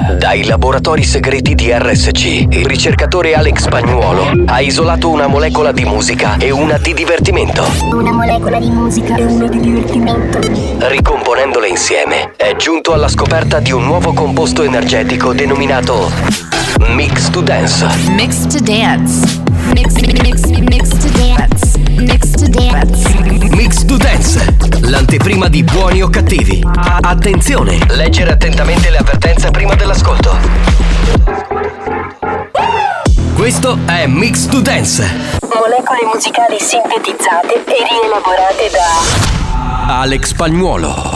Dai laboratori segreti di RSC, il ricercatore Alex Spagnuolo ha isolato una molecola di musica e una di divertimento. Una molecola di musica e una di divertimento. Ricomponendole insieme, è giunto alla scoperta di un nuovo composto energetico denominato Mix to Dance. Mix to Dance. Mix to Dance. Mix to Dance. Mix to Dance, l'anteprima di Buoni o Cattivi. Attenzione, leggere attentamente le avvertenze prima dell'ascolto. Questo è Mix to Dance. Molecole musicali sintetizzate e rielaborate da Alex Spagnuolo.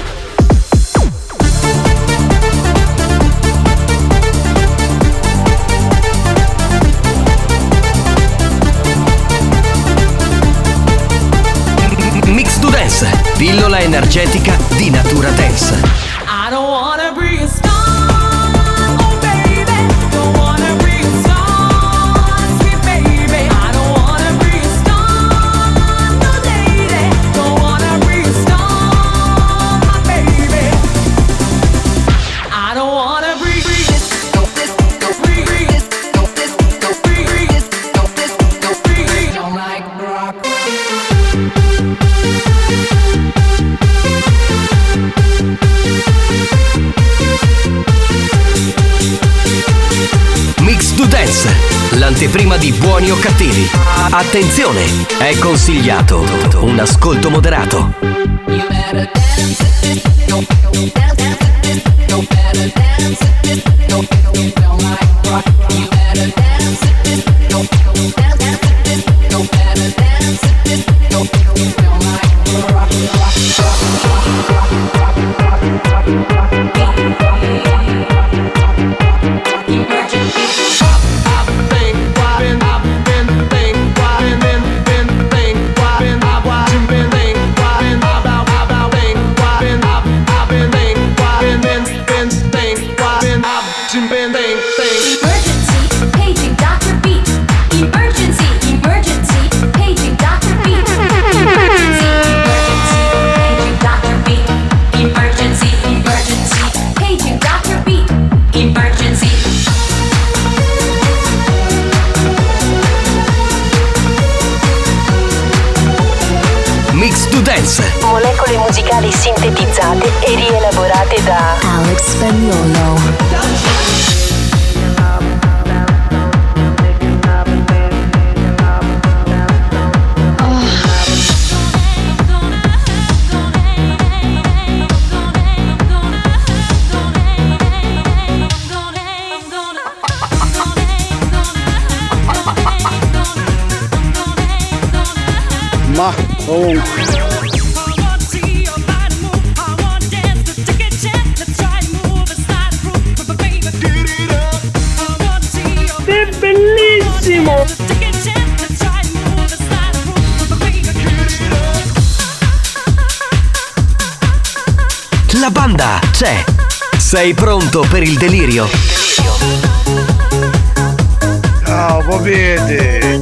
Mix to Dance, pillola energetica di Natura Dance. I don't wanna bring a star, oh baby. Don't wanna bring a star, sweet baby. I don't wanna bring a star, no lady. Don't wanna bring a star, my baby. I don't wanna bring this. Don't like rock. Mix to Dance, l'anteprima di Buoni o Cattivi. Attenzione, è consigliato un ascolto moderato. You better dance at this, dance at this, you better dance at this, don't like rock. You better dance at this, dance at this, you better dance at this, don't like rock. Mix to Dance. molecole musicali sintetizzate e rielaborate da Alex Spagnuolo. Ma comunque è bellissimo. La banda c'è. Sei pronto per il delirio? Ciao, popete.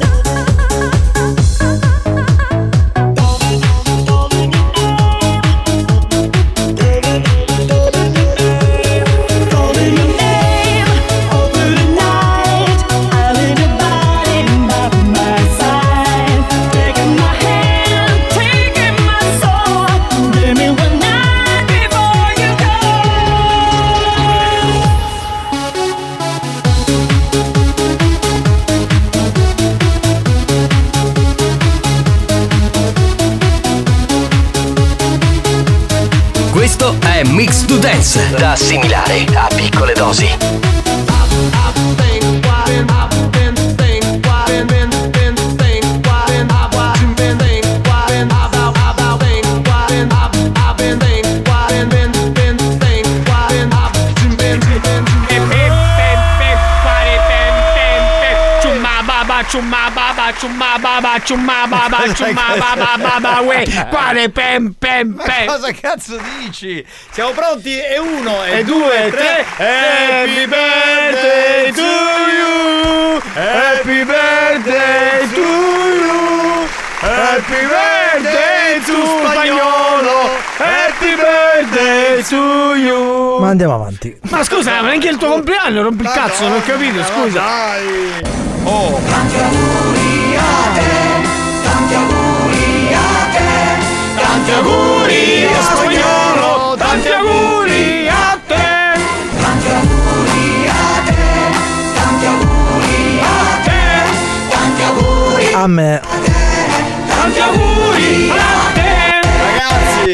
Questo è Mix to Dance, da assimilare a piccole dosi. Ciumma baba, uè, quale pem pem pem. Ma cosa cazzo dici? Siamo pronti? E 1, e 2, e 3. Happy birthday to you. Happy birthday to you. Happy birthday to Spagnuolo. Happy birthday birthday to you. Ma andiamo avanti. Ma scusa, ma neanche il tuo compleanno, rompi il cazzo, non ho capito, scusa. Dai. Oh. Tanti auguri a te, tanti auguri a te, Tanti auguri a Spagnolo, tanti auguri a te. tanti auguri a te, tanti auguri a te, tanti auguri A me. Tanti auguri a te. Ragazzi,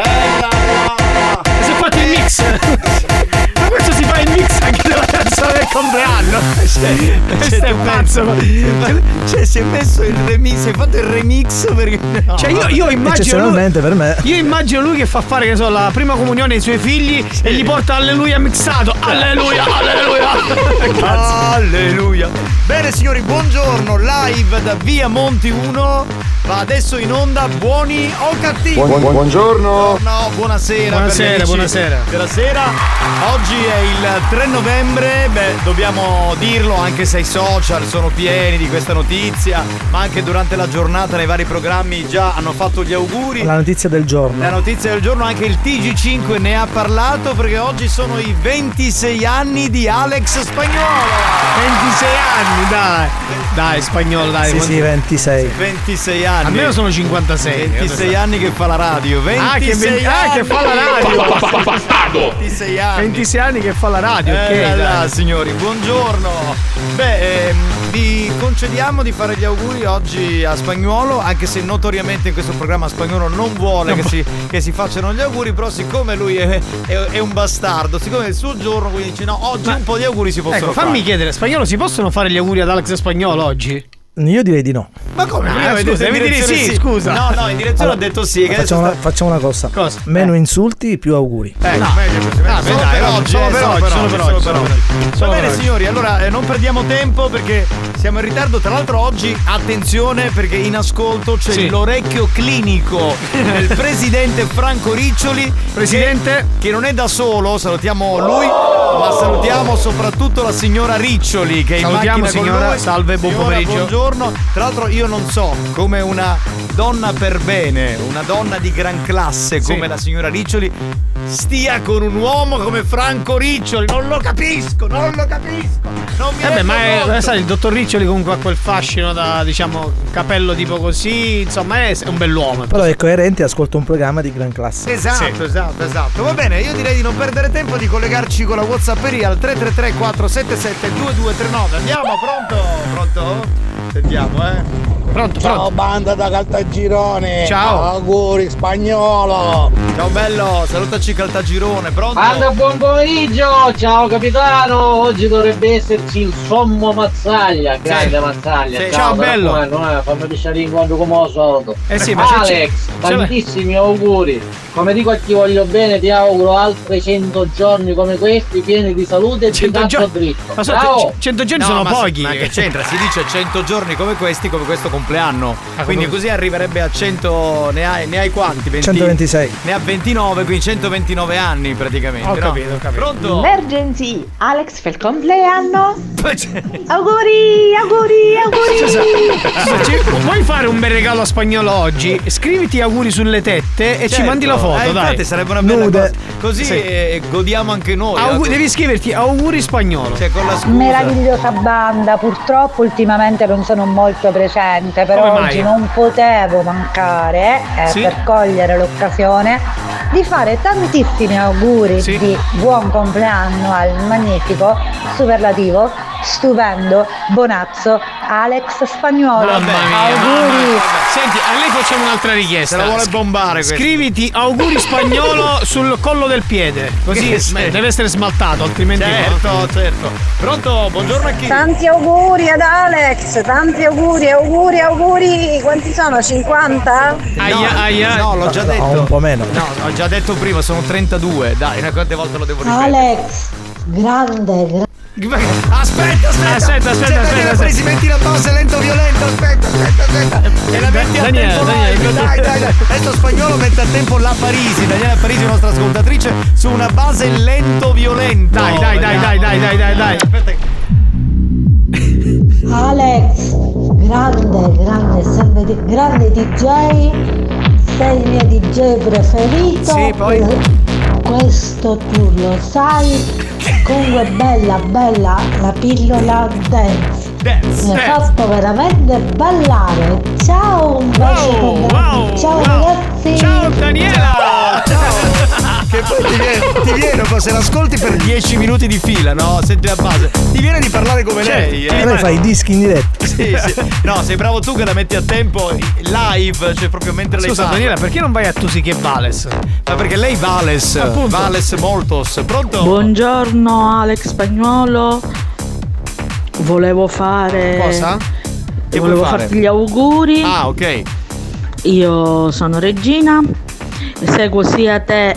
Si è fatto il mix. Ma questo si fa il mix anche nella canzone del compleanno. Questo è pazzo. cioè si è messo il remix, si è fatto il remix perché no. Cioè io immagino Eccezionalmente per me. Io immagino lui che fa fare, che so, la prima comunione ai suoi figli e gli porta alleluia mixato. Alleluia, alleluia. Alleluia. Bene signori, buongiorno, live da Via Monti 1. Va adesso in onda Buoni o Cattivi. Buongiorno. No, buonasera. Buonasera, per gli amici buonasera. della sera. Oggi è il 3 novembre. Beh, dobbiamo dirlo anche se i social sono pieni di questa notizia, ma anche durante la giornata nei vari programmi già hanno fatto gli auguri. La notizia del giorno. La notizia del giorno, anche il TG5 ne ha parlato perché oggi sono i 26 anni di Alex Spagnuolo. 26 anni, dai. Dai, Spagnolo, dai. Sì, 26. 26 anni. Almeno sono 56. 26 anni che fa la radio. 26 che fa la radio. 26 anni. 26 anni che fa la radio, ok. Dai. Signori, buongiorno. Beh, vi concediamo di fare gli auguri oggi a Spagnuolo, anche se notoriamente in questo programma Spagnuolo non vuole che si facciano gli auguri, però siccome lui è un bastardo, siccome è il suo giorno, quindi dice no, oggi un po' di auguri si possono fare. Fammi chiedere, Spagnolo, si possono fare gli auguri ad Alex Spagnolo oggi? Io direi di no. Ma come? Scusa, devi dire sì, scusa. No, in direzione ho detto sì. Che Facciamo una cosa. Cosa? Meno insulti, più auguri. Meglio così. Solo per oggi. Va bene signori, allora non perdiamo tempo perché siamo in ritardo. Tra l'altro oggi, attenzione, perché in ascolto c'è l'orecchio clinico del presidente Franco Riccioli. Presidente che non è da solo, salutiamo lui, ma salutiamo soprattutto la signora Riccioli che è in macchina con signora, noi. salve, buon Signora, pomeriggio. buongiorno. Tra l'altro io non so come una donna per bene, una donna di gran classe come la signora Riccioli stia con un uomo come Franco Riccioli. Non lo capisco. Non mi rendo conto. Sai, il dottor Riccioli comunque ha quel fascino da, diciamo, capello tipo così, insomma è un bell'uomo. Però è coerente e ascolta un programma di gran classe. Esatto. Va bene, io direi di non perdere tempo, di collegarci con la WhatsApperia al 333 477 2239. Andiamo, pronto? Sentiamo, Pronto? Ciao banda da Caltagirone. Ciao. Auguri Spagnolo. Ciao bello, salutaci Caltagirone, pronto? Banda, buon pomeriggio, ciao capitano. Oggi dovrebbe esserci il sommo Mazzaglia, grande Mazzaglia. Sì. Ciao, bello. Fammi piacere l'incontro come al solito. Sì, ma Alex, tantissimi auguri. Come dico a chi voglio bene, ti auguro altri 100 giorni come questi, pieni di salute e di cazzo dritto. Ma ciao. 100 giorni sono pochi. Ma che c'entra? Si dice 100 giorni come questi, come questo compleanno. Quindi così arriverebbe a 100. Ne hai quanti? 126. Ne ha 29, quindi 129 anni praticamente. Ho capito. Pronto? Emergency, Alex fa il compleanno. Auguri. Scusa, vuoi fare un bel regalo a Spagnolo oggi? Scriviti auguri sulle tette e ci mandi la foto, dai. Infatti sarebbe una bella Nude. cosa. Così godiamo anche noi. Devi scriverti auguri Spagnolo. Cioè con la scusa. Meravigliosa banda, purtroppo ultimamente non sono molto presente, però Come mai? oggi non potevo mancare per cogliere l'occasione di fare tantissimi auguri di buon compleanno al magnifico, superlativo, stupendo, bonazzo Alex Spagnuolo. Auguri! Senti, a lei facciamo un'altra richiesta. Se la vuole bombare questo. Scriviti auguri Spagnolo sul collo del piede. Così deve essere smaltato, altrimenti Certo. Pronto? Buongiorno a chi? Tanti auguri ad Alex, tanti auguri. Quanti sono? 50? Aia. No, l'ho già detto. Un po' meno. No, ho già detto prima, sono 32. Dai, quante volte lo devo ripetere? Alex, grande. Aspetta. Si metti la base lento violento. Aspetta. E la metti a tempo live. Dai. Adesso Spagnolo mette a tempo la Parisi. Daniela Parisi, nostra ascoltatrice, su una base lento violento. Dai. Aspetta. Alex, grande, sempre grande DJ, sei il mio DJ preferito. Sì, poi? questo tu lo sai. Comunque bella la pillola dance. Mi ha fatto veramente ballare. Ciao, un bacio. Ciao ragazzi. Ciao Daniela. Che poi ti viene, se l'ascolti per 10 minuti di fila, no? Senti la base, ti viene di parlare come lei. Lei fa i dischi in diretta. Sì. No, sei bravo tu che la metti a tempo live, cioè proprio mentre lei Scusa parla. Daniela, perché non vai a Tusi che Vales? Ma perché lei Vales. Appunto. Vales moltos. Pronto? Buongiorno Alex Spagnuolo. Volevo fare. Cosa? Che Volevo vuoi fare? farti gli auguri. Ah, ok. Io sono Regina e seguo sia te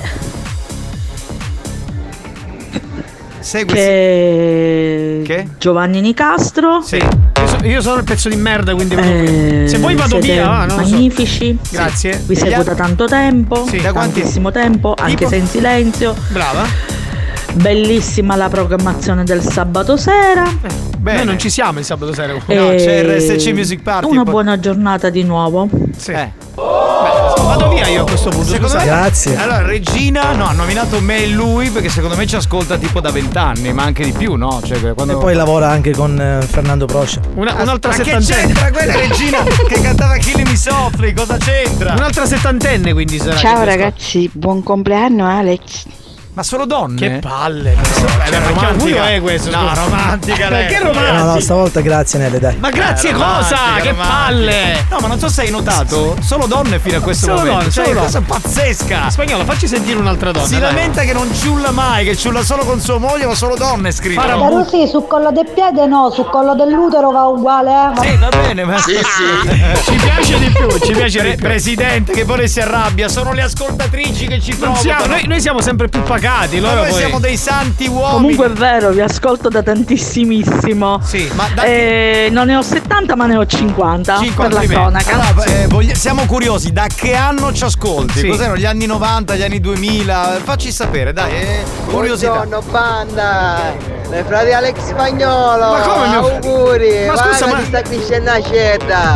che Giovanni Nicastro. Sì. Io sono il pezzo di merda, quindi vado qui. Se vuoi vado siete via, non lo so. magnifici. Grazie. Vi seguo da tanto tempo, Sì. da tantissimo tempo, anche se in silenzio. Brava. Bellissima la programmazione del sabato sera. Noi non ci siamo il sabato sera. E c'è RSC Music Party. Una buona giornata di nuovo. Sì. Vado via io a questo punto. Secondo me- Grazie. Allora, Regina, ha nominato me e lui perché secondo me ci ascolta tipo da 20 anni, ma anche di più, no? Cioè, quando... E poi lavora anche con Fernando Proscia. Un'altra Ma che settantenne. c'entra quella Regina che cantava Killing Me Softly? Cosa c'entra? Un'altra settantenne, quindi sarà. Ciao ragazzi, buon compleanno Alex. Ma solo donne? Che palle. Cioè, romantica è questo? No, scusa. romantica lei. Perché romantica? No, stavolta grazie Nelle, dai. Ma grazie romantica, cosa? Che romantica. palle. No, ma non so se hai notato, solo donne fino a questo Solo momento. donne, Cioè, solo cosa donne. pazzesca. Spagnolo, facci sentire un'altra donna. Si dai. lamenta che non ciulla mai, che ciulla solo con sua moglie, ma solo donne scrive. Però sì, su collo del piede no, su collo dell'utero va uguale, eh. Sì, va bene, ma Ci piace di più, ci piace di più. Presidente, che poi si arrabbia, sono le ascoltatrici che ci Non siamo- provocano. noi siamo sempre più pacati. Ma Loro noi poi... siamo dei santi uomini. Comunque è vero, vi ascolto da tantissimissimo. Sì, ma da Non ne ho 70 ma ne ho 50 per la cronaca. Allora, siamo curiosi, da che anno ci ascolti? Sì. Cos'erano gli anni 90, gli anni 2000? Facci sapere, dai, curiosità. Buongiorno banda, le frati Alex Spagnolo. Ma come mio- auguri, Ma scusa, vai ma- che ti sta crescendo una cetta.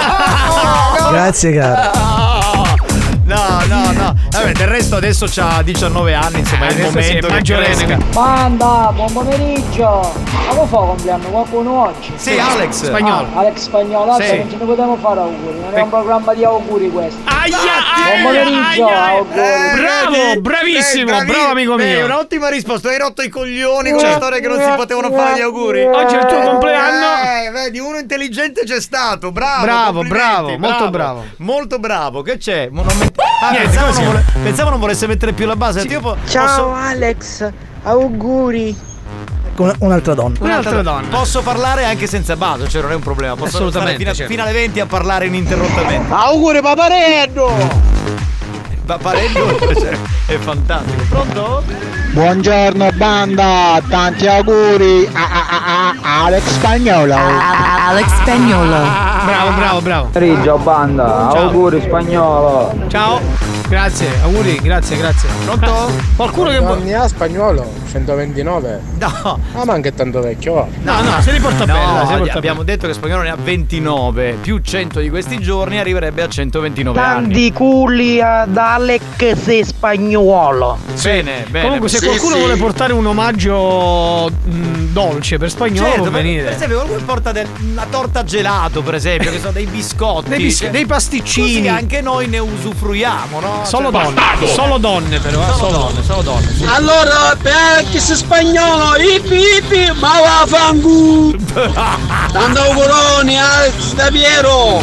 Grazie caro. No. Vabbè, del resto adesso c'ha 19 anni, insomma, è il adesso sì, momento è che maggiorenne. cresca. Banda, buon pomeriggio. Ma come fa compleanno? Qualcuno oggi? Sì, Alex. Spagnolo. Alex Spagnolo, oggi Sì. non ce ne potremmo fare auguri, non è un programma di auguri questo. Aia, Buon pomeriggio, auguri. Bravo, bravissimo, bravo amico mio. Un'ottima risposta, hai rotto i coglioni con la storia che non si potevano fare gli auguri. Oggi è il tuo compleanno. Vedi, uno intelligente c'è stato, bravo. Bravo, complimenti, molto bravo. Molto bravo, che c'è? Niente, così. Pensavo non volesse mettere più la base. Io Ciao Alex, auguri. Con un'altra donna. Un'altra donna. Posso parlare anche senza base, cioè non è un problema. Posso Assolutamente, stare certo. fino alle 20 a parlare ininterrottamente. Auguri Papareddo. Papareddo è fantastico. Pronto? Buongiorno banda, tanti auguri a Alex Spagnolo. Alex Spagnolo. Bravo. Pomeriggio banda, auguri Spagnolo. Ciao. Grazie, auguri, grazie. Pronto? Qualcuno che Anni ha Spagnolo? 129. No. Ah, ma anche tanto vecchio va. No, se li porta bene, dai, se li porta abbiamo detto che Spagnolo ne ha 29, più 100 di questi giorni arriverebbe a 129 anni. Tanti culi ad Alex Spagnolo. Bene. Comunque, se qualcuno vuole portare un omaggio dolce per Spagnolo, Certo, può venire. per esempio qualcuno porta una torta gelato, per esempio, che sono dei biscotti, Dei pasticcini. Così anche noi ne usufruiamo, no? Solo Cioè, donne. Solo donne però, Solo donne. Sì. Allora, per chi si spagnolo, ipi, ma va fangu. Tanto auguroni, Alex Da Piero.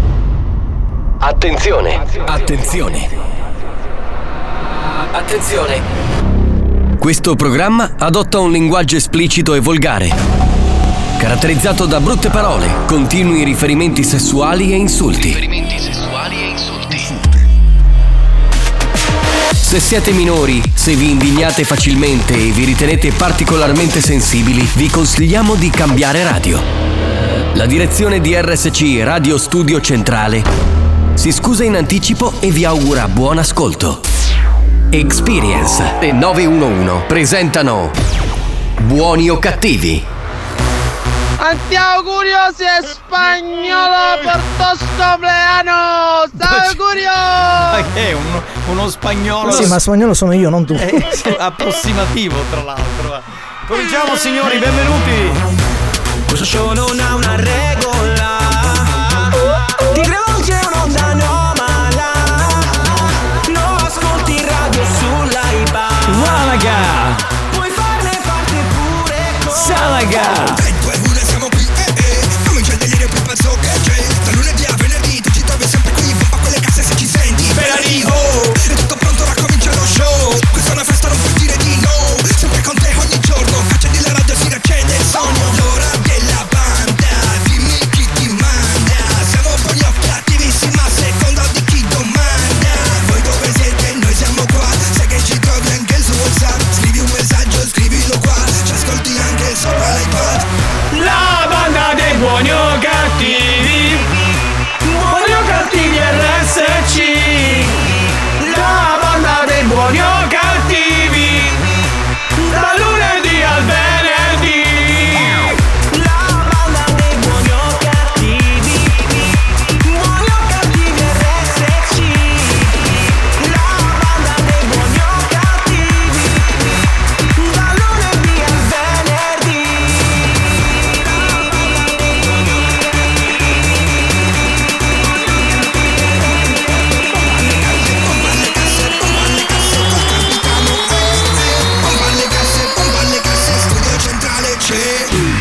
Attenzione. Questo programma adotta un linguaggio esplicito e volgare, caratterizzato da brutte parole, continui riferimenti sessuali e insulti. Se siete minori, se vi indignate facilmente e vi ritenete particolarmente sensibili, vi consigliamo di cambiare radio. La direzione di RSC Radio Studio Centrale si scusa in anticipo e vi augura buon ascolto. Experience e 911 presentano Buoni o Cattivi, Tanti auguri a spagnolo per sto compleanno! Augurio! Ma che è uno spagnolo? Sì, ma spagnolo sono io, non tu. Approssimativo, tra l'altro. Cominciamo, signori, benvenuti. Questo show non ha una regola. Ti rivolge un'onda anomala. Non ascolti radio sull'iPad. Malaga. Puoi farne parte pure con Salaga. 3, 2, 1, siamo qui, comincia il delirio più pazzo che c'è. Da lunedì a venerdì tu ci trovi sempre qui. Pompa quelle casse se ci senti. Per arrivo, è tutto pronto, ora comincia lo show. Questa è una festa, non puoi dire di no. Sempre con te ogni giorno. Accendi la radio, si riaccende il sogno. L'ora della banda, dimmi chi ti manda. Siamo buoni o cattivissimi a seconda di chi domanda. Voi dove siete? Noi siamo qua. Sai che ci trovi anche il suo WhatsApp. Scrivi un messaggio, scrivilo qua. Ci ascolti anche sopra l'iPad. La banda dei buoni o cattivi. Buoni o cattivi RSC. La banda dei buoni o cattivi. Da lunedì al venerdì. La banda dei buoni o cattivi. Buoni o cattivi RSC. La banda dei buoni o cattivi. Da lunedì al venerdì. Pompa le casse, studio centrale c'è.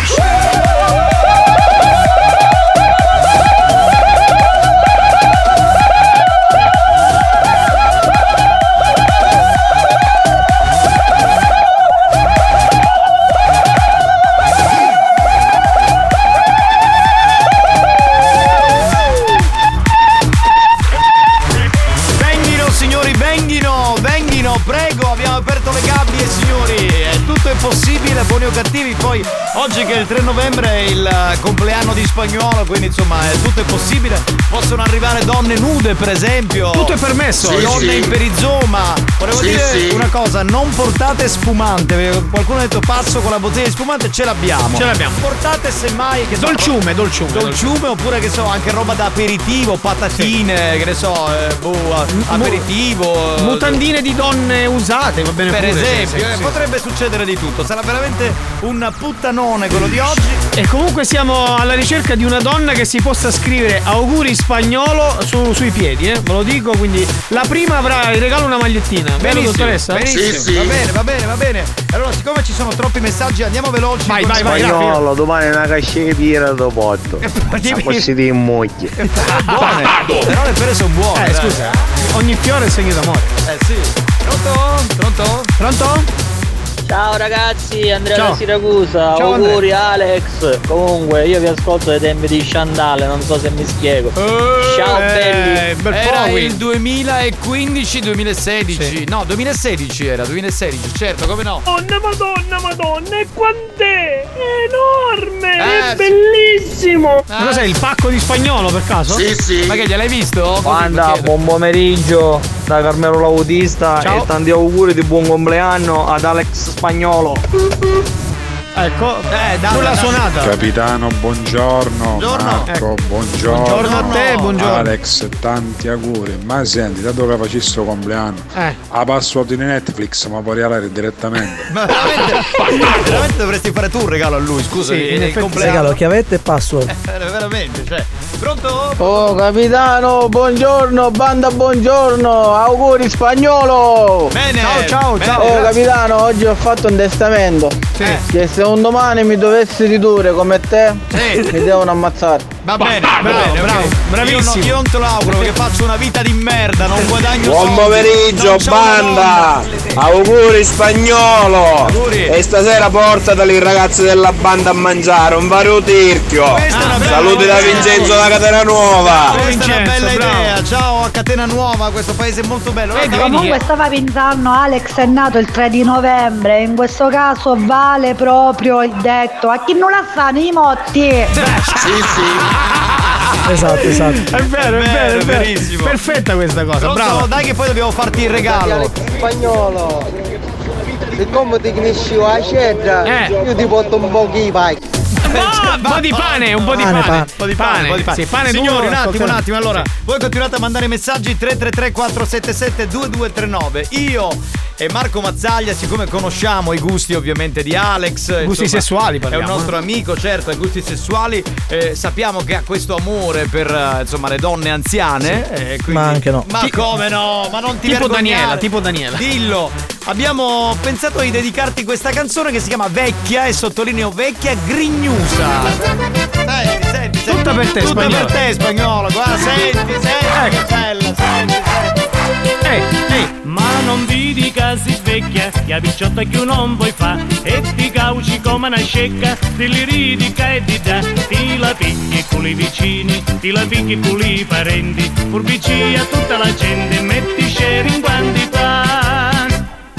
Venghino, signori, venghino, prego, abbiamo aperto le gabbie, signori. Tutto è possibile, buoni o cattivi. Poi oggi che è il 3 novembre è il compleanno di Spagnuolo, quindi insomma tutto è possibile. Possono arrivare donne nude, per esempio. Tutto è permesso. Donne in perizoma. Volevo dire una cosa, non portate spumante. Qualcuno ha detto passo con la bottiglia di spumante, ce l'abbiamo. Portate semmai che so, Dolciume. oppure che so, anche roba da aperitivo, patatine, che ne so, aperitivo. Mutandine di donne usate, va bene Per pure, esempio, sì. potrebbe succedere di tutto. Sarà veramente un puttanone quello di oggi. E comunque siamo alla ricerca di una donna che si possa scrivere auguri spagnolo sui piedi, ve lo dico, quindi la prima avrà in regalo una magliettina. Vero, dottoressa? Benissimo. Sì. Va bene. Allora, siccome ci sono troppi messaggi, andiamo veloci. Vai, Spagnolo, domani una cascettina do porto. Così di moglie. Buone. Però le pere sono buone. Scusa, ogni fiore è segno d'amore. Sì. Pronto? Ciao ragazzi, Andrea Ciao. da Siracusa, Ciao, auguri Alex. Comunque io vi ascolto dai tempi di Sciandale, non so se mi spiego. Ciao belli. Era il 2015-2016. Sì. No, 2016 era, 2016, certo, come no? Madonna, e quant'è? È enorme, è sì. bellissimo. Ma cos'è, il pacco di spagnolo per caso? Sì. Ma che gliel'hai visto? Guarda, buon pomeriggio da Carmelo Lautista. Ciao. E tanti auguri di buon compleanno ad Alex Spagnolo. Ecco, sulla suonata. Capitano, buongiorno. Marco, buongiorno. Buongiorno a te, buongiorno. Alex, tanti auguri. Ma senti, dato che facessi sto compleanno, a password di Netflix ma puoi regalare direttamente. Ma veramente dovresti fare tu un regalo a lui, scusa, Sì, in il effetti compleanno. regalo chiavette e password. Veramente, cioè. Pronto? Oh capitano, buongiorno, banda buongiorno, auguri spagnolo. Bene. Ciao. Oh capitano, oggi ho fatto un testamento. Che se un domani mi dovessi ridurre come te, mi devono ammazzare. Va bene, bravo, bravissimo. Io non te lo auguro perché faccio una vita di merda, non guadagno Buon soldi, pomeriggio non c'ho una banda, donna. auguri spagnolo. Auguri. E stasera portateli i ragazzi della banda a mangiare un vario tirchio. Questa è una bella Saluti da idea. Vincenzo da Catena Nuova. Questa è una bella bravo. idea. Ciao a Catena Nuova, questo paese è molto bello. Comunque stava pensando, Alex è nato il 3 di novembre, in questo caso vale proprio il detto a chi non la sanno i motti. Esatto. È vero. verissimo. Perfetta questa cosa, Pronto? bravo. Dai che poi dobbiamo farti il regalo. Spagnolo, siccome ti finisci la cedra, io ti porto un po' di pai. Un po' di pane, un po' di pane. Un po' di pane. Sì, pane Signori, duro, un attimo. Allora, voi continuate a mandare messaggi 333 477 2239. Io e Marco Mazzaglia, siccome conosciamo i gusti ovviamente di Alex, gusti sessuali parliamo, è un nostro amico, certo, ai gusti sessuali, sappiamo che ha questo amore per insomma le donne anziane, quindi, ma anche no. Ma come no? Ma non ti vergognare. Tipo Daniela. Dillo. Abbiamo pensato di dedicarti questa canzone che si chiama Vecchia, e sottolineo vecchia grignusa. Senti. Tutta per te, Tutta Spagnolo. per te, Spagnolo. Guarda, senti, che bella, senti. Ma non vi dica si svecchia, che a picciotta che non vuoi fa, e ti cauci come una scecca, ti li ridica e di da, ti la picchi con i vicini, ti la picchi con i parenti, furbici a tutta la gente, metti share in quantità.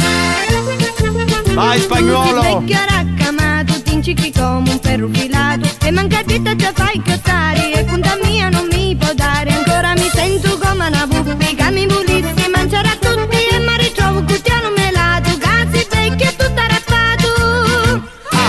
Vai Spagnolo! Vecchia raccamato, ti incicchi come un ferro filato, e mancadita già fai cazzari, e conta mia non mi può dare, ancora mi sento come una pubblica, mi volissi mangiare a tutti, e mi ritrovo cucchiano melato, cazzi vecchio tutto arrappato.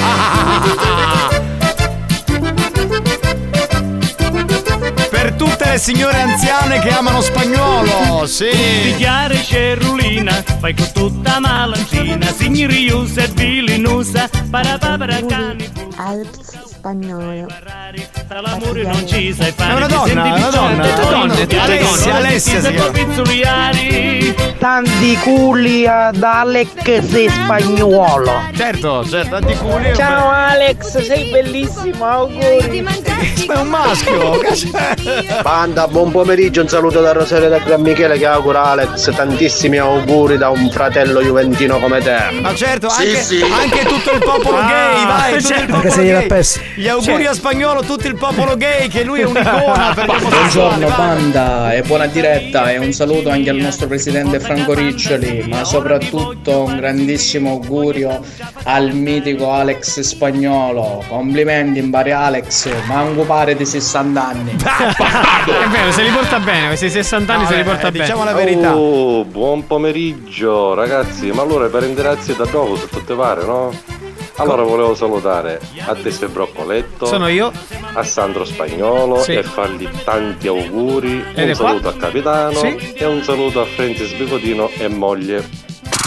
Per tutte le signore anziane che amano Spagnolo, sì! Ti chiare cerulina, fai con tutta malantina, signori usa e vilinusa, para cani. Alex Spagnolo. L'amore non ci sai fare. È una donna, Tutte donne. Alessia si chiama. Tanti culi ad Alex Spagnolo. Certo, tanti culi. Ciao Alex, sei bellissimo, auguri. È un maschio. Banda, buon pomeriggio, un saluto da Rosario da Gran Michele che augura Alex tantissimi auguri da un fratello juventino come te. Ma certo, Sì. anche tutto il popolo gay, vai, tutto il popolo Anche se gli dà gay. persi. Gli auguri a Spagnolo, tutto il popolo gay, che lui è un'icona per gli Buongiorno banda e buona diretta, e un saluto anche al nostro presidente Franco Riccioli, ma soprattutto un grandissimo augurio al mitico Alex Spagnolo. Complimenti in pari Alex, manco pare di 60 anni. È vero, se li porta bene, questi 60 anni se li porta bene. Diciamo la verità. Oh, buon pomeriggio ragazzi, ma allora per ringraziare da dopo se tutte pare, no? Allora volevo salutare a Teste Broccoletto, Sono io, a Sandro Spagnolo, Sì. e fargli tanti auguri, Ed un è qua. saluto a Capitano, Sì. e un saluto a Francis Bicodino e moglie.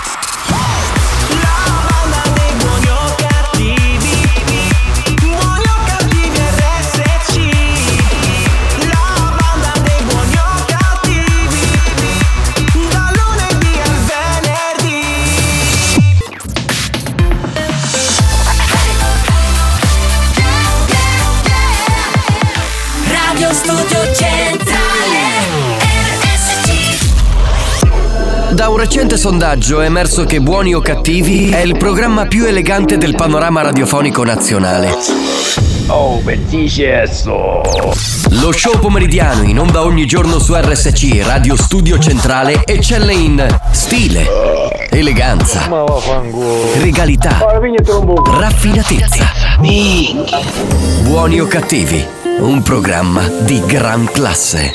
Radio Studio Centrale RSC. Da un recente sondaggio è emerso che Buoni o Cattivi è il programma più elegante del panorama radiofonico nazionale. Oh, benissimo. Lo show pomeridiano in onda ogni giorno su RSC Radio Studio Centrale eccelle in stile, eleganza, regalità, raffinatezza. Buoni o Cattivi, un programma di gran classe.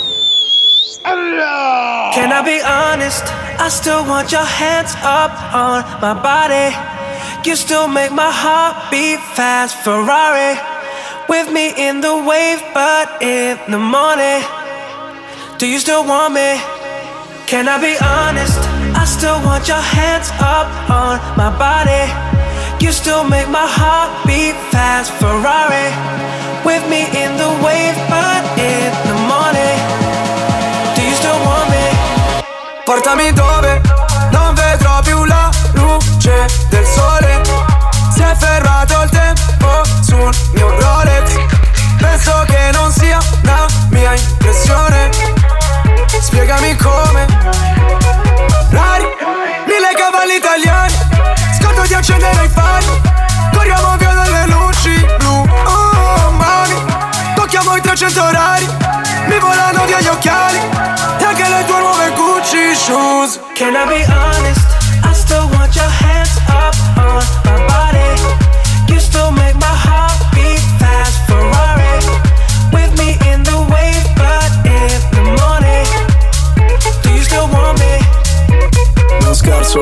Can I be honest? I still want your hands up on my body. You still make my heart beat fast. Ferrari with me in the wave, but in the morning. Do you still want me? Can I be honest? I still want your hands up on my body. You still make my heart beat fast. Ferrari with me in the wave, but in the morning. Do you still want me? Portami dove non vedrò più la luce del sole. Si è fermato il tempo sul mio Rolex. Penso che non sia una mia impressione. Spiegami come. Rari, 1000 cavalli italiani. Scordo di accendere i fari. Corriamo via dalle luci blu. Oh mami, tocchiamo i 300 orari. Mi volano via gli occhiali. E anche le tue nuove Gucci shoes. Can I be honest? I still want your hands up on my body. You still make my heart beat fast. Ferrari with me in the wave, but in the morning. Do you still want me? Non scherzo,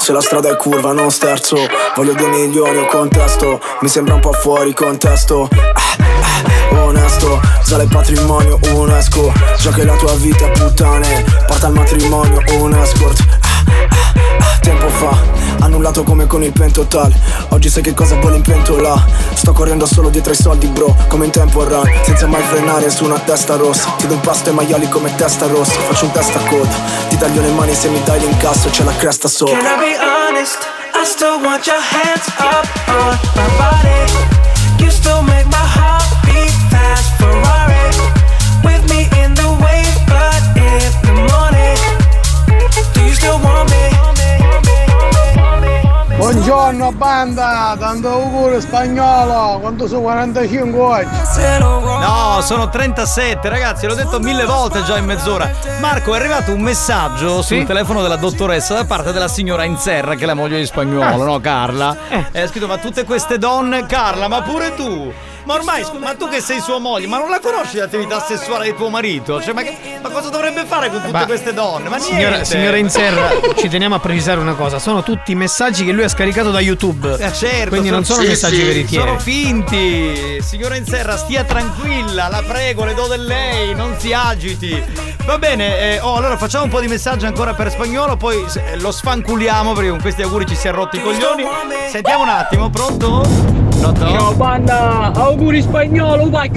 se la strada è curva non sterzo. Voglio 2 milioni o contesto, mi sembra un po' fuori contesto. Onesto, sale il patrimonio UNESCO. Già che la tua vita è puttane, porta al matrimonio un escort. Tempo fa, annullato come con il pentotal. Oggi sai che cosa vuole in pentola. Sto correndo solo dietro ai soldi bro, come in tempo run, senza mai frenare su una testa rossa. Ti do impasto ai maiali come testa rossa. Faccio un testa coda, ti taglio le mani se mi dai l'incasso. C'è la cresta sopra. Can I be honest? I still want your hands up on my body. You still make my heart beat fast. Ferrari with me in the wave, but in the morning. Do you still want me? Buongiorno banda, tanto auguri spagnolo, quanto sono 45 oggi? No, sono 37 ragazzi, l'ho detto 1000 volte già in mezz'ora. Marco, è arrivato un messaggio sul telefono della dottoressa da parte della signora Inserra, che è la moglie di Spagnolo, no Carla? È scritto, ma tutte queste donne, Carla, ma pure tu? Ma ormai, ma tu che sei sua moglie, ma non la conosci l'attività sessuale di tuo marito? Cioè, ma cosa dovrebbe fare con tutte queste donne? Ma niente. Signora Inserra, ci teniamo a precisare una cosa: sono tutti messaggi che lui ha scaricato da YouTube. Certo, quindi non sono messaggi veritieri. Sono finti. Signora Inserra, stia tranquilla, la prego, le do del lei, non si agiti. Va bene, allora facciamo un po' di messaggi ancora per Spagnolo, poi lo sfanculiamo perché con questi auguri ci si è rotti i coglioni. Sentiamo un attimo, pronto? Ciao banda, auguri Spagnolo, vai.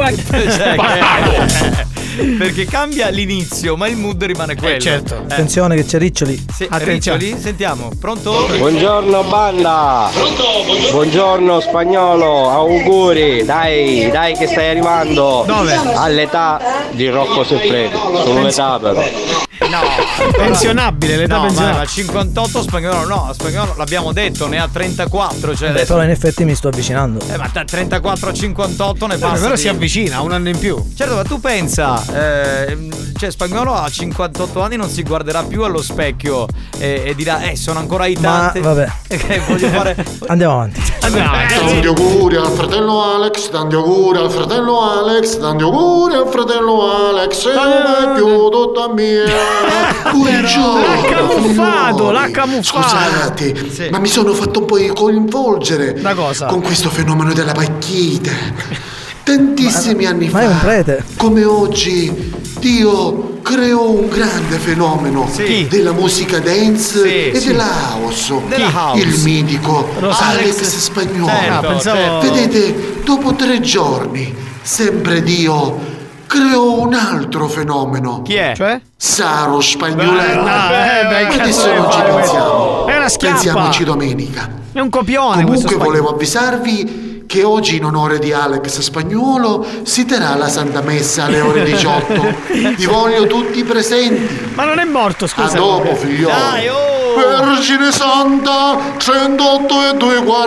Perché cambia l'inizio, ma il mood rimane quello. Certo. Attenzione che c'è Riccioli. Sì, Riccioli, sentiamo. Pronto? Buongiorno banda. Buongiorno Spagnolo, auguri. Dai che stai arrivando. Dove? All'età di Rocco Siffredi. Sono l'età però. No, pensionabile, l'età pensionabile. Ma 58 Spagnolo no, Spagnolo l'abbiamo detto, ne ha 34, cioè adesso... Però in effetti mi sto avvicinando. Ma da 34 a 58 ne passa. Però si avvicina, un anno in più. Certo, ma tu pensa, cioè Spagnolo a 58 anni non si guarderà più allo specchio e dirà sono ancora aiutante. Ma vabbè. Voglio fare. Andiamo avanti. Tanti auguri al fratello Alex, tanti auguri al fratello Alex, tanti auguri al fratello Alex, e mai più tutta mia. Buongiorno, l'ha camuffato. Scusate, ma mi sono fatto un po' coinvolgere da cosa? Con questo fenomeno della pacchita. Tantissimi anni fa, ma è un prete. Come oggi, Dio creò un grande fenomeno della musica dance e della house. Il mitico Alex Spagnolo. Vedete, dopo 3 giorni, sempre Dio creò un altro fenomeno. Chi è? Cioè? Saro Spagnoletto. Ma adesso non ci pensiamo. È una schiappa. Pensiamoci domenica. È un copione. Comunque volevo avvisarvi che oggi in onore di Alex Spagnolo si terrà la Santa Messa alle ore 18. Vi voglio tutti presenti. Ma non è morto, scusa. A dopo, figliolo. Dai, Vergine Santa, 108 e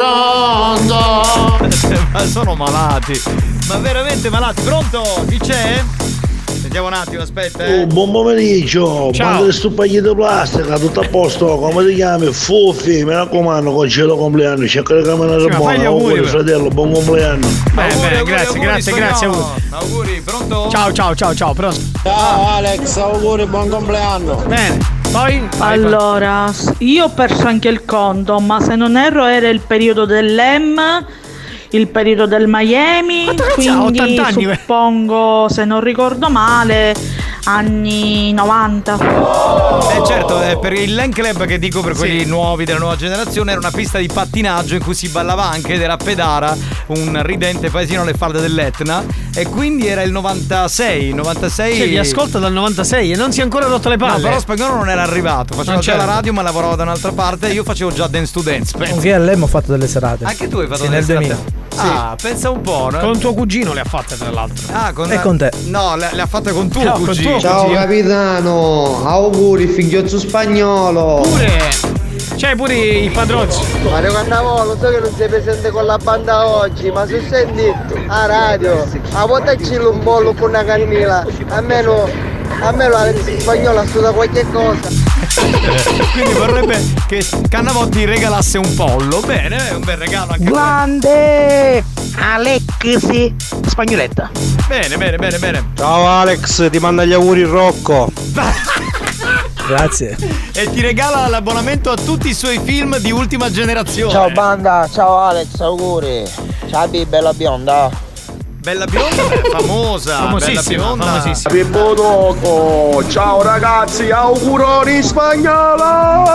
240. Ma sono malati. Ma veramente malati. Pronto? Chi c'è? Sentiamo un attimo, aspetta. Buon pomeriggio. Banda di stupagli di plastica, tutto a posto. Come ti chiami? Fuffi, mi raccomando, concelo compleanno. Cerca di camminare buono. Auguri fratello, buon compleanno. Grazie. Auguri, pronto? Ciao, pronto. Ciao Alex, auguri, buon compleanno. Bene. Poi? Allora, io ho perso anche il conto, ma se non erro era il periodo dell'EM, il periodo del Miami, quindi suppongo, se non ricordo male, anni 90. Certo, per il Land Club, che dico per quelli nuovi della nuova generazione, era una pista di pattinaggio in cui si ballava anche ed era a Pedara, un ridente paesino alle falde dell'Etna, e quindi era il 96. Cioè, vi ascolta dal 96 e non si è ancora rotto le palle. No, però Spagnolo non era arrivato, faceva già la radio ma lavorava da un'altra parte, e io facevo già Dance to Dance. Con VLM ho fatto delle serate. Anche tu hai fatto delle serate? nel 2000. Ah, pensa un po', no? Con tuo cugino le ha fatte, tra l'altro. E con te? No, le ha fatte con tuo cugino. Ciao capitano, auguri figliozzo Spagnolo. Pure c'hai pure i padrozzi. Mario Cannavolo, so che non sei presente con la banda oggi, ma se senti a radio, a votarci un bollo con una cannila, almeno Alex Spagnolo ha studiato qualche cosa. Quindi vorrebbe che Cannavotti regalasse un pollo. Bene, è un bel regalo anche. Grande Alexi Spagnoletta. Bene. Ciao Alex, ti manda gli auguri Rocco. Grazie. E ti regala l'abbonamento a tutti i suoi film di ultima generazione. Ciao banda, ciao Alex, auguri. Ciao B, bella bionda. Bella bionda è famosa. Famosissima, bella famosissima. Pippo Doco, ciao ragazzi, auguroni in spagnolo.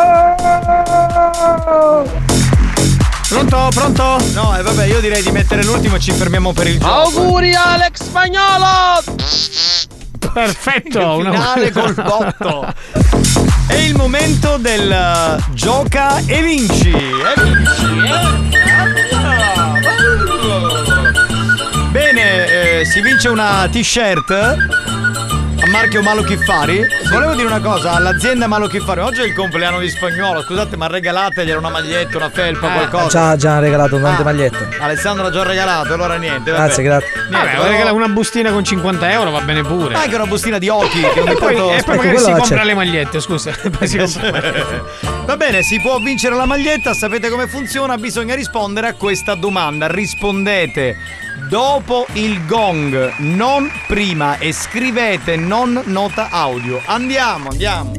Pronto? No, e vabbè, io direi di mettere l'ultimo e ci fermiamo per il gioco. Auguri Alex Spagnolo! Perfetto, il finale col botto. È il momento del gioca e vinci. Bene, si vince una t-shirt a marchio Malo Chiffari. Volevo dire una cosa all'azienda Malo Chiffari. Oggi è il compleanno di Spagnolo. Scusate, ma regalategliela una maglietta, una felpa, qualcosa. Già regalato tante magliette. Alessandro ha già regalato, allora niente. Grazie. Vabbè, una bustina con 50 euro va bene pure. Anche una bustina di occhi. Che E poi magari si compra le magliette, scusa. Va bene, si può vincere la maglietta. Sapete come funziona? Bisogna rispondere a questa domanda. Rispondete dopo il gong, non prima, e scrivete non nota audio. Andiamo.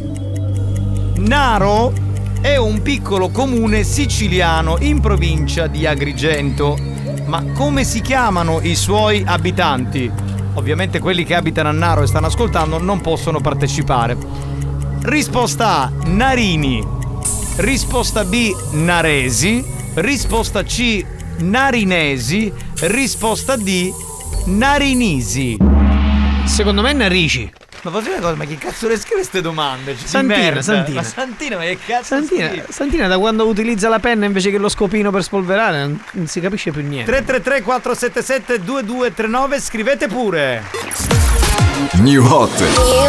Naro è un piccolo comune siciliano in provincia di Agrigento. Ma come si chiamano i suoi abitanti? Ovviamente quelli che abitano a Naro e stanno ascoltando non possono partecipare. Risposta A, Narini. Risposta B, Naresi. Risposta C, Narinesi. Risposta D, Narinisi. Secondo me Narici. Ma posso dire una cosa? Ma che cazzo le scrive queste domande? Santina. Ma Santina, ma che cazzo Santina da quando utilizza la penna invece che lo scopino per spolverare non si capisce più niente. 333 477 2239, scrivete pure. New Hot.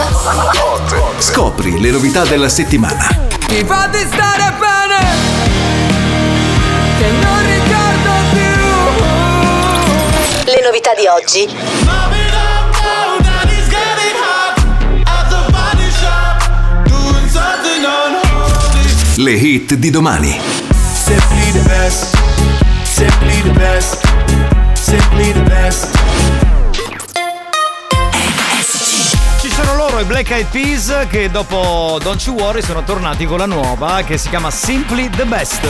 Scopri le novità della settimana. Mi fate stare bene, che non ricordo più. Le novità di oggi. Le hit di domani. Simply the best. Simply the best. Simply the best. Ci sono loro, i Black Eyed Peas, che dopo Don't You Worry sono tornati con la nuova che si chiama Simply the Best.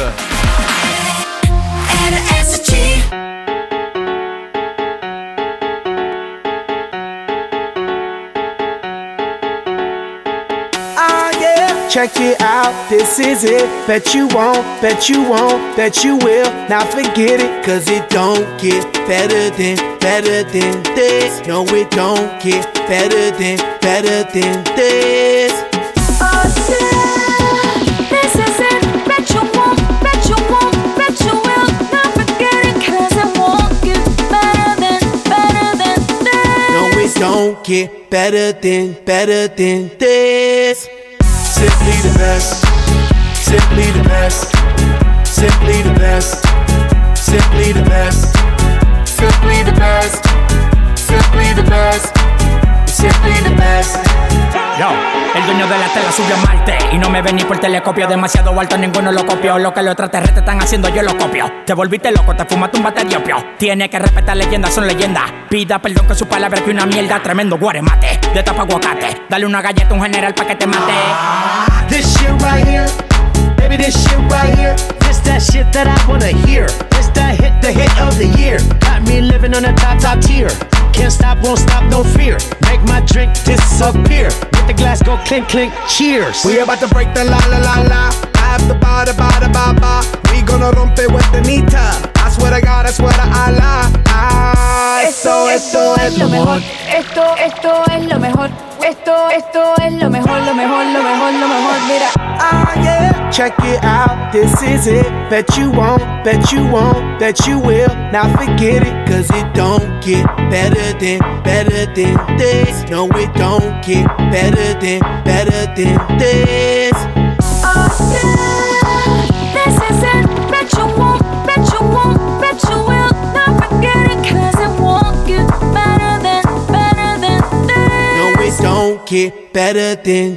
Check it out, this is it. Bet you won't, bet you won't, bet you will. Now forget it, cause it don't get better than this. No, it don't get better than this. Oh yeah, this is it. Bet you won't, bet you won't, bet you will. Now forget it, cause it won't get better than this. No, it don't get better than this. Simply the best, simply the best, simply the best, simply the best, simply the best, simply the best, simply the best. Yo, el dueño de la tela subió a Marte y no me ven ni por telescopio, demasiado alto, ninguno lo copió. Lo que los extraterrestres están haciendo yo lo copio. Te volviste loco, te fumaste un bate de opio. Tiene que respetar leyendas, son leyendas. Pida perdón que su palabra que una mierda. Tremendo guaremate, de tapa aguacate. Dale una galleta a un general pa' que te mate. This shit right here, baby, this shit right here. This that shit that I wanna hear. This that hit, the hit of the year. Got me living on a top tier. Can't stop, won't stop, no fear. Make my drink disappear. Let the glass go clink, clink, cheers. We about to break the la la la la. I have the ba da ba da ba ba. We gonna rompe with the nita. I swear to God, I swear to Allah. Esto es lo mejor. Esto es lo mejor. Esto es lo mejor, lo mejor, mira. Ah yeah, check it out, this is it. Bet you won't, bet you won't, bet you will. Now forget it, cause it don't get better than this. No, it don't get better than this. Oh yeah, this is it. Bet you won't, bet you won't, bet you will. Now forget it, cause it won't get better than this. No, it don't get better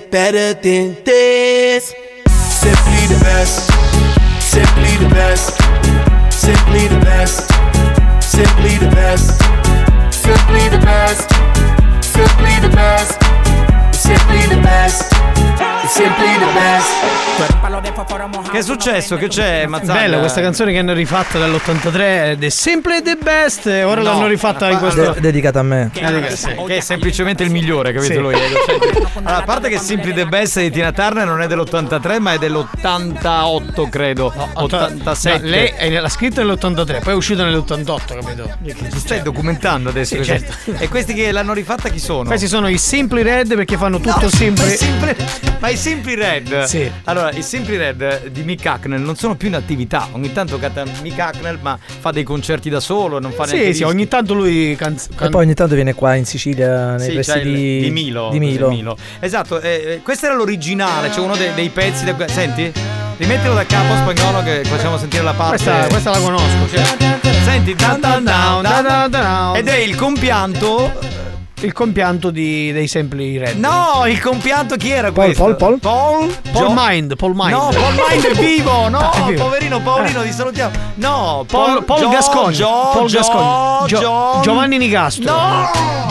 than this. Simply the best, simply the best, simply the best, simply the best, simply the best, simply the best, simply the best. It's simply the best. Che è successo? Che c'è, Mazzaglia? Bella questa canzone che hanno rifatto dall'83, The Simply the Best. Ora l'hanno rifatta in questo. Dedicata a me. Che è semplicemente il migliore, capito? Sì. Lui allora, a parte che Simply the Best di Tina Turner non è dell'83, ma è dell'88, credo. 87. No, lei l'ha scritto nell'83, poi è uscito nell'88, capito? Ti stai documentando adesso? Sì, certo. E questi che l'hanno rifatta chi sono? Questi sono i Simply Red, perché fanno tutto Ma i Simply Red? Sì. Allora, i Simply Red di Mick Hucknall non sono più in attività. Ogni tanto canta Mick Hucknall, ma fa dei concerti da solo, non fa neanche Sì, ogni tanto lui E poi ogni tanto viene qua in Sicilia nei pressi di Milo. Esatto, questo era l'originale, c'è uno dei pezzi senti? Rimettilo da capo Spagnolo che facciamo sentire la parte. Questa la conosco, Senti, ed è il compianto. Il compianto dei Simply Red. No, il compianto chi era questo? Paul Mind. No, Paul Mind è vivo. No, poverino Paolino, ti salutiamo. No, Paul Gascogni. Giovanni Nicastro. No,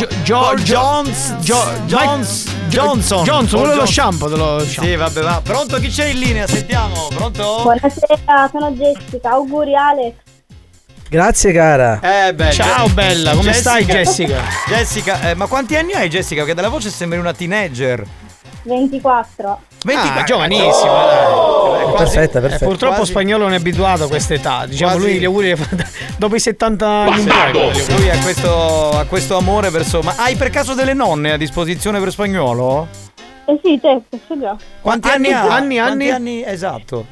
Johnson, quello dello shampoo. Sì, vabbè, va. Pronto, chi c'è in linea? Sentiamo. Pronto? Buonasera, sono Jessica. Auguri Alex. Grazie cara. Ciao bella, come stai Jessica? Jessica, ma quanti anni hai Jessica? Perché dalla voce sembri una teenager. 24. Giovanissima. Perfetta. Purtroppo Spagnolo non è abituato a questa età. Diciamo lui gli auguri dopo i 70 anni in poi. Lui ha questo amore verso. Ma hai per caso delle nonne a disposizione per Spagnolo? Sì, certo, ce l'ho. Quanti anni ha? Anni? Quanti anni? Esatto.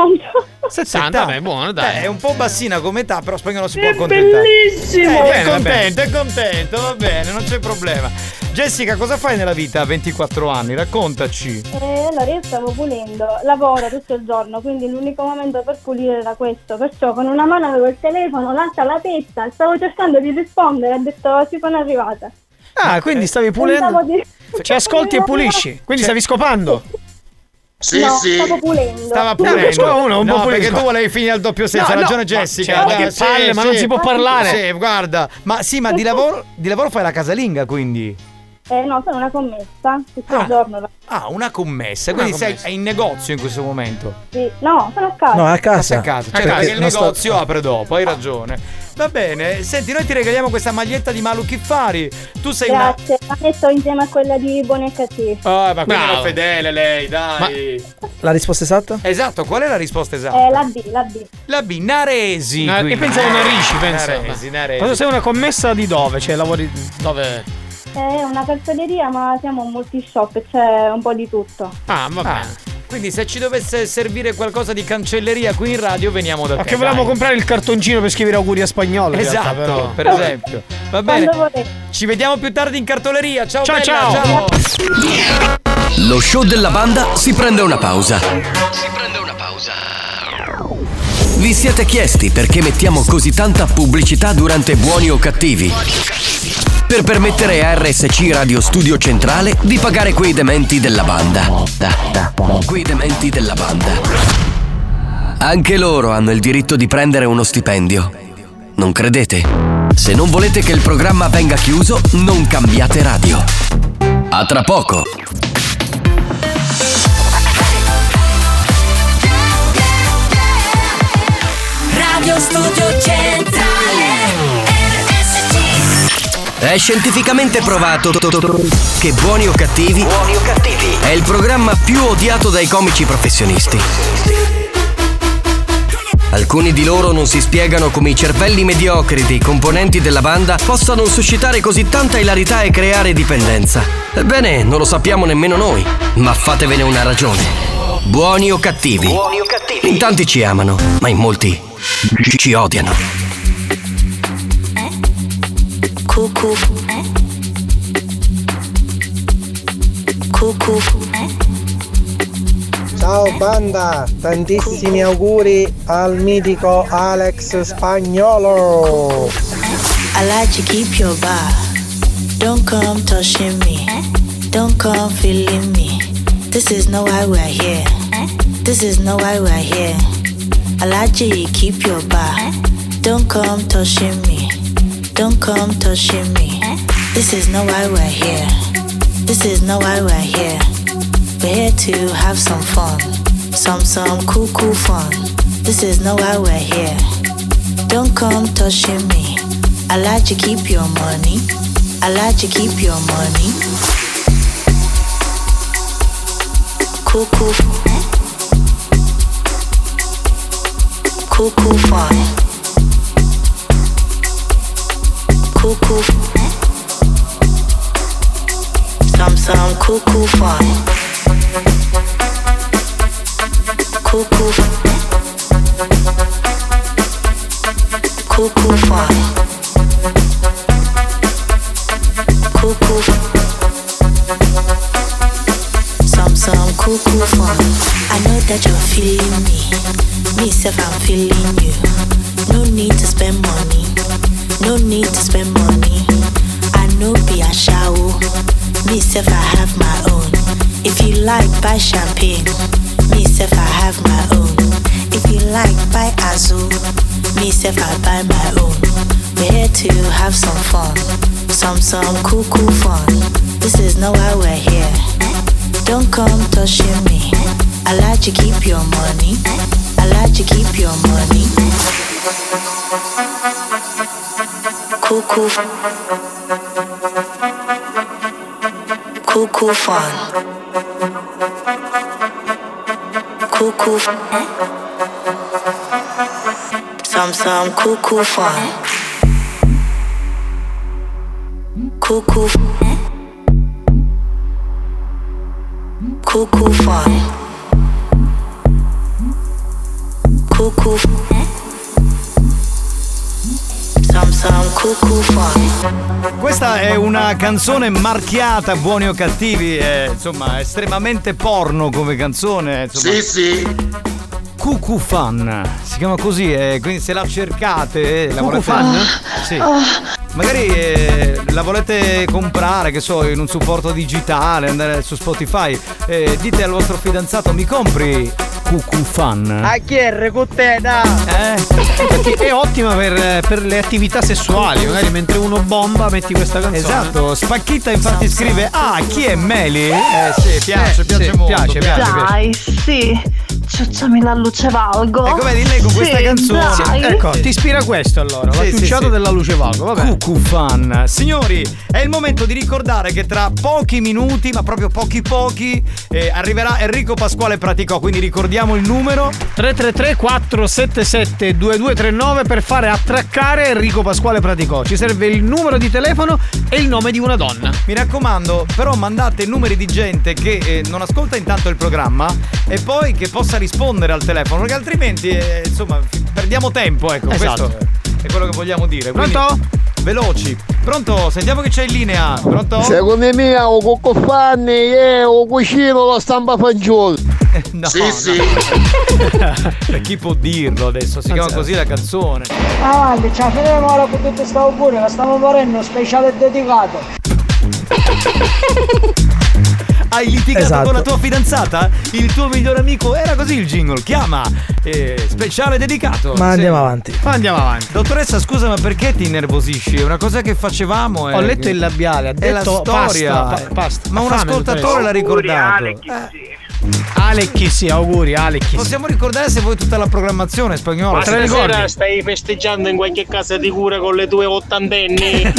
70. Beh, buono, dai. È un po' bassina come età, però Spagnolo si può accontentare. Bellissimo. È contento, va bene, non c'è problema. Jessica, cosa fai nella vita a 24 anni? Raccontaci. Allora io stavo pulendo, lavoro tutto il giorno, quindi l'unico momento per pulire era questo, perciò con una mano avevo il telefono, l'altra la testa, stavo cercando di rispondere, ho detto si sono arrivata. Quindi stavi pulendo? Ci ascolti e pulisci, quindi stavi scopando? Stavo pulendo. Stava pulendo. Perché tu volevi finire al doppio senso, ha ragione Jessica. Che palle, ma non si può parlare. Sì, guarda. Ma di lavoro fai la casalinga, quindi? No, sono una commessa tutto il giorno. Una commessa, quindi sei in negozio in questo momento? Sì, no, sono a casa. No, a casa. Perché il negozio apre dopo, hai ragione. Va bene, senti, noi ti regaliamo questa maglietta di Malu Kiffari. Tu sei Grazie, la metto insieme a quella di Buoni e Cattivi. Ma quindi era fedele lei, dai. La risposta esatta? Esatto, qual è la risposta esatta? La B. Naresi. E pensavo Narici, Naresi. Cosa sei una commessa di dove? Cioè lavori dove? È una calzaderia, ma siamo un multi-shop, c'è un po' di tutto. Va bene. Quindi se ci dovesse servire qualcosa di cancelleria qui in radio veniamo da te. Perché volevamo comprare il cartoncino per scrivere auguri a Spagnolo. Esatto, però. per esempio. Va bene. Ci vediamo più tardi in cartoleria. Ciao. Ciao. Lo show della banda si prende una pausa. Vi siete chiesti perché mettiamo così tanta pubblicità durante Buoni o Cattivi? Per permettere a RSC Radio Studio Centrale di pagare quei dementi della banda. Anche loro hanno il diritto di prendere uno stipendio. Non credete? Se non volete che il programma venga chiuso, non cambiate radio. A tra poco. Radio Studio Centrale. È scientificamente provato che Buoni o Cattivi è il programma più odiato dai comici professionisti. Alcuni di loro non si spiegano come i cervelli mediocri dei componenti della banda possano suscitare così tanta ilarità e creare dipendenza. Ebbene, non lo sappiamo nemmeno noi, ma fatevene una ragione. Buoni o Cattivi. In tanti ci amano, ma in molti ci odiano. Cucù. Ciao banda, tantissimi auguri al mitico Alex Spagnolo. I like to keep your bar. Don't come touching me. Don't come feeling me. This is not why we're here. This is not why we're here. I like to keep your bar. Don't come touching me. Don't come touching me. This is not why we're here. This is not why we're here. We're here to have some fun. Some cool fun. This is not why we're here. Don't come touching me. I like to keep your money. I like to keep your money. Cool fun. Cool fun. Cool some cool fun. Cool fun. Cool fun. Cool some cool fun. I know that you're feeling me. Me self, I'm feeling you. No need to spend money. No need to spend money. I know be a shower. Me self, I have my own. If you like, buy champagne. Me self, I have my own. If you like, buy Azul. Me self, I buy my own. We're here to have some fun. Some cool fun. This is not why we're here. Don't come touching me. I like to keep your money. I like to keep your money. Cool fun. Cool fun. Cool fun. Some cool fun. Cool fun. Cool fun. Cool some cool fun. Questa è una canzone marchiata, buoni o cattivi, insomma, estremamente porno come canzone. Insomma. Sì. Cuckoo Fan si chiama così, quindi se la cercate la volete... Fan? Sì. Magari la volete comprare, che so, in un supporto digitale, andare su Spotify, dite al vostro fidanzato: mi compri Cuckoo Fan. A chi è con te, da? Perché è ottima per le attività sessuali. Magari mentre uno bomba metti questa canzone. Esatto. Spacchita infatti scrive: ah, chi è Meli? Sì, piace molto. Piace. Dai, sì. Ciucciami la luce valgo. Ecco, vedi, lei con questa canzone. Dai. Ecco, ti ispira questo allora. L'ha ciucciato della luce valgo. Vabbè. Cuckoo Fan. Signori, è il momento di ricordare che tra pochi minuti, ma proprio pochi, arriverà Enrico Pasquale Praticò. Quindi ricordiamo il numero 333-477-2239 per fare attraccare Enrico Pasquale Praticò. Ci serve il numero di telefono e il nome di una donna. Mi raccomando, però mandate numeri di gente che non ascolta intanto il programma e poi che possa rispondere al telefono, perché altrimenti insomma perdiamo tempo, ecco. Esatto. Questo è quello che vogliamo dire. Quindi, pronto? Veloci. Pronto? Sentiamo che c'è in linea. Pronto? Secondo me o Cocco Fanni o cucino lo stampa fagiolo. No, sì. Per chi può dirlo adesso? Si chiama così la canzone. Avanti, ci finiamo ora con tutto sto augurio, la stiamo facendo speciale dedicato. Hai litigato con la tua fidanzata? Il tuo migliore amico? Era così il jingle. Chiama speciale dedicato. Ma andiamo avanti. Dottoressa, scusa, ma perché ti innervosisci? È una cosa che facevamo. Ho letto il labiale, ha è detto la storia. pasta. Ma un ascoltatore l'ha ricordato. Alecchi, sì, auguri, Alecchi. Possiamo ricordare se vuoi tutta la programmazione spagnola? Ma stasera stai festeggiando in qualche casa di cura con le tue ottantenni?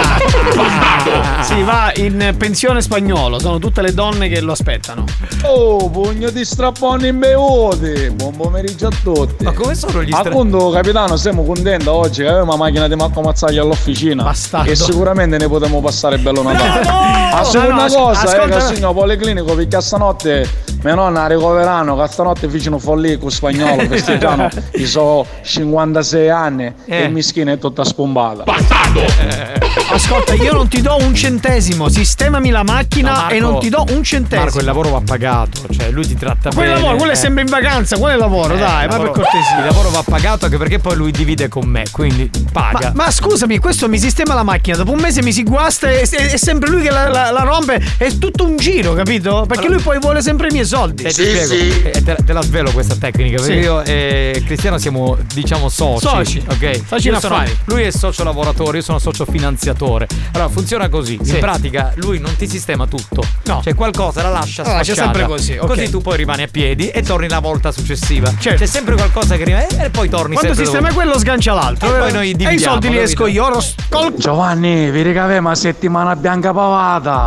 Si va in pensione spagnolo, sono tutte le donne che lo aspettano. Oh, pugno di strapponi imbevuti. Buon pomeriggio a tutti. Ma come sono gli strapponi? Appunto, capitano, siamo contenti oggi che avevamo una macchina di maccomazzagli all'officina. Bastardo. E sicuramente ne potremo passare bello Natale. No! La seconda cosa è che ascolta... il signor policlinico, perché stanotte mia nonna ricoverano che stanotte fecero follia con spagnolo, festeggiano i suoi 56 anni e il mischino è tutta spombata. Ascolta, io non ti do un centesimo, sistemami la macchina, Marco, e non ti do un centesimo. Marco, il lavoro va pagato, cioè lui ti tratta bene. Lavoro, quello è sempre in vacanza, qual è il lavoro? Dai, ma per cortesia. Il lavoro va pagato anche perché poi lui divide con me, quindi paga. Ma scusami, questo mi sistema la macchina, dopo un mese mi si guasta e è sempre lui che la rompe, è tutto un giro, capito? Perché lui poi vuole sempre i miei soldi. Ti spiego, te la svelo questa tecnica, perché io e Cristiano siamo, diciamo, soci. Ok, facci affari. Lui è socio lavoratore, io sono socio finanziario. potenziatore. Allora funziona così, in pratica lui non ti sistema tutto, cioè qualcosa la lascia sfasciata, c'è sempre così, ok. Così tu poi rimani a piedi e torni la volta successiva. C'è sempre qualcosa che rimane e poi torni quando sempre sistema quello sgancia l'altro, e poi noi dividiamo, e i soldi li esco io. Giovanni, vi ricavemo a settimana bianca pavata.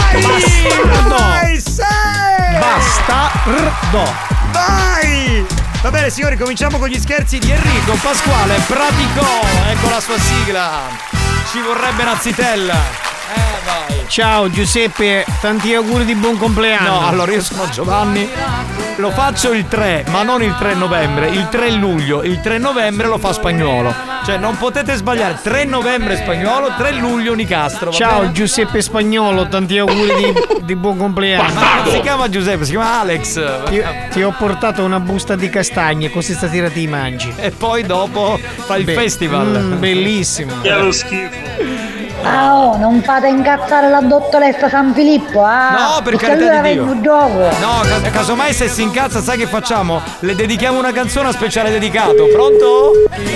Bastardo. Vai! Va bene signori, cominciamo con gli scherzi di Enrico Pasquale Praticò. Ecco la sua sigla. Ci vorrebbe una zitella. Vai. Ciao Giuseppe, tanti auguri di buon compleanno. No, allora io sono Giovanni. Lo faccio il 3, ma non il 3 novembre, il 3 luglio. Il 3 novembre lo fa Spagnuolo. Cioè non potete sbagliare, 3 novembre Spagnuolo, 3 luglio Nicastro. Ciao bene? Giuseppe Spagnolo, tanti auguri di buon compleanno. Ma non si chiama Giuseppe, si chiama Alex. Ti ho portato una busta di castagne, così stasera ti mangi. E poi dopo fa il festival. Bellissimo. Che è lo schifo. Non fate incazzare la dottoressa San Filippo, No, per carità di Dio. Un gioco. No, casomai se si incazza, sai che facciamo? Le dedichiamo una canzone a speciale dedicato. Pronto?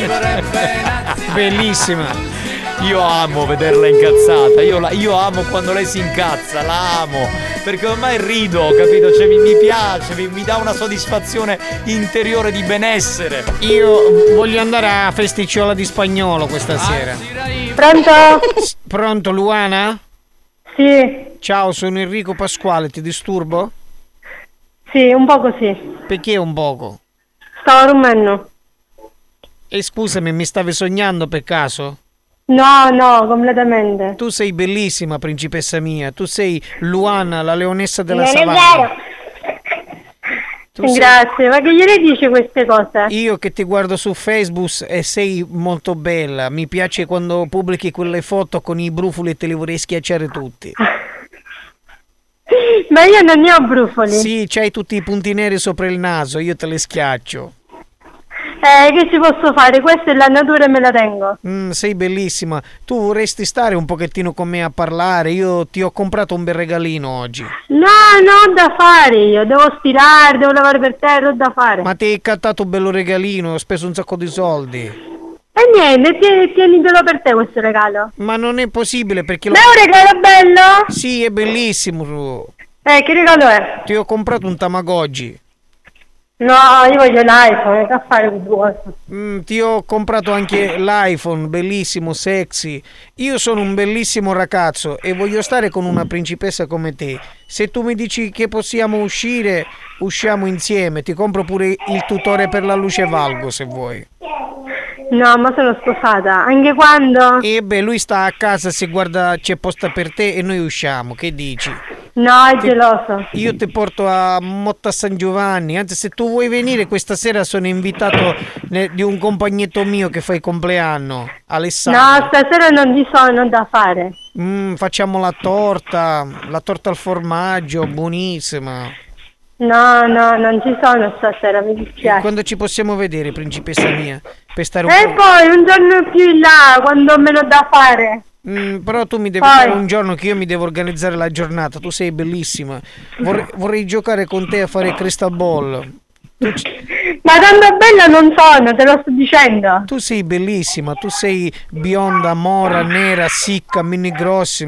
Bellissima. Io amo vederla incazzata. Io amo quando lei si incazza, la amo. Perché ormai rido, capito? Cioè mi piace, mi dà una soddisfazione interiore di benessere. Io voglio andare a festicciola di Spagnolo questa sera. Pronto? Pronto, Luana? Sì. Ciao, sono Enrico Pasquale, ti disturbo? Sì, un po' così. Perché un poco? Stavo dormendo. E scusami, mi stavi sognando per caso? No, completamente. Tu sei bellissima, principessa mia. Tu sei Luana, la leonessa della Non è savana. vero. Grazie, ma che gliele dici queste cose? Io che ti guardo su Facebook e sei molto bella. Mi piace quando pubblichi quelle foto con i brufoli e te li vorrei schiacciare tutti. Ma io non ne ho brufoli. Sì, c'hai tutti i punti neri sopra il naso, io te li schiaccio. Che ci posso fare? Questa è la natura e me la tengo. Sei bellissima. Tu vorresti stare un pochettino con me a parlare? Io ti ho comprato un bel regalino oggi. No, ho da fare io. Devo stirare, devo lavare per terra, ho da fare. Ma ti hai cattato un bello regalino, ho speso un sacco di soldi. E niente, tienitelo per te questo regalo. Ma non è possibile perché... Ma è un regalo bello? Sì, è bellissimo. Che regalo è? Ti ho comprato un Tamagotchi. No, io voglio l'iPhone, che fare con questo? Ti ho comprato anche l'iPhone, bellissimo, sexy. Io sono un bellissimo ragazzo e voglio stare con una principessa come te. Se tu mi dici che possiamo uscire, usciamo insieme. Ti compro pure il tutore per la luce valgo se vuoi. No, ma sono sposata. Anche quando? Lui sta a casa, se guarda c'è posta per te e noi usciamo. Che dici? No, è geloso. Io ti porto a Motta San Giovanni. Anzi, se tu vuoi venire questa sera sono invitato di un compagnetto mio che fa il compleanno, Alessandro. No, stasera non ci sono da fare. Facciamo la torta al formaggio, buonissima. No, non ci sono stasera, mi dispiace. E quando ci possiamo vedere, principessa mia? Per stare un po'... poi un giorno più in là, quando ho meno da fare. Però tu mi devi fare un giorno che io mi devo organizzare la giornata. Tu sei bellissima. Vorrei giocare con te a fare crystal ball. Ma tanto bella non sono, te lo sto dicendo. Tu sei bellissima, tu sei bionda, mora, nera, sicca, mini grossi.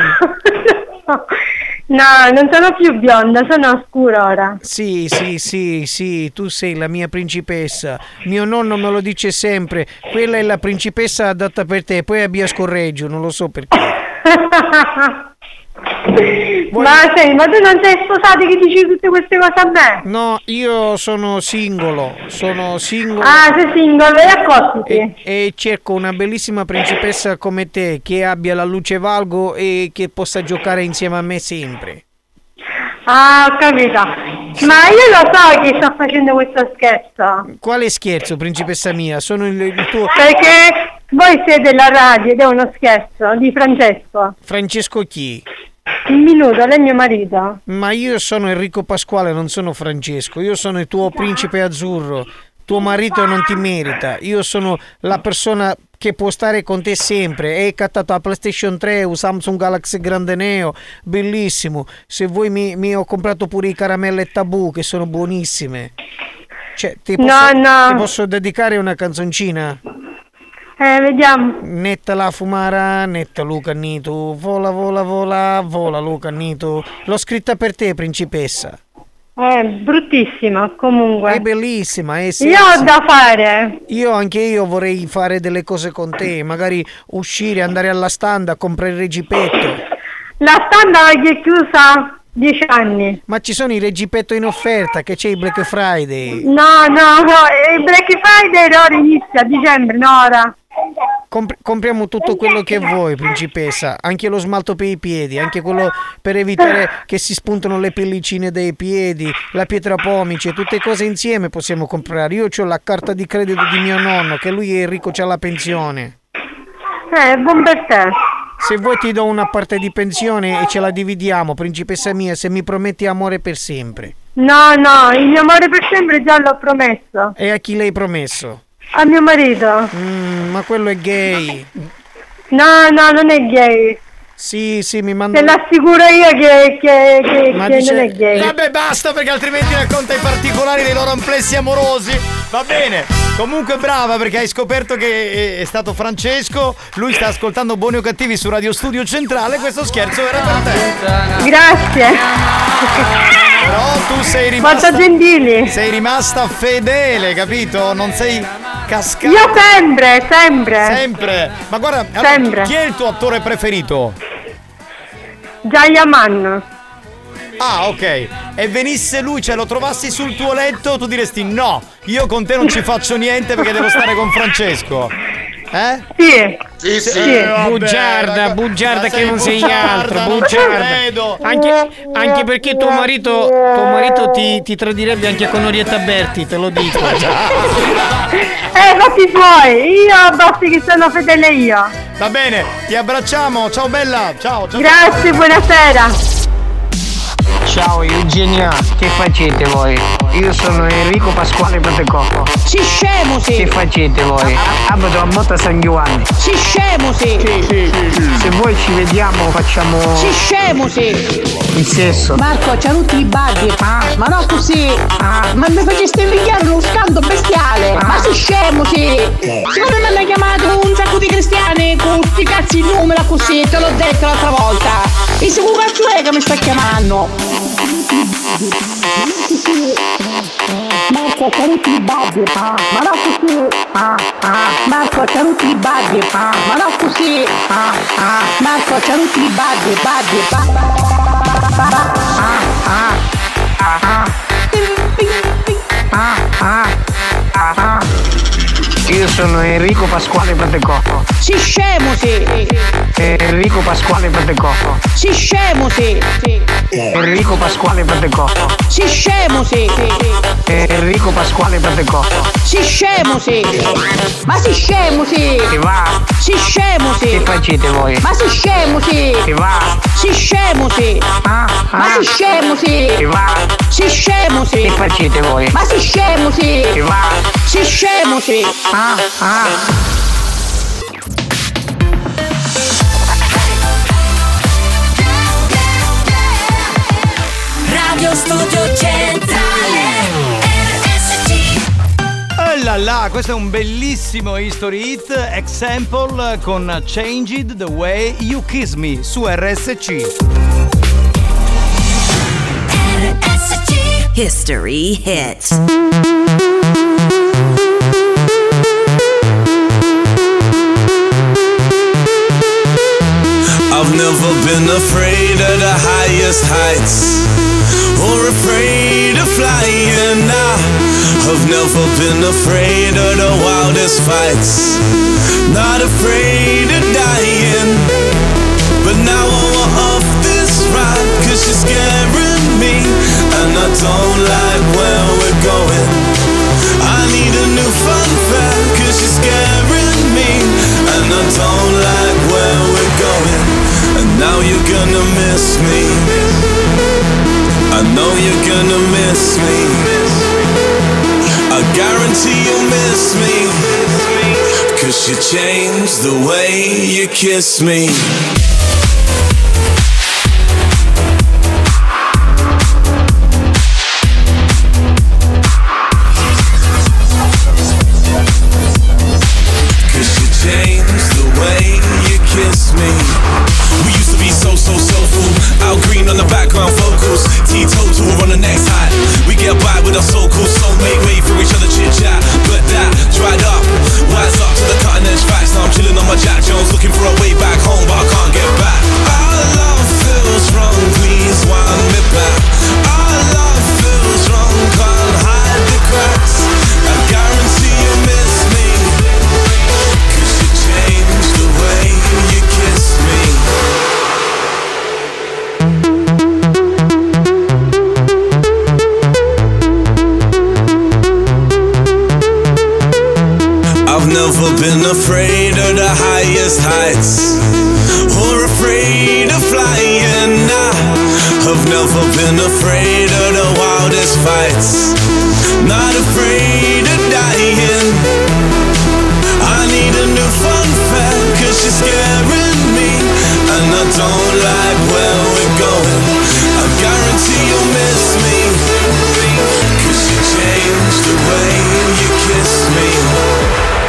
No, non sono più bionda, sono scura ora. Sì, tu sei la mia principessa. Mio nonno me lo dice sempre. Quella è la principessa adatta per te. Poi abbia scorreggio, non lo so perché. Ma tu non sei sposato che dici tutte queste cose a me? No, io sono singolo. Ah, sei singolo e accostati. E cerco una bellissima principessa come te, che abbia la luce valgo e che possa giocare insieme a me sempre. Ah, ho capito. Ma io lo so che sto facendo questo scherzo. Quale scherzo, principessa mia? Sono il tuo... Perché voi siete la radio ed è uno scherzo di Francesco. Francesco chi? Il minuto, lei è mio marito. Ma io sono Enrico Pasquale, non sono Francesco. Io sono il tuo principe azzurro. Tuo marito non ti merita. Io sono la persona che può stare con te sempre. Hai cattato la PlayStation 3, un Samsung Galaxy Grande Neo, bellissimo. Se vuoi mi ho comprato pure i caramelle Tabù, che sono buonissime. Cioè, ti posso dedicare una canzoncina? Vediamo. Netta la fumara, netta Luca Nito. Vola, vola, vola, vola Luca Nito. L'ho scritta per te, principessa. Bruttissima, comunque. È bellissima, è Io ho da fare. Anche io vorrei fare delle cose con te, magari uscire, andare alla standa, comprare il reggipetto. La standa è chiusa 10 anni. Ma ci sono i reggipetto in offerta, che c'è il Black Friday. No, il Black Friday ora inizia a dicembre, no ora. Compriamo tutto quello che vuoi, principessa, anche lo smalto per i piedi, anche quello per evitare che si spuntano le pellicine dai piedi, la pietra pomice, tutte cose insieme possiamo comprare. Io ho la carta di credito di mio nonno, che lui è ricco, c'ha la pensione. Buon per te. Se vuoi ti do una parte di pensione e ce la dividiamo, principessa mia, se mi prometti amore per sempre. No, il mio amore per sempre già l'ho promesso. E a chi l'hai promesso? A mio marito. Ma quello è gay. No, non è gay. Sì, mi manda. Te l'assicuro io che non è gay. Vabbè, basta, perché altrimenti racconta i particolari dei loro amplessi amorosi. Va bene. Comunque brava, perché hai scoperto che è stato Francesco. Lui sta ascoltando Buoni o Cattivi su Radio Studio Centrale. Questo scherzo era per te. Grazie. Però tu sei rimasta. Molto gentili. Sei rimasta fedele, capito? Non sei cascata. Io sempre. Sempre. Ma guarda, sempre. Chi è il tuo attore preferito? Giayaman. Ah, ok. E venisse lui, lo trovassi sul tuo letto, tu diresti no, io con te non ci faccio niente perché devo stare con Francesco. Sì. Bugiarda che non sei altro, bugiarda. Anche perché tuo marito ti tradirebbe anche con Orietta Berti, te lo dico. Fatti tuoi, io basti che sono fedele io. Va bene, ti abbracciamo, ciao bella, ciao. Grazie, buonasera. Ciao Eugenia, che facete voi? Io sono Enrico Pasquale Patecocco. Si scemo sì! Che facete voi? Abito a Motta San Giovanni. Si scemo sì! Se voi ci vediamo facciamo. Si scemo sì! Il sesso. Marco, c'ha tutti i baghi. Ma no così! Ma mi faceste invidiare uno scanto bestiale! Ma si scemo sì! Secondo me mi hanno chiamato un sacco di cristiani con sti cazzi in numero così, te l'ho detto l'altra volta! E se un cazzo è che mi sta chiamando? Marco, c'ha tutti i baghi, ma no così! Marco, c'ha tutti i baghi, ma no così! Marco, c'ha tutti i baghi. Io sono Enrico Pasquale Patecocco. Si scemo sì! Enrico Pasquale Patecocco. Si scemo sì! Enrico Pasquale Patecocco. Si scemo sì! Enrico Pasquale Patecocco. Si scemo sì! Ma si scemo sì! Che va? Si scemo sì! Che facete voi? Ma si scemo sì! Che va? Si scemo sì! Ma si scemo sì! Che va? Si scemo sì! Che facete voi? Ma si scemo sì! Che va? Si scemo sì! Radio Studio Centrale RSC. Là, questo è un bellissimo history hit, Example con Change It The Way You Kiss Me su RSC. History Hit. I've never been afraid of the highest heights or afraid of flying. I've never been afraid of the wildest fights, not afraid of dying. But now I want off this ride, 'cause you're scaring me, and I don't like where we're going. I need a new fun fact, 'cause you're scaring me, and I don't like where we're going. And now you're gonna miss me, I know you're gonna miss me, I guarantee you'll miss me, 'cause you changed the way you kiss me. been afraid of the highest heights or afraid of flying. I've never been afraid of the wildest fights, not afraid of dying. I need a new fun fact, 'cause you're scaring me, and I don't like where we're going. I guarantee you'll miss me, 'cause you changed the way you kiss me.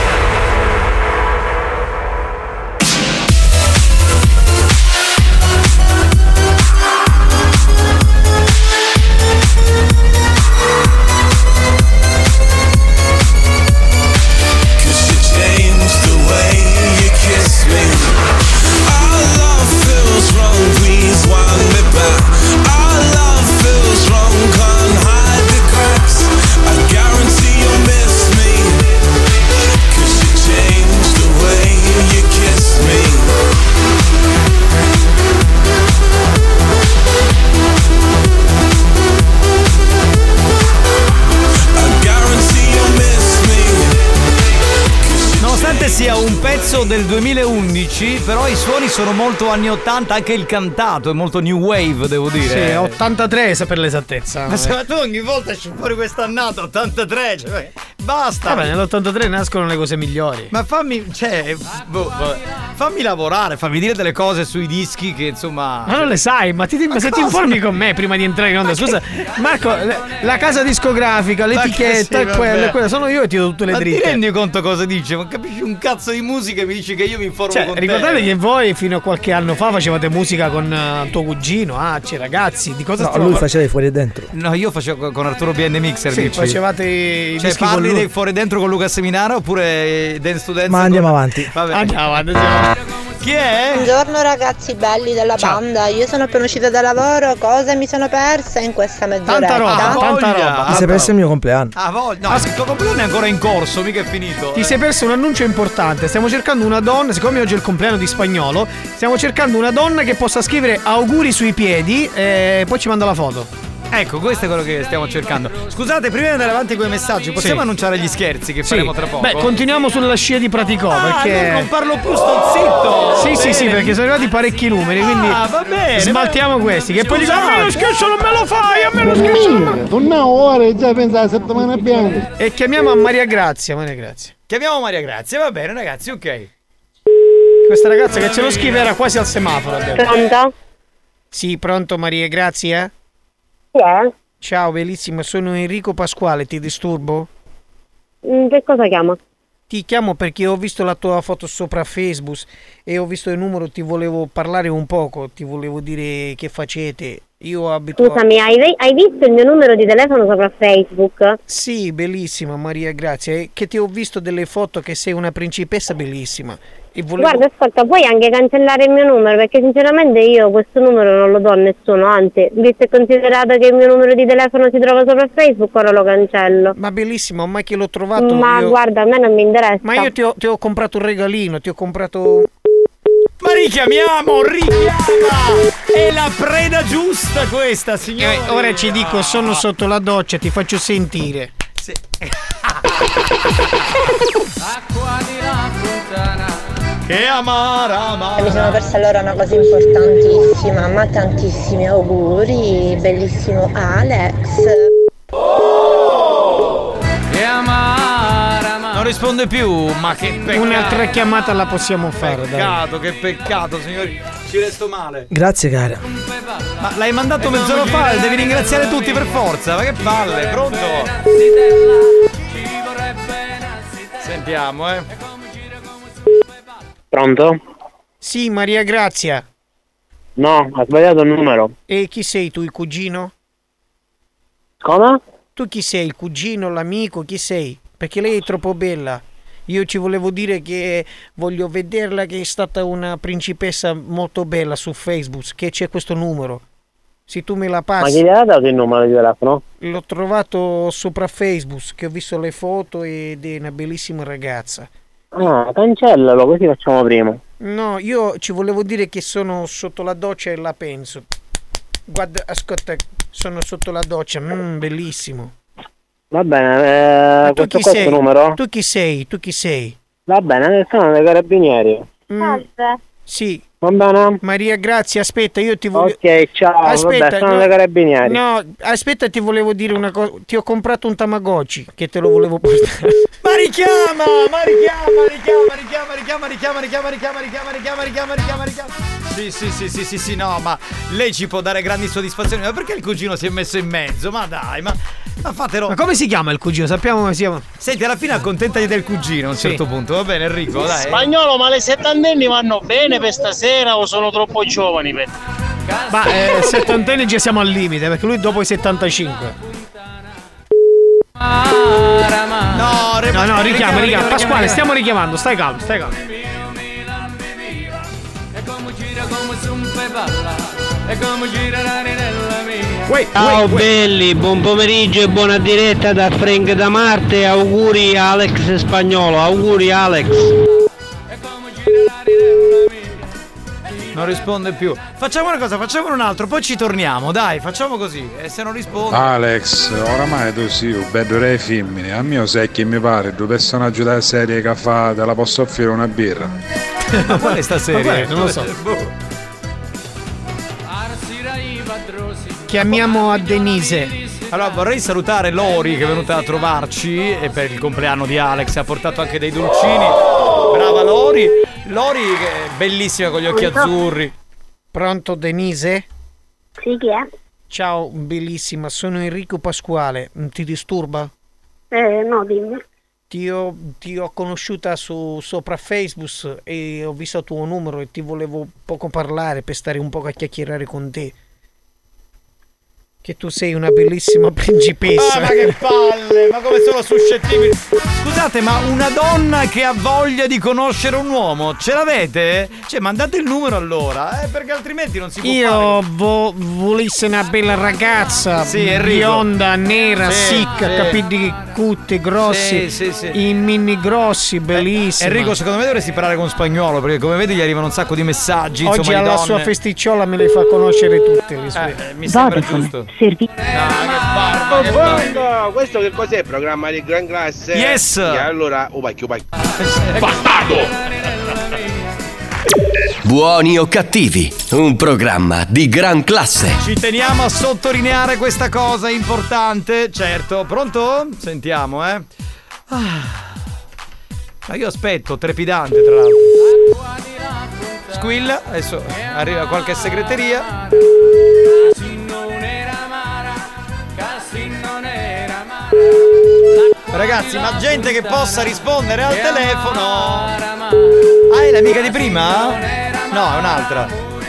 Sia un pezzo del 2011, però i suoni sono molto anni 80, anche il cantato è molto new wave, devo dire. Sì, 83 per l'esattezza. Ma tu ogni volta esci fuori quest'annata 83, cioè, basta. Vabbè, nell'83 nascono le cose migliori. Ma fammi lavorare, fammi dire delle cose sui dischi che insomma. Ma non le sai, ma se ti informi con me prima di entrare in onda. Scusa, Marco, la casa discografica, l'etichetta, quella sono io e ti do tutte le dritte. Ma ti rendi conto cosa dice? Ma capisci un cazzo di musica e mi dici che io mi informo con te? Ricordate che voi fino a qualche anno fa facevate musica con tuo cugino, ragazzi, di cosa No, lui faceva i fuori e dentro. No, io facevo con Arturo BN Mixer. Sì, facevate i cioè, dischi parli con lui. dei fuori dentro con Luca Seminara oppure Dance to Dance? Ma andiamo avanti. Vabbè. Andiamo avanti. Chi è? Buongiorno ragazzi belli della banda. Io sono appena uscita da lavoro. Cosa mi sono persa in questa mezz'oretta? Tanta roba. Ti sei perso il mio compleanno. No, il tuo compleanno è ancora in corso, mica è finito. Ti sei perso un annuncio importante. Stiamo cercando una donna, siccome oggi è il compleanno di Spagnolo, stiamo cercando una donna che possa scrivere auguri sui piedi e poi ci manda la foto. Ecco, questo è quello che stiamo cercando. Scusate, prima di andare avanti con i messaggi, possiamo annunciare gli scherzi che faremo tra poco? Beh, continuiamo sulla scia di Praticò, perché non parlo più, sto zitto. Sì, perché sono arrivati parecchi numeri, quindi va bene, smaltiamo questi, che poi dicono a me lo scherzo non me lo fai, a me lo scherzo non torniamo ora già pensa la settimana bianca. E chiamiamo a Maria Grazia. Chiamiamo Maria Grazia, va bene ragazzi, ok. Questa ragazza che ce lo scrive era quasi al semaforo. Pronto? Sì, pronto Maria Grazia? Ciao, bellissima, sono Enrico Pasquale, ti disturbo? Che cosa chiama? Ti chiamo perché ho visto la tua foto sopra Facebook e ho visto il numero, ti volevo parlare un poco, ti volevo dire che facete. Io abito. Scusami, hai visto il mio numero di telefono sopra Facebook? Sì, bellissima Maria, grazie. Che ti ho visto delle foto che sei una principessa bellissima. E volevo... Guarda, ascolta, puoi anche cancellare il mio numero, perché sinceramente io questo numero non lo do a nessuno, anzi, visto e considerato che il mio numero di telefono si trova sopra Facebook, ora lo cancello. Ma bellissimo, ormai che l'ho trovato. Ma guarda, a me non mi interessa. Ma io ti ho comprato un regalino, ti ho comprato. Ma richiamiamo! È la preda giusta questa, signore. Ora ci dico, sono sotto la doccia, ti faccio sentire. Sì. Acqua di la fontana. Che amara. Mi sono persa allora una cosa importantissima, ma tantissimi auguri, bellissimo Alex. Che amara. Non risponde più, ma che peccato. Un'altra chiamata la possiamo fare, Che peccato, signori. Ci resto male. Grazie cara. Ma l'hai mandato mezz'ora fa, devi ringraziare tutti per forza. Ma che palle, pronto? Sentiamo, Pronto? Sì, Maria Grazia. No, ha sbagliato il numero. E chi sei tu, il cugino? Come? Tu chi sei, il cugino, l'amico, chi sei? Perché lei è troppo bella. Io ci volevo dire che voglio vederla, che è stata una principessa molto bella su Facebook, che c'è questo numero. Se tu me la passi. Ma chi gli ha dato il numero di telefono? L'ho trovato sopra Facebook, che ho visto le foto ed è una bellissima ragazza. Ah, cancellalo, così facciamo prima. No, io ci volevo dire che sono sotto la doccia e la penso. Guarda, ascolta, sono sotto la doccia, bellissimo. Va bene, tu chi questo sei? numero? Tu chi sei? No, Va bene, sono dei carabinieri. Sì. Va bene? Maria, grazie, aspetta, io ti voglio... Ok, ciao, aspetta, vabbè, sono dei carabinieri. No, aspetta, ti volevo dire una cosa. Ti ho comprato un Tamagotchi che te lo volevo portare. Ma richiama. Sì, no, ma lei ci può dare grandi soddisfazioni. Ma perché il cugino si è messo in mezzo? Ma dai, ma fatelo. Ma come si chiama il cugino? Sappiamo come si chiama. Senti, alla fine accontentati del cugino a un certo punto. Va bene, Enrico, dai. Spagnolo, ma le settantenni vanno bene per stasera o sono troppo giovani per... Ma settantenni già siamo al limite, perché lui dopo i 75. No, richiama. Pasquale, stiamo richiamando, stai calmo. Ciao belli, buon pomeriggio e buona diretta da Frank da Marte. Auguri Alex Spagnolo, auguri Alex. Non risponde più. Facciamo una cosa, facciamo un altro, poi ci torniamo, dai, facciamo così. E se non risponde. Alex, oramai tu sì, un bel re femmine. A mio sai che mi pare, due personaggi della serie che fa, te la posso offrire una birra. Ma qual è sta serie? Non lo so. Chiamiamo a Denise. Allora vorrei salutare Lori che è venuta a trovarci e per il compleanno di Alex ha portato anche dei dolcini. Brava Lori che è bellissima con gli occhi azzurri. Pronto Denise? Sì, chi è? Ciao, bellissima, sono Enrico Pasquale, ti disturba? No, dimmi. Ti ho conosciuta sopra Facebook e ho visto il tuo numero e ti volevo poco parlare per stare un po' a chiacchierare con te. Che tu sei una bellissima principessa. Ma che palle, ma come sono suscettibili. Scusate, ma una donna che ha voglia di conoscere un uomo, ce l'avete? Cioè, mandate il numero allora, perché altrimenti non si può fare. Io volessi una bella ragazza, bionda, nera, sicca, capelli cutti, grossi, i mini grossi, bellissima. Enrico, secondo me dovresti parlare con Spagnolo, perché come vedi gli arrivano un sacco di messaggi. Oggi insomma, alla sua festicciola me le fa conoscere tutte le sue. Mi sembra giusto. Questo che cos'è? Il programma di gran classe? Yes! E allora, vai. Bastardo! Buoni o cattivi, un programma di gran classe. Ci teniamo a sottolineare questa cosa importante. Certo, pronto? Sentiamo, Ma io aspetto, trepidante tra l'altro. Squilla, adesso arriva qualche segreteria. Ragazzi, ma gente che possa rispondere al telefono. Ah, è l'amica di prima? No, è un'altra.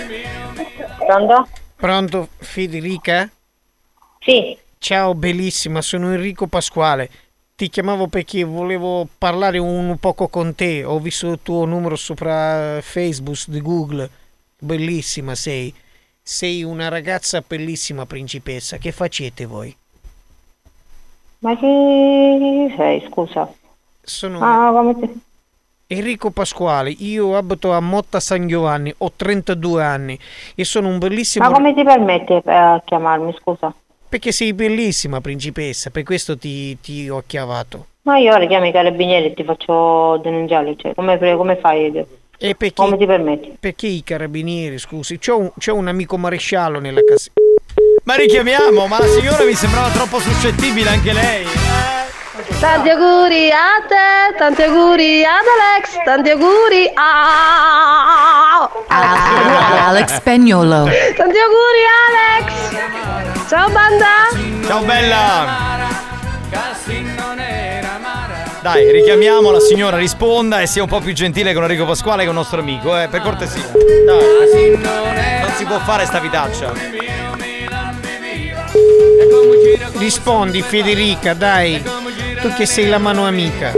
Pronto, Federica? Sì. Ciao bellissima, sono Enrico Pasquale. Ti chiamavo perché volevo parlare un poco con te. Ho visto il tuo numero sopra Facebook di Google. Bellissima sei. Sei una ragazza bellissima principessa. Che facete voi? Ma chi sei, scusa? Sono come ti... Enrico Pasquale, io abito a Motta San Giovanni, ho 32 anni e sono un bellissimo... Ma come ti permetti a chiamarmi, scusa? Perché sei bellissima principessa, per questo ti ho chiamato. Ma io ora chiamo i carabinieri e ti faccio denunciare, cioè come fai? E perché, come ti permetti? Perché i carabinieri, scusi? C'ho un amico maresciallo nella casa. Ma richiamiamo, ma la signora mi sembrava troppo suscettibile anche lei. Tanti auguri a te, tanti auguri ad Alex, tanti auguri a Alex Spagnolo. Tanti auguri Alex. Ciao banda. Ciao bella. Dai, richiamiamo, la signora risponda e sia un po' più gentile con Enrico Pasquale che con il nostro amico, per cortesia. Dai, non si può fare sta vitaccia. Rispondi Federica, dai. Tu che sei la mano amica.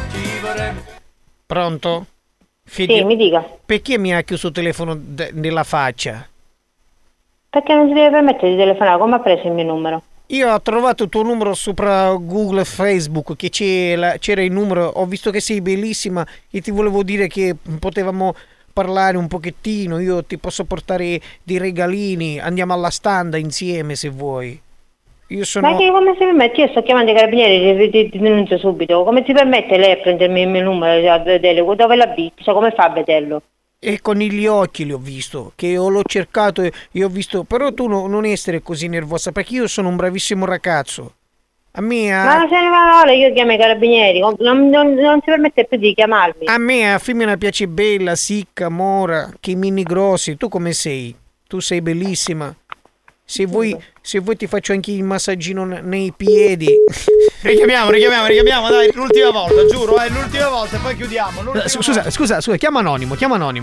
Pronto? Sì, mi dica. Perché mi ha chiuso il telefono nella faccia? Perché non si deve permettere di telefonare, come ha preso il mio numero? Io ho trovato il tuo numero sopra Google e Facebook, che c'era il numero, ho visto che sei bellissima e ti volevo dire che potevamo parlare un pochettino, io ti posso portare dei regalini, andiamo alla standa insieme se vuoi. Ma che come si permette? Io sto chiamando i carabinieri, ti denuncio subito. Come si permette lei a prendermi il mio numero, a vederlo? Dove l'ha visto? Come fa a vederlo? E con gli occhi li ho visto, che io l'ho cercato e ho visto. Però tu non essere così nervosa, perché io sono un bravissimo ragazzo. Ma se ne va, io chiamo i carabinieri, non si permette più di chiamarmi. A me la femmina piace bella, sicca, mora, che i mini grossi. Tu come sei? Tu sei bellissima. Se vuoi ti faccio anche il massaggino nei piedi. Richiamiamo, dai, l'ultima volta, giuro, è l'ultima volta e poi chiudiamo. Scusa, chiama anonimo.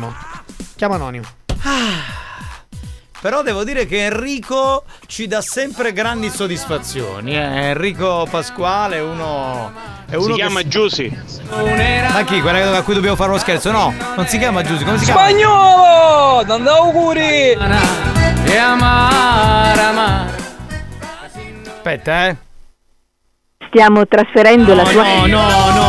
Però devo dire che Enrico ci dà sempre grandi soddisfazioni. Enrico Pasquale è uno si chiama Giusy. Ma chi? Quella a cui dobbiamo fare uno scherzo? No, non si chiama Giusy, come si chiama? Spagnolo! Non da auguri! E amare. Aspetta, Stiamo trasferendo la tua... No,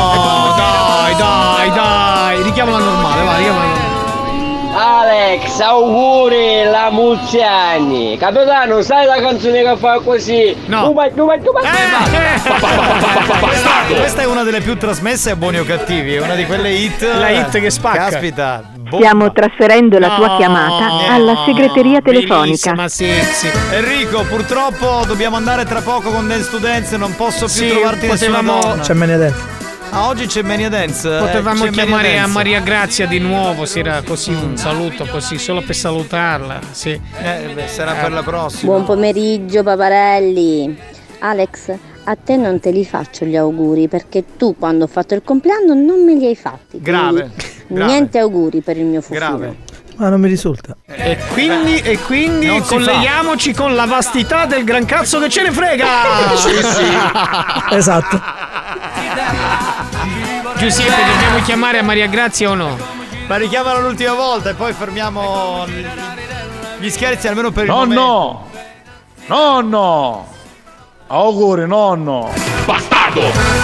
dai, richiamala normale, va, richiamala normale. Alex, auguri la Muziani. Capitano, sai la canzone che fa così? No. Questa è una delle più trasmesse a Buoni o Cattivi, è una di quelle hit. La hit che spacca. Caspita. Stiamo trasferendo la tua chiamata alla segreteria telefonica. Sexy. Enrico, purtroppo dobbiamo andare tra poco con Dance to Dance, non posso più trovarti nessuna donna. C'è Mania Dance. Oggi c'è Mania Dance. Potevamo chiamare a Maria Grazia di nuovo, se era così un saluto così, solo per salutarla. Sì. Sarà per la prossima. Buon pomeriggio paparelli. Alex, a te non te li faccio gli auguri perché tu quando ho fatto il compleanno non me li hai fatti. Grave. Niente auguri per il mio futuro. Grave. Ma non mi risulta. E quindi colleghiamoci con la vastità del gran cazzo che ce ne frega. Sì. Esatto. Giuseppe, dobbiamo chiamare a Maria Grazia o no? Ma richiamala l'ultima volta e poi fermiamo gli scherzi almeno per il momento. Nonno! Auguri, nonno! Bastardo!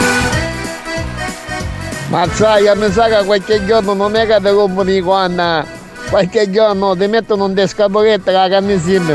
Ma sai, mi sa che qualche giorno non è che ti compri quando qualche giorno ti mettono un descaporetto che la camisina.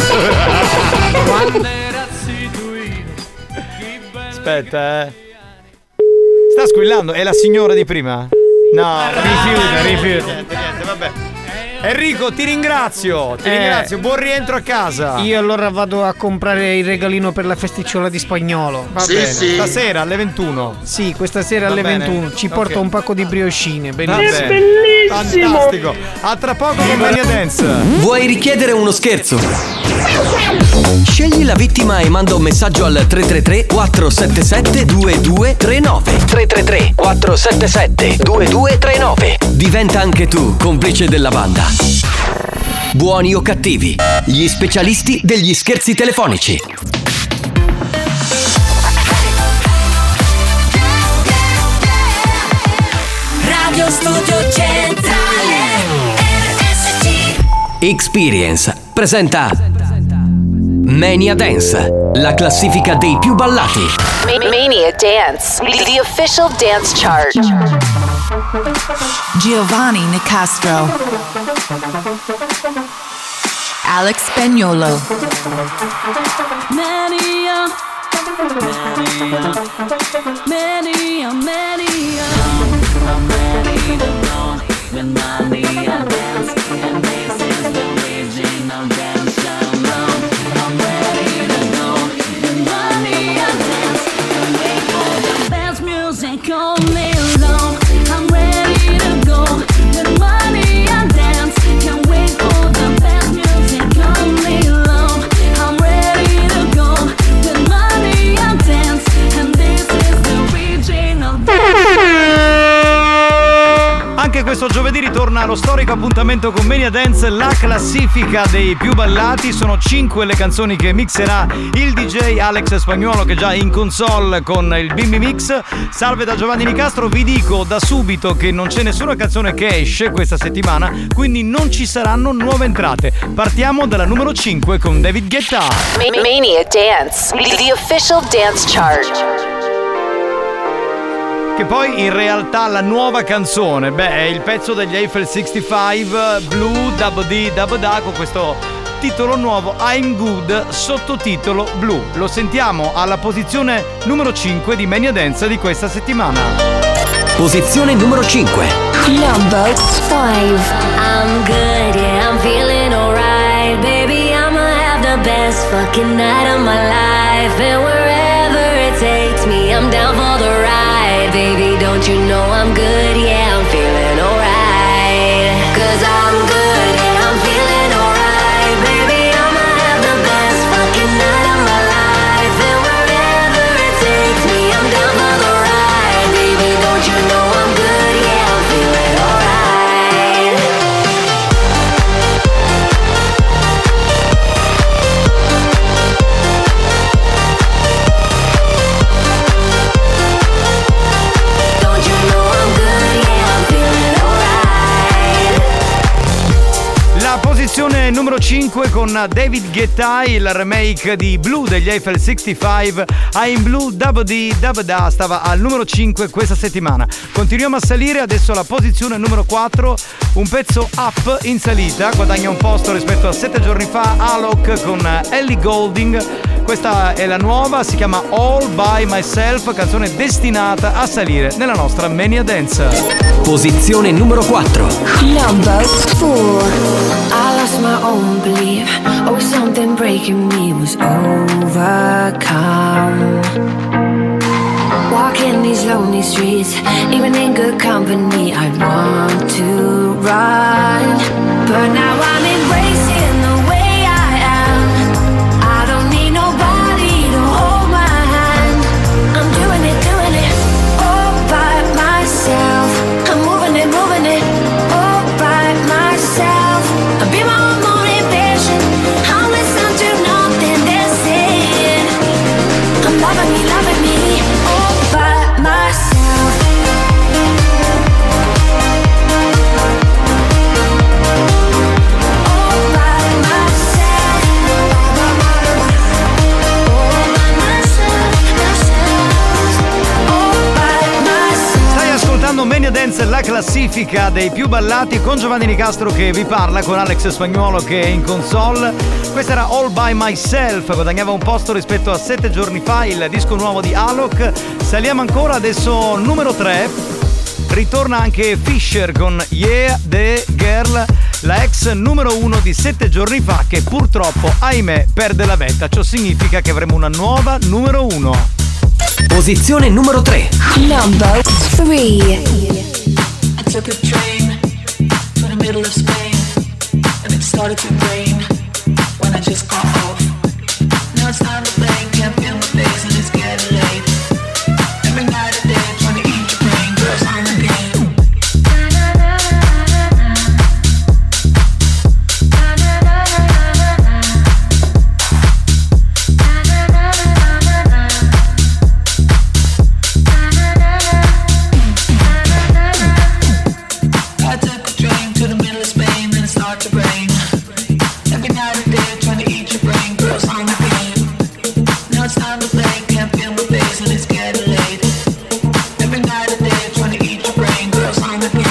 Aspetta, Sta squillando, è la signora di prima? No, rifiuta. Niente, vabbè. Enrico, ti ringrazio, buon rientro a casa. Io allora vado a comprare il regalino per la festicciola di Spagnolo. Va bene. Stasera alle 21. Sì, questa sera alle 21 ci porta un pacco di brioscine. Bellissimo. È bellissimo. Fantastico. A tra poco con Mania Dance. Vuoi richiedere uno scherzo? Scegli la vittima e manda un messaggio al 333 477 2239. 333 477 2239. Diventa anche tu complice della banda. Buoni o cattivi, gli specialisti degli scherzi telefonici. Radio Studio Centrale RSC. Experience presenta Mania Dance, la classifica dei più ballati. Mania Dance, the official dance chart. Giovanni Nicastro, Alex Spagnolo, Mania, Mania, Mania. I'm ready to go with Mania Dance, and this is the original dance alone. I'm ready to go with Mania Dance, and wait for the dance music all day long. I'm ready to go with Mania Dance, can't wait for the dance music all day long. I'm ready to go with Mania Dance, and this is the original dance. Anche questo giovedì ritorna allo storico appuntamento con Mania Dance, la classifica dei più ballati. Sono 5 le canzoni che mixerà il DJ Alex Spagnolo, che è già in console con il Bimbi Mix. Salve da Giovanni Nicastro, vi dico da subito che non c'è nessuna canzone che esce questa settimana, quindi non ci saranno nuove entrate. Partiamo dalla numero 5 con David Guetta. Mania Dance, the official dance chart. Che poi in realtà la nuova canzone, è il pezzo degli Eiffel 65, Blue Dabba Dee Dabba Da, con questo titolo nuovo I'm Good, sottotitolo blu. Lo sentiamo alla posizione numero 5 di Mania Dance di questa settimana. Posizione numero 5. Number 5. I'm good, yeah, I'm feeling alright. Baby, I'ma have the best fucking night of my life. And wherever it takes me, I'm down for the ride. Baby, don't you know I'm good, yeah, I'm feeling alright. 'Cause I'm good, yeah, I'm feeling alright. Baby, I'ma have the best fucking night of my life. And wherever it takes me, I'm down for the ride. Baby, don't you know I'm good, yeah, I'm feeling alright. Don't you know I'm good, yeah, I'm feeling alright. La posizione numero 5 con David Guetta, il remake di Blue degli Eiffel 65. I'm Blue Dabba Dee Dabba Da stava al numero 5 questa settimana. Continuiamo a salire, adesso alla posizione numero 4, un pezzo up in salita, guadagna un posto rispetto a 7 giorni fa, Alok con Ellie Goulding. Questa è la nuova, si chiama All By Myself, canzone destinata a salire nella nostra Mania Dance. Posizione numero 4. Number 4. I lost my own belief. Oh, something breaking me was overcome. Walking these lonely streets, even in good company, I want to run. But now I'm embracing the way I am. I don't need nobody to hold my hand. I'm doing it all by myself. I'm moving it all by myself. I'll be my own motivation. I'll listen to nothing they're saying. I'm loving me all by myself. All by myself. All by myself. Stai ascoltando Mania Dance, la classifica dei più ballati, con Giovanni Nicastro che vi parla, con Alex Spagnuolo che è in console. Questa era All By Myself, guadagnava un posto rispetto a 7 giorni fa, il disco nuovo di Alok. Saliamo ancora, adesso numero 3. Ritorna anche Fisher con Yeah The Girl, la ex numero 1 di 7 giorni fa, che purtroppo, ahimè, perde la vetta. Ciò significa che avremo una nuova numero 1. Posizione numero 3. Number 3. I took a train to the middle of Spain, and it started to rain when I just got off. Now it's time to play, can't feel my face and it's getting late. Every night and day trying to eat your brain, girls on the game. I took a train to the middle of Spain and it started to rain. Every night and day trying to eat your brain, girls on the game. Now it's time to play, can't feel my face and it's getting late. Every night and day trying to eat your brain, girls on the game.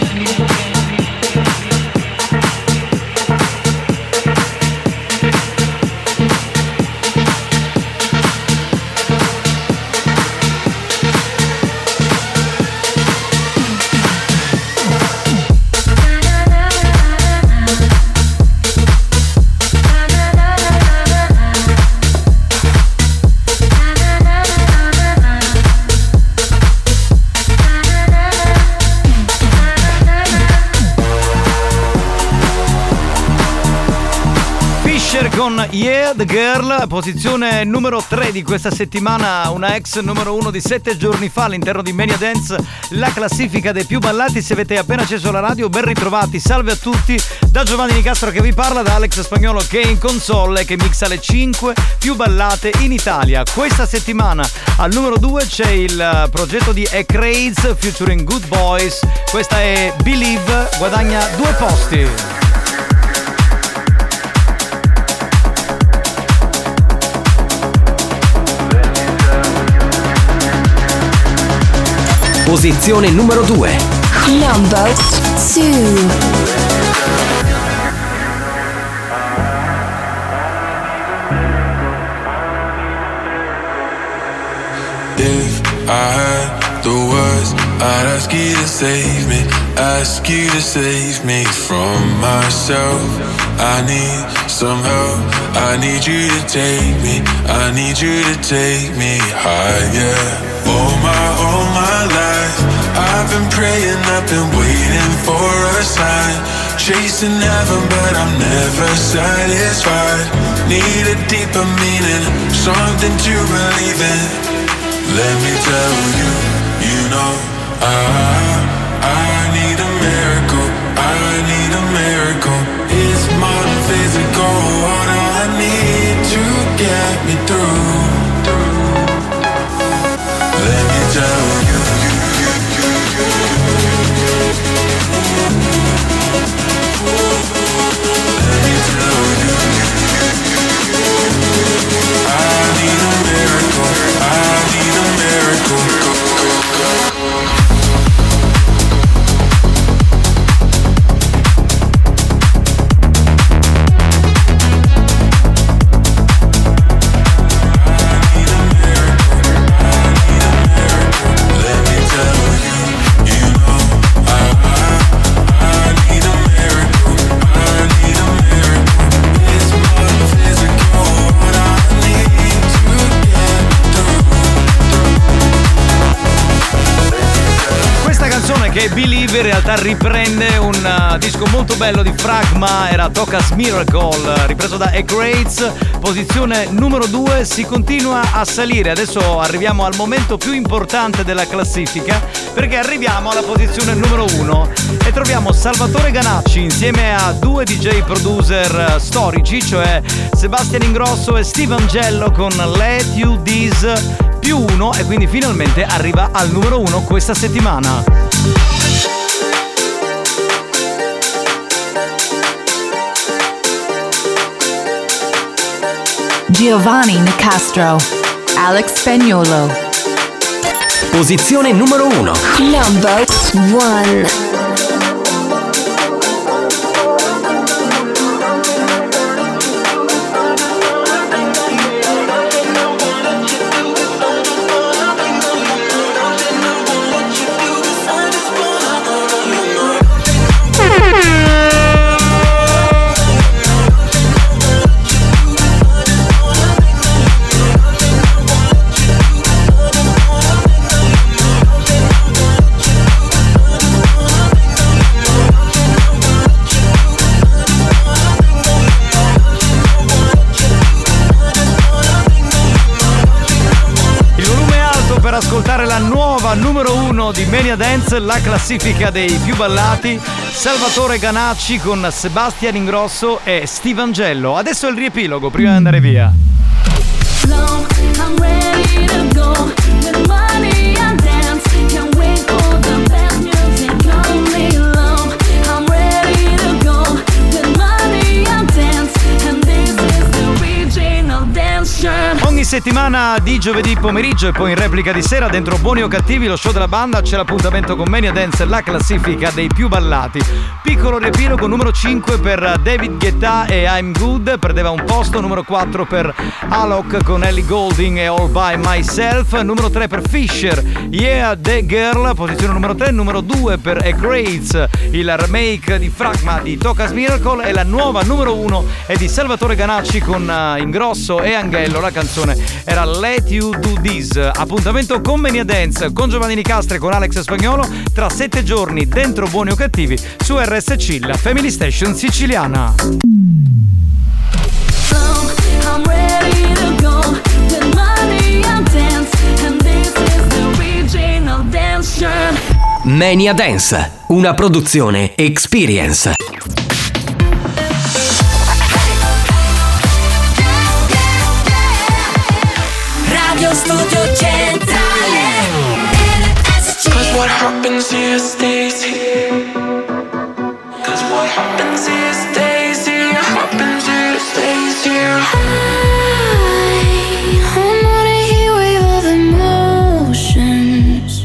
Fisher con Yeah The Girl, posizione numero 3 di questa settimana, una ex numero 1 di 7 giorni fa all'interno di Mania Dance, la classifica dei più ballati. Se avete appena acceso la radio, ben ritrovati, salve a tutti, da Giovanni Nicastro che vi parla, da Alex Spagnuolo che è in console e che mixa le 5 più ballate in Italia. Questa settimana al numero 2 c'è il progetto di E-Craze featuring Good Boys, questa è Believe, guadagna 2 posti. Posizione numero 2. Number 2. save me, ask you to save me from myself. I need some help, I need you to take me, I need you to take me higher. All my life, I've been praying, I've been waiting for a sign. Chasing heaven, but I'm never satisfied. Need a deeper meaning, something to believe in. Let me tell you, you know, I need a miracle, I need a miracle. It's more than physical, what I need to get me through. Let me tell you, let me tell you, I need a miracle, I need a miracle. Che Believe in realtà riprende un disco molto bello di Fragma, era Tocas Miracle, ripreso da Egrates, posizione numero 2, si continua a salire. Adesso arriviamo al momento più importante della classifica, perché arriviamo alla posizione numero 1 e troviamo Salvatore Ganacci insieme a due DJ producer storici, cioè Sebastian Ingrosso e Steve Angello con Let You This +1, e quindi finalmente arriva al numero 1 questa settimana. Giovanni Nicastro, Alex Spagnuolo. Posizione numero 1. Number 1. Numero 1 di Mania Dance, la classifica dei più ballati. Salvatore Ganacci con Sebastian Ingrosso e Steve Angello. Adesso il riepilogo prima di andare via. Ogni settimana di giovedì pomeriggio e poi in replica di sera dentro Buoni o Cattivi, lo show della banda, c'è l'appuntamento con Mania Dance, la classifica dei più ballati. Piccolo riepilogo: numero 5 per David Guetta e I'm Good, perdeva un posto. Numero 4 per Alok con Ellie Goulding e All By Myself. Numero 3 per Fisher, Yeah The Girl, posizione numero 3. Numero 2 per Egrates, il remake di Fragma di Tocas Miracle, e la nuova numero 1 è di Salvatore Ganacci con Ingrosso e Anghello, la canzone era Let You Do This. Appuntamento con Mania Dance con Giovanni Nicastro e con Alex Spagnuolo tra 7 giorni dentro Buoni o Cattivi su RSC, la Family Station siciliana. Mania Dance, una produzione Experience. Radio Studio Centrale RSC. 'Cause what happens here stays here. 'Cause what happens here stays here. Happens here stays here. I'm not a heat wave of emotions.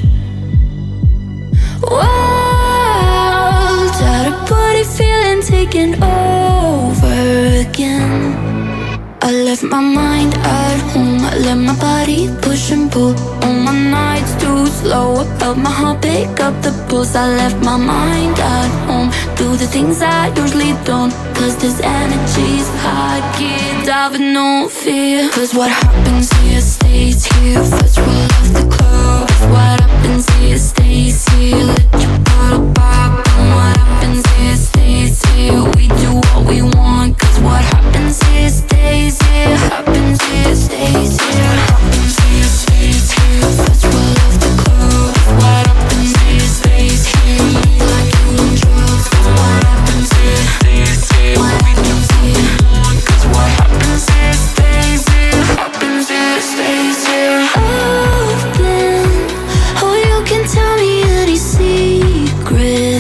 Wild, out of body feeling taken over again. I left my mind at home, I let my body push and pull. All my nights too slow, I felt my heart pick up the pulse. I left my mind at home, do the things I usually don't. Cause this energy's high, get out with no fear. Cause what happens here stays here. First rule of the club, what happens here stays here. Let your bottle pop, and what happens here stays here. We do what we want, cause what happens here stays here. Happens here stays here. Happens here stays here. First rule of the club, what happens here stays here. Move like you on drugs, cause what happens here stays here. What happens here, cause what happens here stays here. Happens here stays here. Open, oh you can tell me any secret.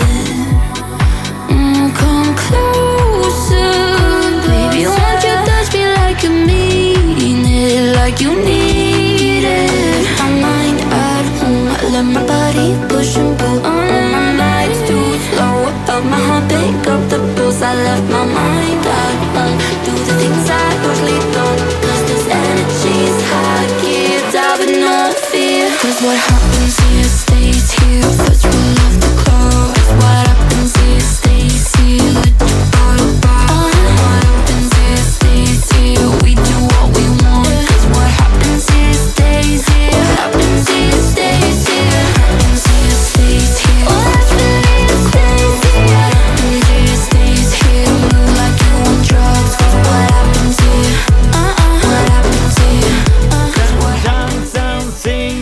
Come closer, baby. Won't you touch me like you mean it, like you need it? My mind at home, I let my body push and pull. All my nights too slow, I felt my heart pick up the pulse. I left my mind at home, do the things I usually don't. Cause this energy's high, get out with no fear. Cause what happens here stays here. First rule of the club, what happens here stays here. Let your bottle pop, what happens here stays here. We do what we want, cause what happens here stays here. Happens here stays here. Happens here stays here. What happens here stays here. Happens here stays here. Move like you on drugs, cause what happens here. What happens here. What happens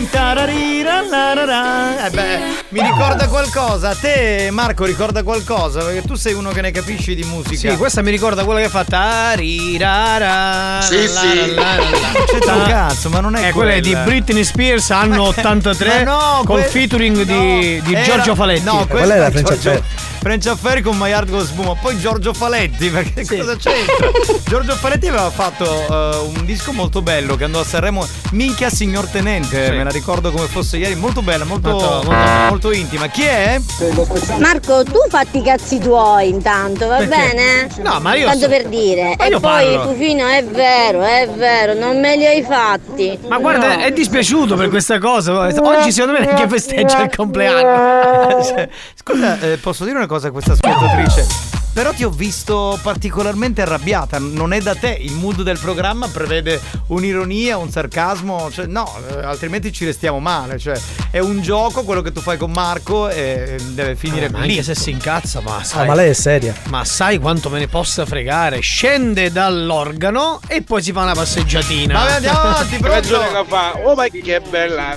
Mi ricorda qualcosa? A te, Marco, ricorda qualcosa? Perché tu sei uno che ne capisci di musica. Sì, questa mi ricorda quella che fa tarirara. Sì, sì. Non c'entra un cazzo, ma non è quella di Britney Spears, anno 83, no, col featuring di Giorgio Faletti. No, quella era French Affair. French Affair con My Heart Goes Boom, ma poi Giorgio Faletti, perché cosa c'entra? Giorgio Faletti aveva fatto un disco molto bello che andò a Sanremo, Minchia Signor Tenente, me la ricordo come fosse ieri, molto bella, molto intima. Chi è? Marco, tu fatti i cazzi tuoi intanto, va bene? No, ma io tanto per dire. Ma E io poi parlo. Pufino è vero, non me li hai fatti. Ma guarda, è dispiaciuto per questa cosa. Oggi secondo me neanche festeggia il compleanno. Scusa, posso dire una cosa a questa ascoltatrice? Però ti ho visto particolarmente arrabbiata. Non è da te, il mood del programma prevede un'ironia, un sarcasmo, cioè no, altrimenti ci restiamo male. Cioè, è un gioco quello che tu fai con Marco e deve finire ma lì. anche se si incazza, ma sai. ma lei è seria. Ma sai quanto me ne possa fregare? Scende dall'organo e poi si fa una passeggiatina. Vabbè, andiamo avanti, pronto? Oh ma che bella.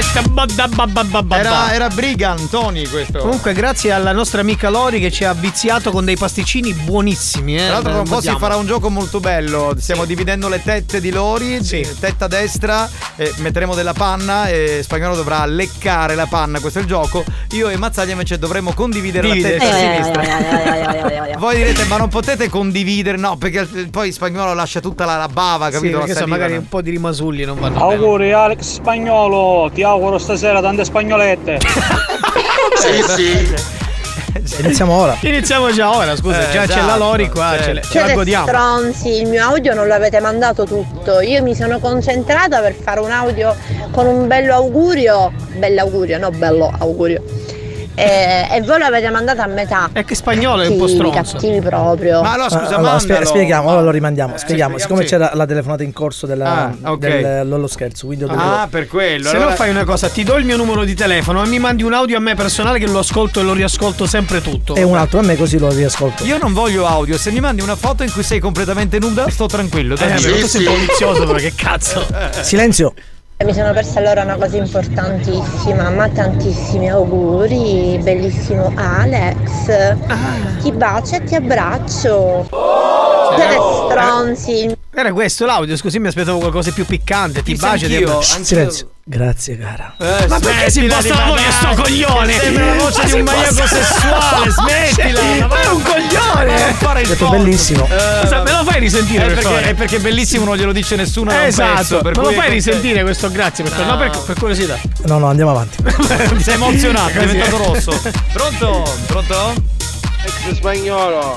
Era Brigan, Tony questo. Comunque grazie alla nostra amica Lori che ci ha viziato con dei pasticcini buonissimi. Tra l'altro tra un po' si farà un gioco molto bello. Stiamo dividendo le tette di Lori, tetta destra, metteremo della panna e Spagnolo dovrà leccare la panna. Questo è il gioco. Io e Mazzaglia invece dovremo condividere la tetta a sinistra. Voi direte ma non potete condividere, no, perché poi Spagnolo lascia tutta la bava, capito? Perché so, magari un po' di rimasulli non vanno Auguri Alex Spagnolo, ti auguro stasera tante spagnolette. Sì. Iniziamo ora. Iniziamo già ora, scusa, già c'è la Lori qua, ce la godiamo. Stronzi, il mio audio non l'avete mandato tutto. Io mi sono concentrata per fare un audio con un bello augurio. E voi l'avete mandato a metà. È che Spagnolo è un po' stronzo. Cattivi proprio. Ma no, scusa, allora, mandalo. spieghiamo, ora lo rimandiamo. Spieghiamo, siccome c'era la telefonata in corso ok. dello scherzo, quindi per quello. Se no fai una cosa, ti do il mio numero di telefono e mi mandi un audio a me personale che lo ascolto e lo riascolto sempre tutto. E un altro a me così lo riascolto. Io non voglio audio, se mi mandi una foto in cui sei completamente nuda, sto tranquillo. Tu sei polizioso, però che cazzo. Silenzio. Mi sono persa allora una cosa importantissima, ma tantissimi auguri, bellissimo Alex. Ti bacio e ti abbraccio. Siete stronzi. Era questo l'audio, scusi, mi aspettavo qualcosa di più piccante. Ti bacio, ti abbraccio. Silenzio. Grazie cara. Ma perché si imposta la voce sto coglione? Sembra la voce di un maniaco sessuale, smettila. Ma è un coglione. Fare il detto bellissimo. Scusa, me lo fai risentire per favore? È perché bellissimo non glielo dice nessuno. Esatto, per me lo cui fai risentire questo grazie per no, per curiosità. No, andiamo avanti. Ti sei emozionato, è diventato rosso. Pronto? Ex Spagnolo,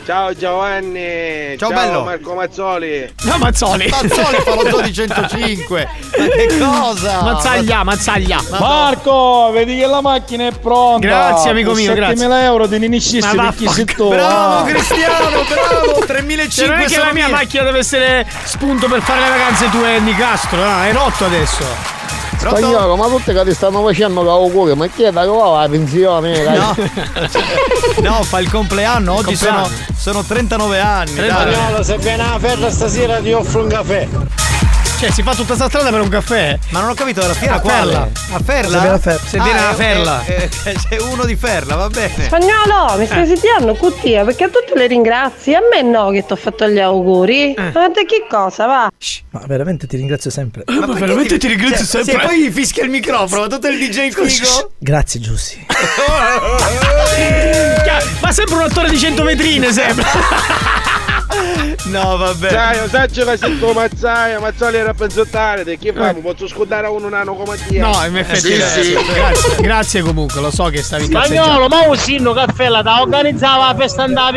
Ciao Giovanni. Ciao, bello. Marco Mazzoli. No, Mazzoli fa lo 1205. Ma che cosa? Mazzaglia. Marco, vedi che la macchina è pronta. Grazie amico mio, grazie. 7.000 euro di inizisti perché si trova. Bravo Cristiano, bravo. 3.500. Non è che la mia macchina deve essere spunto per fare le vacanze tue di Castro, no? È rotto adesso. Spagnolo, ma tutti che ti stanno facendo auguri, ma chi è da la pensione? No, fa il compleanno, oggi sono 39 anni. Spagnolo, se viene alla ferra stasera ti offro un caffè. Cioè, si fa tutta sta strada per un caffè? Ma non ho capito, della fiera A quale? Ferla. A Ferla? Se viene alla Ferla. C'è uno di Ferla, va bene. Spagnolo, mi stai sentendo cuttia? Perché a tutti le ringrazi, a me no che ti ho fatto gli auguri. Ma te che cosa, va? Ma veramente ti ringrazio sempre. Ma veramente ti ringrazio sempre. Se poi fischia il microfono, tutto il DJ figo. Grazie Giussi. Ma sembra un attore di 100 vetrine, sembra. No, vabbè. Sai, saggio che sei tu Mazzoli era pensottare, che famo? Posso scudare a uno nano come te? No, in effetti sì. Grazie comunque, lo so che stavi Spagnolo, ma un sinno caffè la da organizzava la festa andava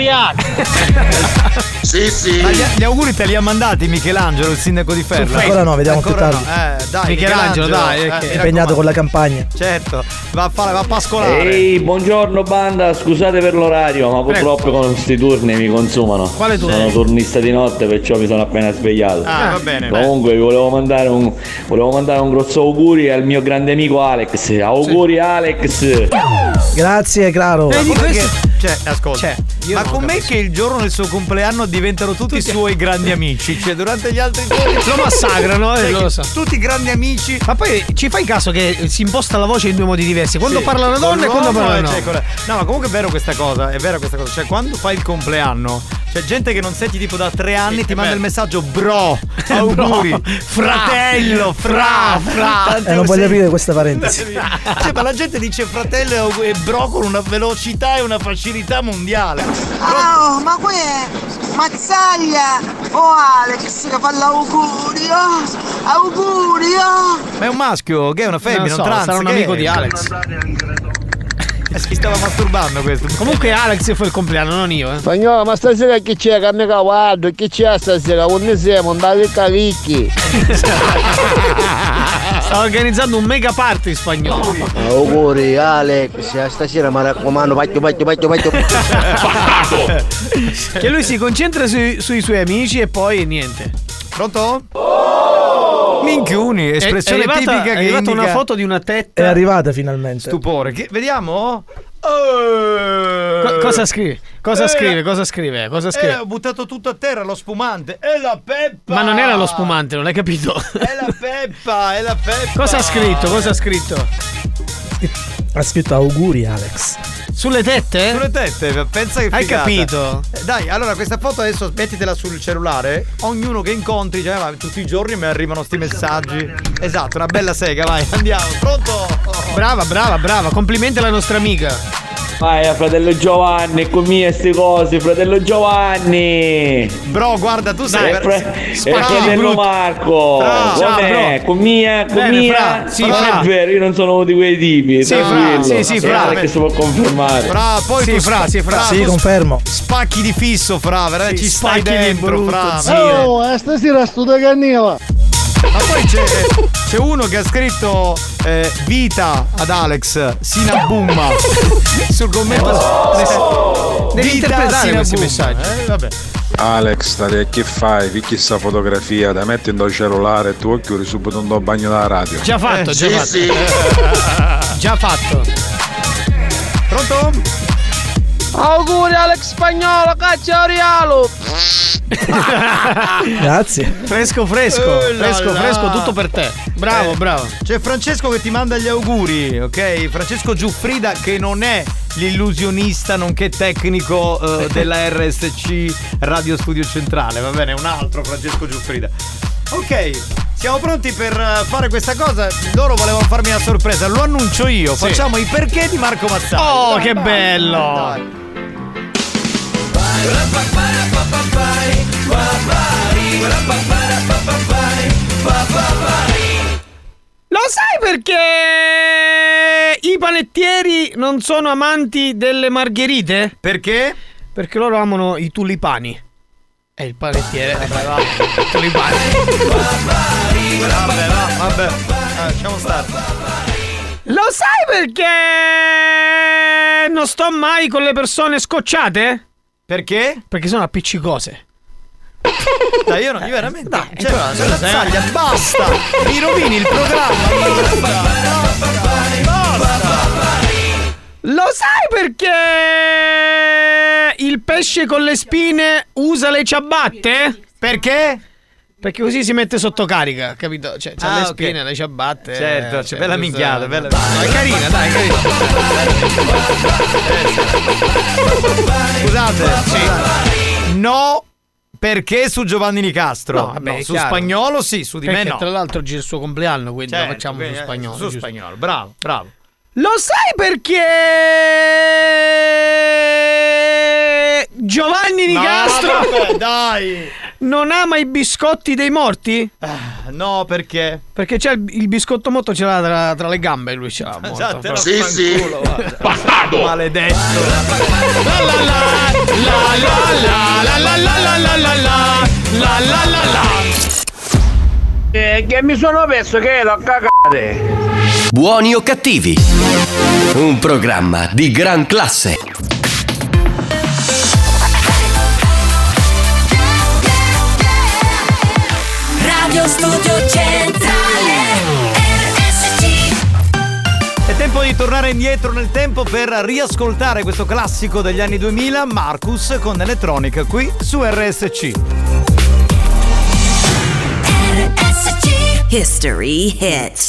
Sì. Ma gli auguri te li ha mandati Michelangelo, il sindaco di Ferla? Ancora no, vediamo più tardi. Dai, Michelangelo, dai, impegnato con la campagna. Certo, va a pascolare. Ehi, buongiorno banda, scusate per l'orario, ma purtroppo con questi turni mi consumano. Quale turno? Sono turnista di notte, perciò mi sono appena svegliato. Va bene. Comunque vi volevo mandare un grosso auguri al mio grande amico Alex. Auguri Alex. Grazie, Claro. Ascolta. Ma com'è che il giorno del suo compleanno diventano tutti i suoi grandi amici? Cioè, durante gli altri giorni lo massacrano, lo so. Tutti grandi amici. Ma poi ci fai caso che si imposta la voce in due modi diversi? Quando parla una donna e quando parla una donna. No, ma comunque è vera questa cosa. Cioè, quando fai il compleanno, c'è gente che non senti tipo da 3 anni, ti manda il messaggio bro, auguri, fratello, fra. Non voglio aprire questa parentesi. Cioè, ma la gente dice fratello e bro con una velocità e una facilità mondiale. Oh, ma qui è Mazzaglia o Alex che fa l'augurio? Augurio! Ma è un maschio, che è una femmina, Non so, un trans? sarà un amico di Alex. Si stava masturbando questo. Comunque Alex fu il compleanno, non io. Spagnolo, ma stasera chi c'è? Che mi guardo, chi c'è stasera? Non siamo andati a cavicchi. Stavo organizzando un mega party in spagnolo. Auguri Alex, stasera mi raccomando, vacchio. Che lui si concentra sui suoi amici e poi niente. Pronto? Minchiuni, espressione è arrivata, tipica che è arrivata indica una foto di una tetta. È arrivata finalmente. Stupore. Vediamo? Cosa scrive? Cosa scrive? Ho buttato tutto a terra, lo spumante. È la Peppa. Ma non era lo spumante, non hai capito? È la Peppa. Cosa ha scritto? Ha scritto auguri Alex. Sulle tette? Sulle tette, pensa che figata. Hai capito? Dai, allora questa foto adesso mettitela sul cellulare. Ognuno che incontri, cioè, tutti i giorni mi arrivano sti messaggi. Esatto, una bella sega, vai, andiamo, pronto? Brava, complimenti alla nostra amica. Vai, fratello Giovanni, con me ste cose, fratello Giovanni. Bro, guarda, tu sei e fratello Marco. Com'è? Con mia? Sì, è vero, io non sono uno di quei tipi. Sì, Fra. Che si può confermare. Fra, poi sì, Fra. Sì, confermo. Spacchi di fisso, Fra, veramente ci stai dentro, Fra. Oh, stasera sto da cannella. Ma poi c'è uno che ha scritto vita ad Alex Sinabumma sul commento. Devi interpretare questi messaggi. Vabbè. Alex, che fai? Picchi sta fotografia, da metti in cellulare e tu chiudi subito un bagno dalla radio. Già fatto. Già fatto. Pronto? Auguri Alex Spagnolo, caccia Orialo. Grazie. Fresco, tutto per te. Bravo. C'è Francesco che ti manda gli auguri, ok? Francesco Giuffrida, che non è l'illusionista nonché tecnico della RSC Radio Studio Centrale, va bene? È un altro Francesco Giuffrida. Ok, siamo pronti per fare questa cosa. Loro volevano farmi una sorpresa, lo annuncio io. Sì. Facciamo i perché di Marco Mazzari. Oh, che bello! Dai. Lo sai perché i panettieri non sono amanti delle margherite? Perché? Perché loro amano i tulipani. È il panettiere. Tulipani. Vabbè. Lasciamo stare. Lo sai perché non sto mai con le persone scocciate? Perché? Perché sono appiccicose. Dai, io veramente. Dai, Mazzaglia, basta! Mi rovini il programma! Basta! Lo sai perché il pesce con le spine usa le ciabatte? Perché? Perché così si mette sotto carica, capito? Cioè, c'ha le spine, le ciabatte. Certo, cioè, bella minchiata, bella. È carina, dai, carina. Scusate, no. Perché su Giovanni Nicastro? No, vabbè, su chiaro. Spagnolo sì, su di me Perché no. tra l'altro oggi è il suo compleanno, quindi Certo, lo facciamo su Spagnolo. Su giusto? Spagnolo, bravo. Lo sai perché Giovanni Nicastro vabbè, dai! non ama i biscotti dei morti? No, perché? Perché c'è il biscotto morto, ce l'ha tra le gambe, lui ce l'ha morto. Sì. Bastardo! Maledetto! Che mi sono perso che ero a cagare. Buoni o cattivi? Un programma di gran classe. Radio Studio Centrale RSC. È tempo di tornare indietro nel tempo per riascoltare questo classico degli anni 2000, Marcus con Electronic, qui su RSC. History Hit.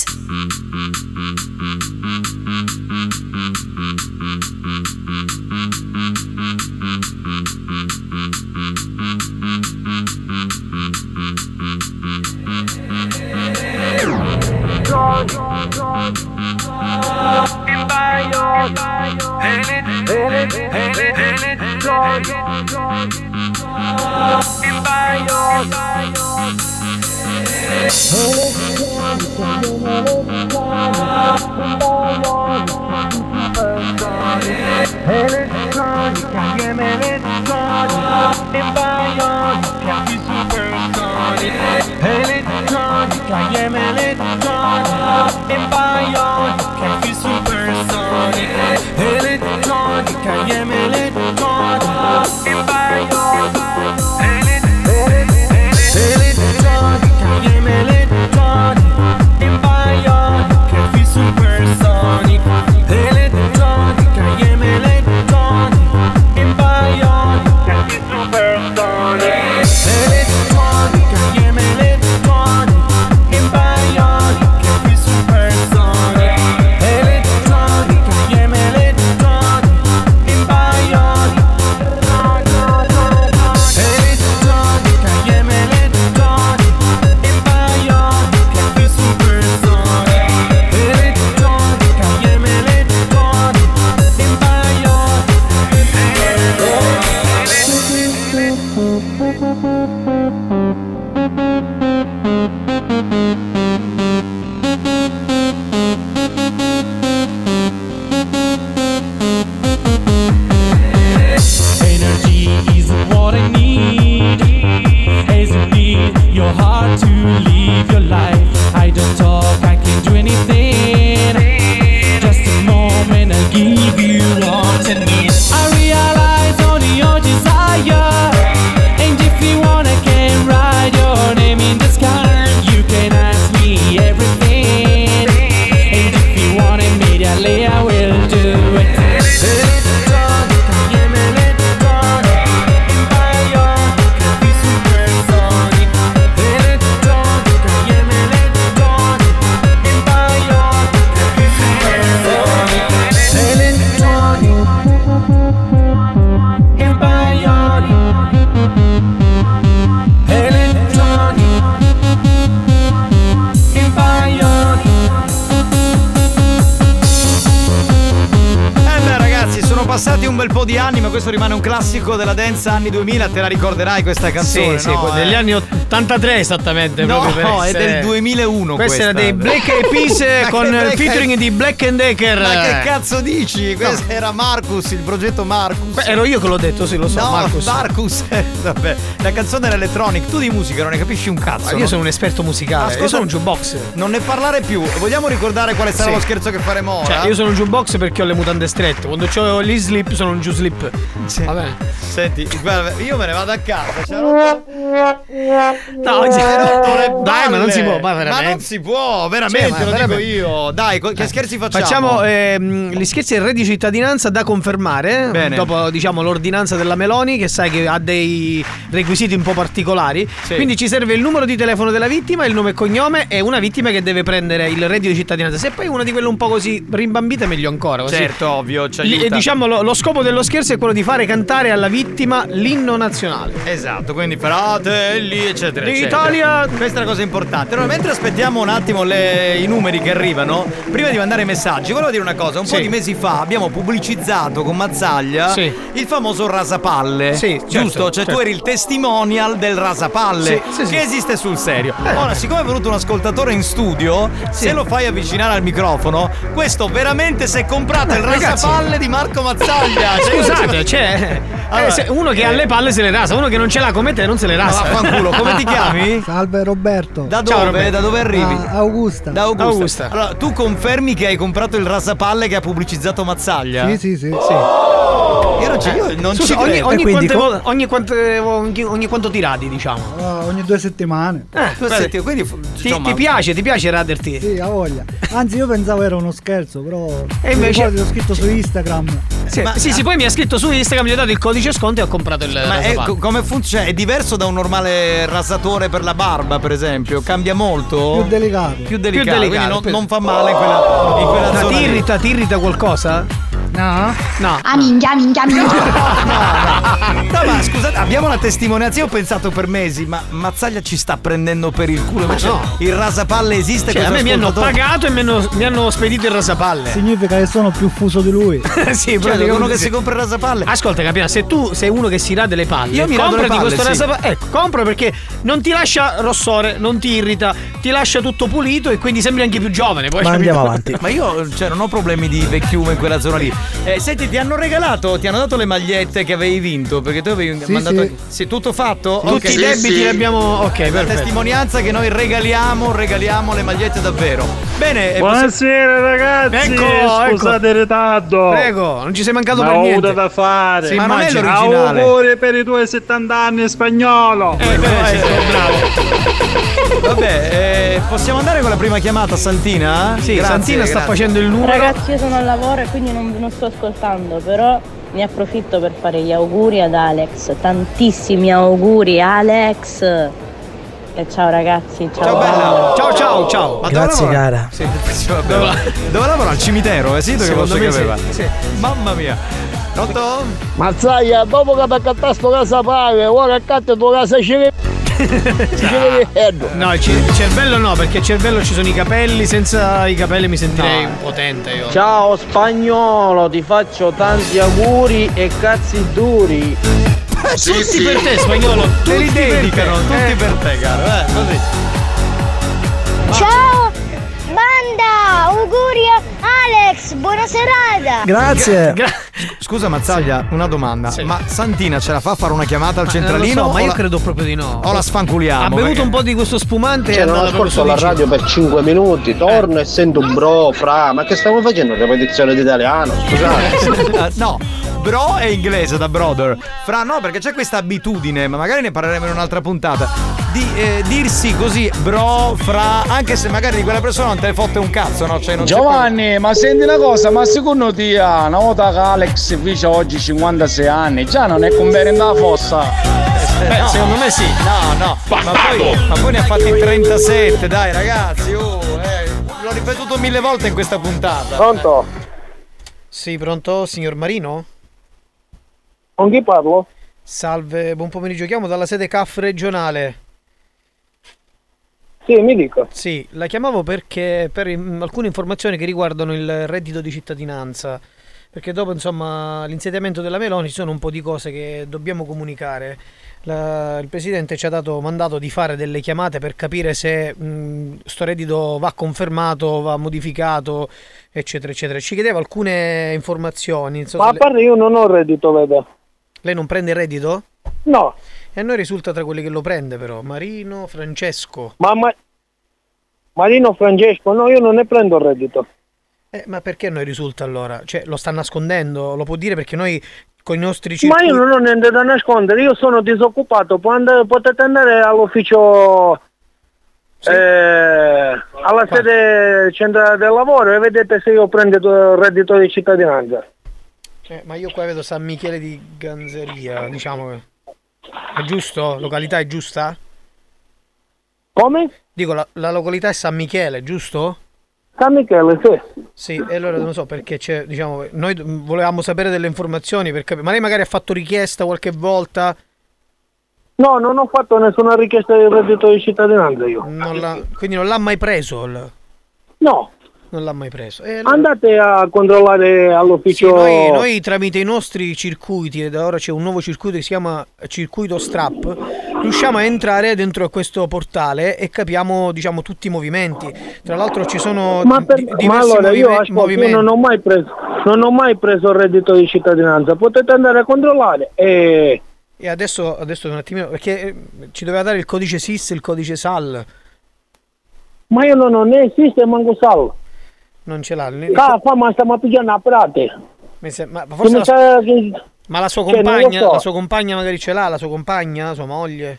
Passati un bel po' di anni, bellissima, questo rimane un classico della dance anni 2000, te la ricorderai questa canzone? Sì, no? degli anni 83 esattamente. No, proprio per è essere- del 2001 Questa era dei Black Eyed Peas Ma con che il Black featuring Eyed- di Black & Decker. Ma che cazzo dici? Questo era Marcus, il progetto Marcus. Beh, ero io che l'ho detto, sì, lo so, No, Marcus. Vabbè, la canzone era electronic, tu di musica non ne capisci un cazzo. Ma io no? sono un esperto musicale, Ascolta, io sono un jukebox. Non ne parlare più. Vogliamo ricordare quale sarà Sì. lo scherzo che faremo ora? Cioè, io sono un jukebox perché ho le mutande strette. Quando ho gli slip sono un slip. Va bene. Senti, guarda, io me ne vado a casa. No, oggi dai, ma non si può, ma veramente. Ma non si può, veramente, Cioè, ma lo veramente. dico io. Dai, che scherzi facciamo? Facciamo gli scherzi del reddito di cittadinanza da confermare. Bene. Dopo, diciamo, l'ordinanza della Meloni, che sai che ha dei requisiti un po' particolari. Sì. Quindi ci serve il numero di telefono della vittima, il nome e cognome, e una vittima che deve prendere il reddito di cittadinanza. Se poi una di quelle un po' così rimbambite, meglio ancora. Così. Certo, ovvio, ci aiuta. Diciamo lo scopo dello scherzo è quello di fare cantare alla vittima l'inno nazionale. Esatto, quindi fratelli, eccetera, L'Italia- eccetera. Questa è la cosa importante. Allora, mentre aspettiamo un attimo i numeri che arrivano, prima di mandare i messaggi, volevo dire una cosa. Un po' di mesi fa abbiamo pubblicizzato con Mazzaglia il famoso rasapalle. Sì, giusto? certo, Cioè certo. tu eri il testimonial del rasapalle che esiste sul serio. Ora, siccome è venuto un ascoltatore in studio, se lo fai avvicinare al microfono, questo veramente si è comprato il ragazzi. rasapalle di Marco Mazzaglia. Scusate, cioè, uno che ha le palle se le rasa, uno che non ce l'ha come te non se le rasa. Ma vaffanculo, come ti chiami? Salve Roberto. Da dove? Da dove arrivi? Augusta. Da Augusta. Allora, tu confermi che hai comprato il rasapalle che ha pubblicizzato Mazzaglia? Sì. Io non Scusa, ci credo. ogni quanto ti radi, diciamo. Ogni 2 settimane. Quindi ti piace raderti? Sì, ha voglia. Anzi, io pensavo era uno scherzo, però. E invece l'ho scritto su Instagram. Sì, poi mi ha scritto su Instagram, gli ho dato il codice sconto e ho comprato il Ma rasapalle. come funziona? È diverso da un normale rasatore per la barba, per esempio? Cambia molto? Più delicato. Più delicato, quindi non fa male in quella Ma zona. ti irrita qualcosa? No. minchia. No, ma scusate, abbiamo la testimonianza. Io ho pensato per mesi, ma Mazzaglia ci sta prendendo per il culo. Invece il rasapalle esiste. Cioè, a me mi hanno pagato e mi hanno spedito il rasapalle. Significa che sono più fuso di lui. Sì, Cioè, uno che si compra il rasapalle. Ascolta, capito? Se tu sei uno che si rade le palle, Io mi rado le comprati palle, questo sì. rasapalle. Ecco, compra perché non ti lascia rossore, non ti irrita, ti lascia tutto pulito e quindi sembri anche più giovane. Poi, Ma andiamo avanti. Ma io non ho problemi di vecchiume in quella zona lì. Senti, ti hanno dato le magliette che avevi vinto? Perché tu avevi mandato. Sì, tutto fatto? Tutti i debiti li abbiamo. Ok, La perfetto. testimonianza che noi regaliamo le magliette davvero. Bene, Buonasera ragazzi, scusate il ritardo. Prego, non ci sei mancato ma per ho niente. avuto da fare. Sì, ma non è immagino. l'originale. Auguri per i tuoi 70 anni in spagnolo. Bravo. Vabbè, possiamo andare con la prima chiamata, Santina? Sì, Grazie, Santina sta grazie. facendo il numero. Ragazzi, io sono al lavoro e quindi non sto ascoltando, però ne approfitto per fare gli auguri ad Alex. Tantissimi auguri, Alex. E ciao ragazzi, ciao. Ciao bella. Ciao. Ma Grazie, dove lavora? cara. Sì, dove lavora? Al cimitero? Sì, che Secondo posso me che sì, aveva. sì. Mamma mia. Pronto? Mazzaglia, dopo che ti accattato sto casa paga, ora accatto tua casa No, il cervello no, perché il cervello ci sono i capelli, senza i capelli mi sentirei un potente io. Ciao spagnolo, ti faccio tanti auguri e cazzi duri. Tutti per te, spagnolo. Te li Tutti per dedicano, te. tutti per te, caro. Così. Ciao, banda, auguri a Alex, buona serata. Grazie. Scusa Mazzaglia, una domanda. Ma Santina ce la fa a fare una chiamata al centralino? Non lo so, ma o io la- credo proprio di no. O la sfanculiamo? Ha bevuto perché- un po' di questo spumante e è Cioè, non andata proprio ascolto la su radio per 5 minuti, torno e sento un bro, fra, ma che stiamo facendo? Ripetizione d'italiano, scusate. No, bro è inglese da brother. Fra no, perché c'è questa abitudine, ma magari ne parleremo in un'altra puntata, di dirsi così, bro, fra, anche se magari di quella persona non te ne fotte un cazzo, no? Cioè, non c'è Giovanni, ma senti una cosa, ma secondo te una volta che Alex dice oggi 56 anni, già non è conveniente la fossa? no. Secondo me sì. No, ma poi ne ha fatti 37, dai ragazzi, l'ho ripetuto 1000 volte in questa puntata. Pronto? Sì, pronto, signor Marino? Con chi parlo? Salve, buon pomeriggio, chiamo dalla sede CAF regionale. Sì, mi dico. Sì, la chiamavo perché per alcune informazioni che riguardano il reddito di cittadinanza. perché dopo insomma l'insediamento della Meloni ci sono un po' di cose che dobbiamo comunicare. Il Presidente ci ha dato mandato di fare delle chiamate per capire se sto reddito va confermato, va modificato, eccetera eccetera. Ci chiedeva alcune informazioni. Ma a parte io non ho reddito, vede. Lei non prende il reddito? No. E a noi risulta tra quelli che lo prende però. Marino Francesco. Marino Francesco, no, io non ne prendo il reddito. Ma perché a noi risulta allora? Cioè lo sta nascondendo? Lo può dire perché noi con i nostri circuiti... Ma io non ho niente da nascondere, io sono disoccupato, potete andare all'ufficio, alla sede centrale del lavoro e vedete se io prendo il reddito di cittadinanza. Ma io qua vedo San Michele di Ganzeria, diciamo che... È giusto? Località è giusta? Come? Dico, la località è San Michele, giusto? San Michele, sì. Sì, e allora non so perché c'è, diciamo, noi volevamo sapere delle informazioni per capire, ma lei magari ha fatto richiesta qualche volta? No, non ho fatto nessuna richiesta di reddito di cittadinanza io. Quindi non l'ha mai preso? No. Non l'ha mai preso. Allora... Andate a controllare all'ufficio. Sì, noi tramite i nostri circuiti, ed ora c'è un nuovo circuito che si chiama Circuito Strap, riusciamo a entrare dentro a questo portale e capiamo, diciamo, tutti i movimenti. Tra l'altro ci sono ma allora io non ho mai preso il reddito di cittadinanza. Potete andare a controllare e adesso un attimino, perché ci doveva dare il codice SIS e il codice SAL. Ma io non esiste manco SAL. Non ce l'ha. Ma stiamo pigliando a prate. Ma forse ma la sua compagna, la sua compagna magari ce l'ha, la sua compagna, sua moglie.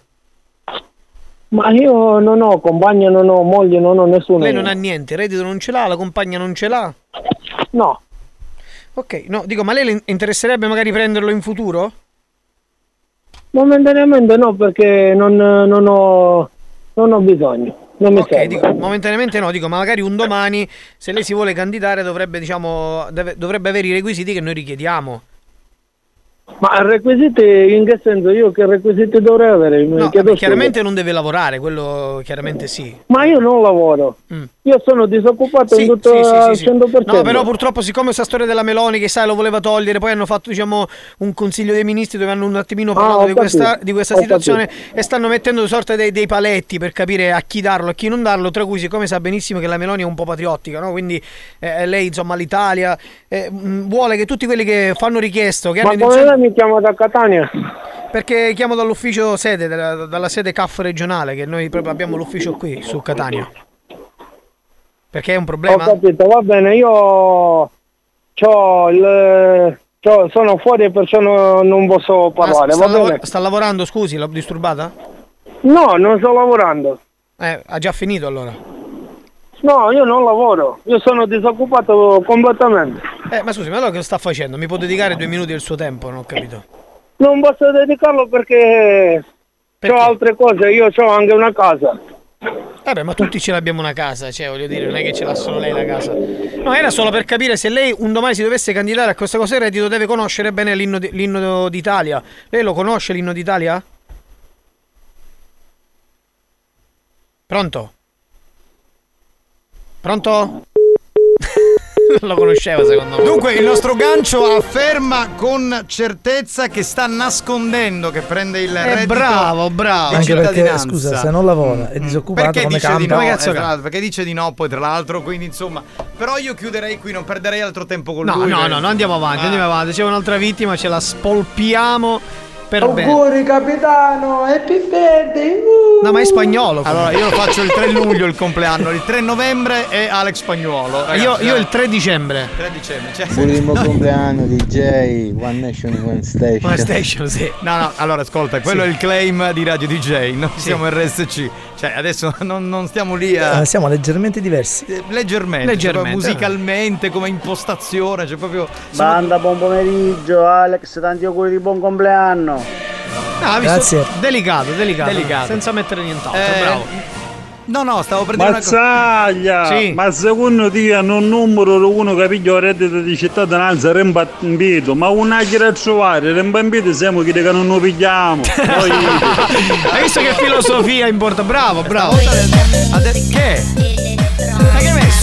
Ma io non ho compagna, non ho moglie, non ho nessuno. Lei non ha niente, il reddito non ce l'ha, la compagna non ce l'ha? No. Ok, no, dico, ma lei le interesserebbe magari prenderlo in futuro? Momentaneamente no, perché non ho bisogno. Non mi serve. Dico, momentaneamente no, dico, ma magari un domani, se lei si vuole candidare, dovrebbe, diciamo, dovrebbe avere i requisiti che noi richiediamo. Ma requisiti in che senso? Io che requisiti dovrei avere? No, chiaramente non deve lavorare, quello chiaramente sì. Ma io non lavoro. Io sono disoccupato in tutto al 100%. No, però purtroppo siccome questa storia della Meloni che sai lo voleva togliere, poi hanno fatto, diciamo, un consiglio dei ministri dove hanno un attimino parlato di questa situazione e stanno mettendo sorta dei paletti per capire a chi darlo e a chi non darlo, tra cui siccome sa benissimo che la Meloni è un po' patriottica, no? Quindi lei, insomma, l'Italia vuole che tutti quelli che fanno richiesta, che hanno mi chiamo da Catania. Perché chiamo dall'ufficio sede, dalla sede CAF regionale, che noi proprio abbiamo l'ufficio qui su Catania. Perché è un problema? Ho capito, va bene, io sono fuori e perciò non posso parlare. Sta lavorando, scusi, l'ho disturbata? No, non sto lavorando. Ha già finito allora? No, io non lavoro, io sono disoccupato completamente. Ma scusi, ma allora che sta facendo? Mi può dedicare 2 minuti del suo tempo? Non ho capito. Non posso dedicarlo perché ho altre cose, io ho anche una casa. Ma tutti ce l'abbiamo una casa, cioè voglio dire, non è che ce l'ha solo lei la casa. No, era solo per capire se lei un domani si dovesse candidare a questa cosa del reddito deve conoscere bene l'inno d'Italia. Lei lo conosce l'inno d'Italia? Pronto? Pronto? Non lo conosceva secondo me. Dunque il nostro gancio afferma con certezza che sta nascondendo che prende il reddito. Bravo. Anche perché, scusa, se non lavora è disoccupato, perché come dice cambia? di no, perché dice di no poi tra l'altro, quindi insomma. Però io chiuderei qui, non perderei altro tempo con lui. No, andiamo avanti. C'è un'altra vittima, ce la spolpiamo. Auguri capitano, happy birthday. No, ma è spagnolo. Allora io lo faccio il 3 luglio il compleanno, il 3 novembre è Alex Spagnuolo. Ragazzi, io il 3 dicembre. 3 dicembre, cioè. Primo compleanno DJ One Nation One Station. One Station, sì. No, allora ascolta, quello è il claim di Radio DJ, noi siamo RSC. Cioè adesso non stiamo lì a... siamo leggermente diversi. Leggermente. Musicalmente, come impostazione, cioè proprio... Banda, buon pomeriggio Alex, tanti auguri di buon compleanno. Grazie. Delicato. Senza mettere nient'altro, bravo. No, stavo prendendo Mazzaglia! Sì. Ma secondo te hanno un numero uno che piglia il reddito di cittadinanza rimbambito, ma una che trovare, rimbambito siamo che non lo pigliamo. Hai visto che filosofia importa? Bravo. Che? Ma che hai messo?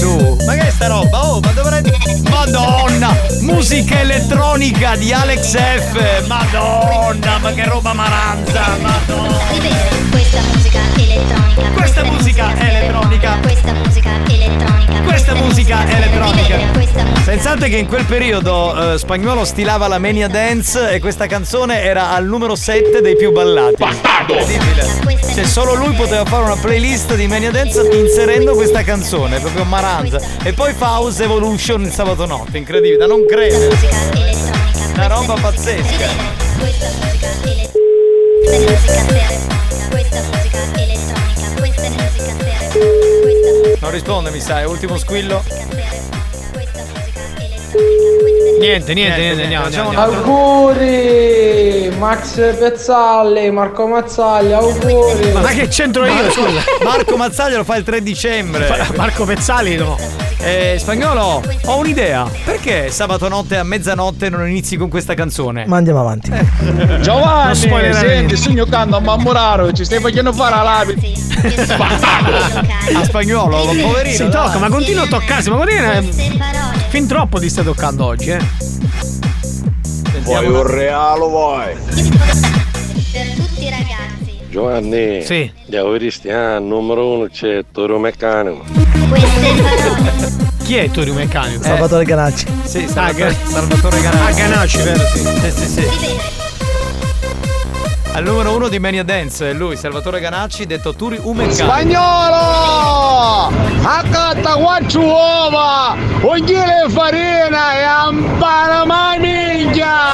su. Ma che è sta roba? Oh, ma dovrei. Madonna! Musica elettronica di Alex F. Madonna, ma che roba maranza! Madonna! Questa musica elettronica. Questa musica elettronica. Questa musica elettronica. Questa musica elettronica. Pensate che in quel periodo Spagnuolo stilava la Mania Dance e questa canzone era al numero 7 dei più ballati. Bastardo! Incredibile. Cioè solo lui poteva fare una playlist di Mania Dance inserendo questa canzone, proprio maranza. E poi fa House Evolution il sabato notte, incredibile, da non credere. Una roba pazzesca. Questa musica elettronica. Questa musica elettronica. Questa è musica elettronica. Non risponde, mi sa, è ultimo squillo. Niente, andiamo. Auguri Max Pezzalli, Marco Mazzagli, auguri. Ma che c'entro io, scusa? Marco Mazzaglia lo fa il 3 dicembre. Marco Pezzali no. Spagnolo, ho un'idea. Perché sabato notte a mezzanotte non inizi con questa canzone? Ma andiamo avanti. Giovanni, senti, sogno canto a Mammuraro, ci stai facendo fare la lapide. A Spagnolo, poverino. Si tocca, ma continua a toccarsi, ma guarda. Fin troppo ti stai toccando oggi, Vuoi un realo, vuoi? Per tutti i ragazzi. Giovanni. Sì. Devo vedere, numero 1 c'è Toro Meccanico. Queste parole. Chi è Torio Meccanico? Salvatore Ganacci. Sì, Salvatore Ganacci. Ganacci, vero? Sì. Al numero 1 di Mania Dance è lui, Salvatore Ganacci, detto Turi Meccanico. Spagnolo! Accatta quattro uova! Un chilo di farina e ampara ma minchia!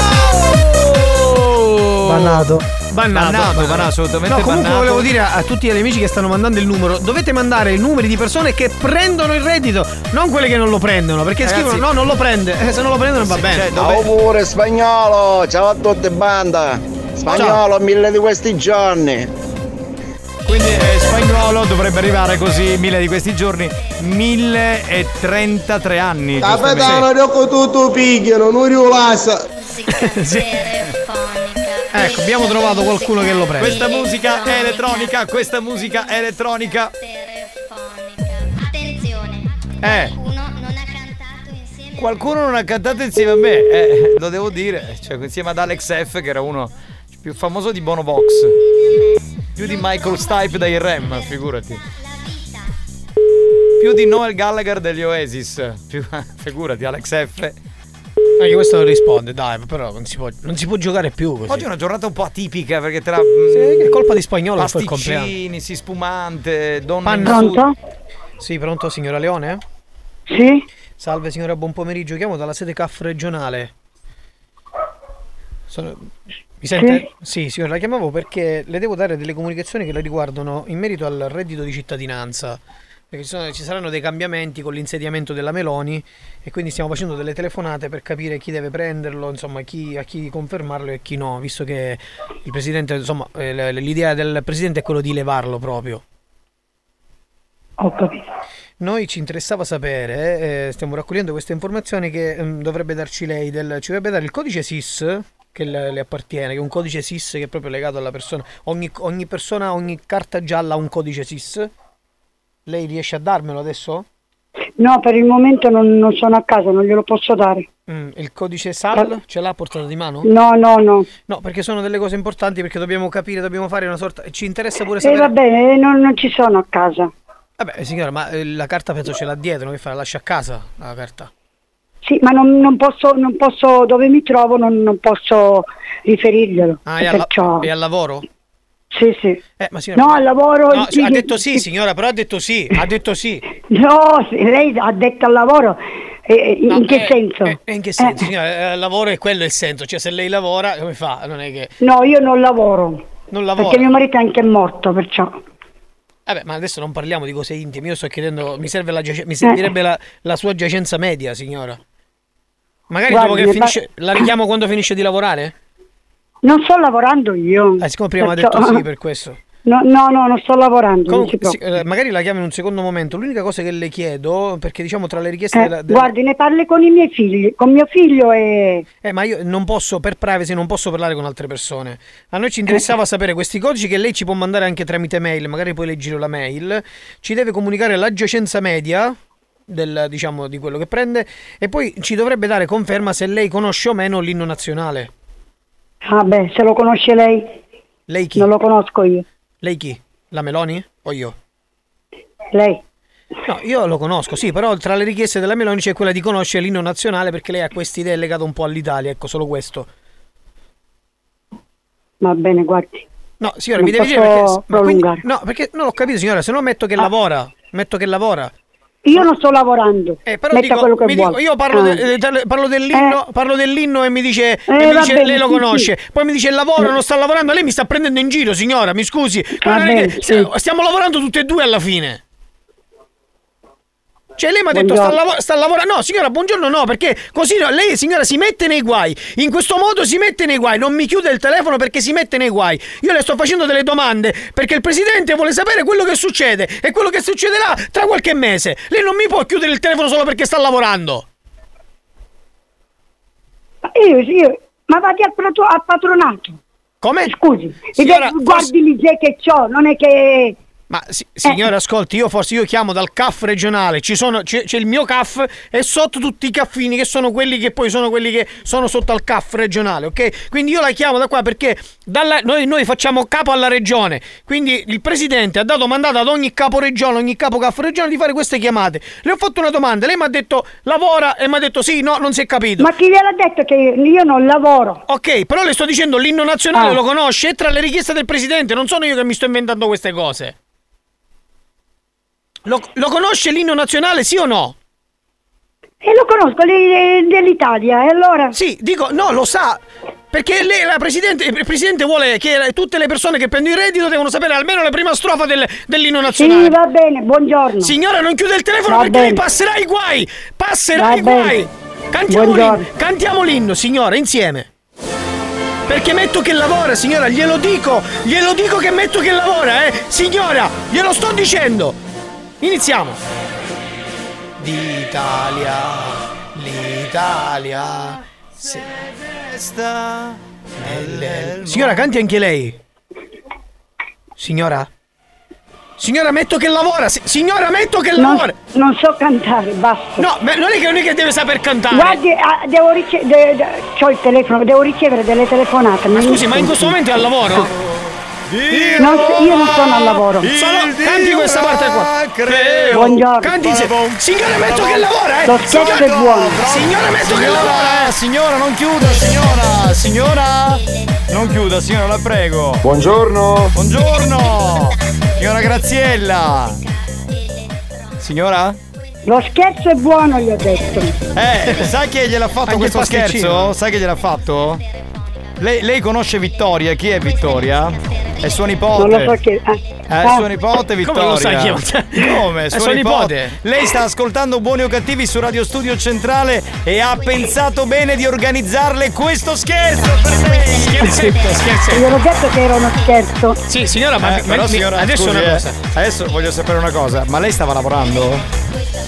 Bannato, No, assolutamente comunque bannato. volevo dire a tutti gli amici che stanno mandando il numero, dovete mandare i numeri di persone che prendono il reddito, non quelle che non lo prendono, perché Ragazzi, scrivono no, non lo prende, se non lo prendono va bene. Auguri Spagnolo! Ciao a tutti banda! Spagnolo, 1000 di questi giorni! Quindi Spagnolo dovrebbe arrivare così 1000 di questi giorni, 1033 anni. Capitano, Rocco tutto picchiano, non riulassa. Ecco, abbiamo trovato qualcuno che lo prende. Questa musica è elettronica, questa musica è elettronica. Attenzione. Qualcuno non ha cantato insieme a me, lo devo dire, cioè insieme ad Alex F, che era uno più famoso di Bono Vox, più di Michael Stipe dai Rem, figurati, più di Noel Gallagher degli Oasis, figurati Alex F. Anche questo non risponde, dai, però non si può giocare più così. Oggi è una giornata un po' atipica perché tra è colpa di Spagnolo che fa il compleanno. pasticcini, si spumante, donne in Pronto? Sì, pronto signora Leone? Sì? Salve signora, buon pomeriggio, chiamo dalla sede CAF regionale. Mi sente? Sì, signora, la chiamavo perché le devo dare delle comunicazioni che la riguardano in merito al reddito di cittadinanza. Perché ci saranno dei cambiamenti con l'insediamento della Meloni e quindi stiamo facendo delle telefonate per capire chi deve prenderlo, insomma a chi confermarlo e chi no, visto che il presidente, insomma, l'idea del presidente è quello di levarlo proprio. Ho capito. Noi ci interessava sapere, stiamo raccogliendo queste informazioni che dovrebbe darci lei, ci dovrebbe dare il codice SIS che le appartiene, che è un codice SIS che è proprio legato alla persona. Ogni persona, ogni carta gialla ha un codice SIS. Lei riesce a darmelo adesso? No, per il momento non sono a casa, non glielo posso dare. Il codice SAL ce l'ha a portata di mano? No. No, perché sono delle cose importanti, perché dobbiamo capire, dobbiamo fare una sorta. Ci interessa pure sapere. Va bene, non ci sono a casa. Vabbè, signora, ma la carta penso ce l'ha dietro, che fa? La lascia a casa la carta? Sì, ma non posso, dove mi trovo non posso riferirglielo. Ah, è al lavoro? Sì. Ma signora, no, al lavoro. No, ha detto sì, signora, però ha detto sì. No, lei ha detto al lavoro. In che senso? In che senso, signora? Il lavoro è quello il senso, cioè se lei lavora, come fa? Non è che. No, io non lavoro. Non lavora. Perché mio marito è anche morto, perciò. Vabbè, ma adesso non parliamo di cose intime, io sto chiedendo, mi servirebbe la sua giacenza media, signora. Magari dopo che finisce, la richiamo quando finisce di lavorare? Non sto lavorando io. Siccome prima ha detto sì, per questo. No, non sto lavorando. Comunque, magari la chiamo in un secondo momento. L'unica cosa che le chiedo, perché diciamo tra le richieste guardi, ne parli con i miei figli, con mio figlio e. Ma io non posso, per privacy, non posso parlare con altre persone. A noi ci interessava sapere questi codici che lei ci può mandare anche tramite mail, magari puoi leggere la mail. Ci deve comunicare la giacenza media diciamo, di quello che prende, e poi ci dovrebbe dare conferma se lei conosce o meno l'inno nazionale. Ah beh, se lo conosce lei. Lei chi? Non lo conosco io. Lei chi? La Meloni o io? Lei. No, io lo conosco, sì, però tra le richieste della Meloni c'è quella di conoscere l'inno nazionale, perché lei ha questa idea legata un po' all'Italia, ecco, solo questo. Va bene, guardi. No, signora, non mi deve dire posso prolungare. no, perché non l'ho capito, signora, se no metto che lavora. Io non sto lavorando. Però metta quello che vuole. io parlo dell'inno e mi dice, bene, lei lo sì, conosce. sì. Poi mi dice lavoro, non sta lavorando, lei mi sta prendendo in giro, signora, mi scusi. Stiamo lavorando tutte e due alla fine. Cioè lei mi ha detto sta lavorando. No, signora, buongiorno, no, perché così lei, signora, si mette nei guai. In questo modo si mette nei guai. Non mi chiude il telefono perché si mette nei guai. Io le sto facendo delle domande perché il presidente vuole sapere quello che succede e quello che succederà tra qualche mese. Lei non mi può chiudere il telefono solo perché sta lavorando. Io ma vatti al patronato. Come? Scusi, signora, guardi l'IGE che c'ho, non è che... Ma signora, ascolti, io chiamo dal CAF regionale, c'è il mio CAF e sotto tutti i caffini che sono quelli che poi sono quelli che sono sotto al CAF regionale, ok? Quindi io la chiamo da qua perché noi facciamo capo alla regione, quindi il presidente ha dato mandato ad ogni capo regione, ogni capo CAF regionale di fare queste chiamate. Le ho fatto una domanda, lei mi ha detto lavora e mi ha detto sì, no, non si è capito. Ma chi gliel'ha detto che io non lavoro? Ok, però le sto dicendo l'inno nazionale lo conosce, è tra le richieste del presidente, non sono io che mi sto inventando queste cose. Lo conosce l'inno nazionale, sì o no? Lo conosco, dell'Italia, e allora? Sì, dico, no, lo sa. Perché lei, il presidente vuole che tutte le persone che prendono il reddito devono sapere almeno la prima strofa dell'inno nazionale. Sì, va bene, buongiorno. Signora, non chiude il telefono va perché bene. lei passerà i guai. Va I guai. Bene. Cantiamo l'inno, signora, insieme. Perché metto che lavora, signora, glielo dico che metto che lavora, signora, glielo sto dicendo. Iniziamo. L'Italia se resta. Signora, canti anche lei. Signora, metto che lavora. Signora, metto che lavora. Non so cantare, basta. No, ma non è che deve saper cantare. Guardi, c'ho il telefono, devo ricevere delle telefonate. Ma scusi, ma in questo momento è al lavoro? Io non sono al lavoro. Canti questa parte qua. Buongiorno. Canti. Signora, metto che lavora, Lo scherzo è buono. Signora, metto che lavora, Signora, non chiuda, signora, non chiuda, signora, la prego. Buongiorno. Signora Graziella. Signora? Lo scherzo è buono, gli ho detto. Sai chi gliel'ha fatto Anche questo il pasticcino. scherzo? Sai chi gliel'ha fatto? Lei conosce Vittoria? Chi è Vittoria? È suo nipote. Non lo so che... suo nipote Vittoria. Come lo sai chi è? Come? Suo nipote. Lei sta ascoltando Buoni o Cattivi su Radio Studio Centrale e ha pensato bene di organizzarle questo scherzo per lei. Scherzetto. Io l'ho detto che era uno scherzo. Sì, signora, ma però signora, adesso scusi, una cosa. Adesso voglio sapere una cosa. Ma lei stava lavorando?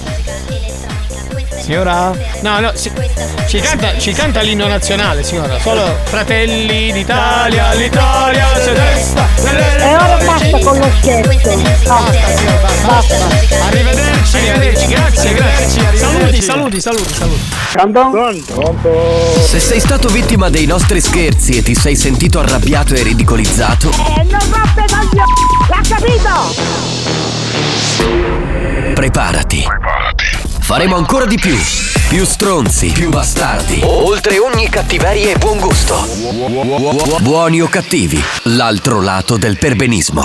Signora? No, ci canta l'inno nazionale, signora. Solo Fratelli d'Italia, l'Italia c'è destra. E ora basta con lo scherzo. Basta. Arrivederci, grazie. Saluti. Pronto? Se sei stato vittima dei nostri scherzi e ti sei sentito arrabbiato e ridicolizzato, Non rompe coglioni! L'ha capito! preparati. Faremo ancora di più. Più stronzi, più bastardi. Oltre ogni cattiveria e buon gusto. Buoni o cattivi, l'altro lato del perbenismo.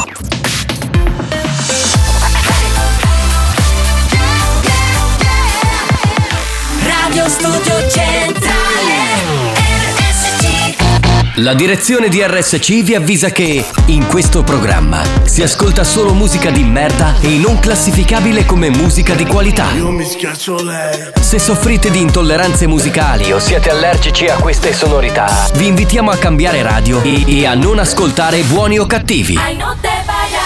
Radio Studio Centrale RSC. La direzione di RSC vi avvisa che in questo programma si ascolta solo musica di merda e non classificabile come musica di qualità. Io mi schiaccio lei. Se soffrite di intolleranze musicali o siete allergici a queste sonorità, vi invitiamo a cambiare radio e a non ascoltare Buoni o Cattivi. Ay, no te vayas.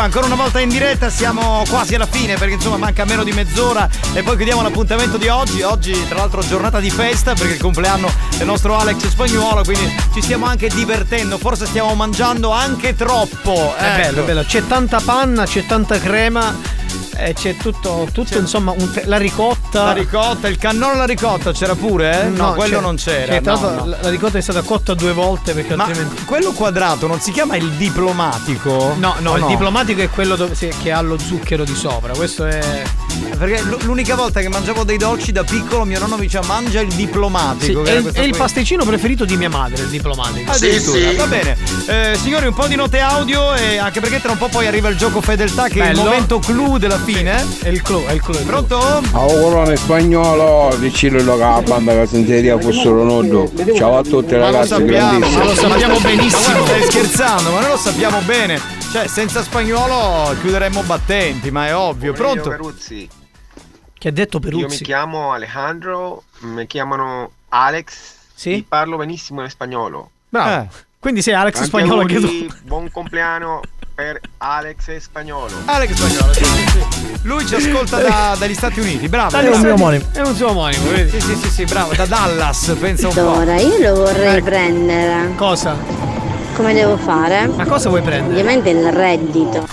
ancora una volta in diretta, siamo quasi alla fine perché insomma manca meno di mezz'ora e poi chiudiamo l'appuntamento di oggi. Oggi tra l'altro giornata di festa perché è il compleanno del nostro Alex Spagnuolo, quindi ci stiamo anche divertendo, forse stiamo mangiando anche troppo. È bello, è bello, c'è tanta panna, c'è tanta crema. C'è tutto insomma, la ricotta. Il cannolo alla ricotta c'era pure, eh? No, quello non c'era. La ricotta è stata cotta 2 volte perché altrimenti. Quello quadrato non si chiama il diplomatico? No, il diplomatico è quello che ha lo zucchero di sopra. Questo è. Perché l'unica volta che mangiavo dei dolci da piccolo mio nonno mi diceva mangia il diplomatico. Sì, è il pasticcino preferito di mia madre, il diplomatico. Sì. Va bene. Signori, un po' di note audio e anche perché tra un po' poi arriva il gioco fedeltà che è il momento clou della fine. È il clou. Pronto? Augurone Spagnolo, dicilo che la banda Casenteria fossero nodo. Ciao a tutti ragazzi, grandissimi. Ma lo sappiamo benissimo. Stai scherzando, ma noi lo sappiamo bene. Cioè, senza Spagnuolo chiuderemmo battenti, ma è ovvio. Pronto? Peruzzi. Che ha detto Peruzzi? Io mi chiamo Alejandro, mi chiamano Alex. Sì? Parlo benissimo in spagnolo. Bravo. Quindi sei Alex Tanti Spagnolo auguri, anche tu. Buon compleanno per Alex Spagnolo. Alex Spagnolo, sì. Lui ci ascolta dagli Stati Uniti, bravo. È un suo omonimo, vedi? Sì, bravo, da Dallas, pensa un po'. Allora, io lo vorrei prendere. Cosa? Come devo fare? Ma cosa vuoi prendere? Ovviamente il reddito.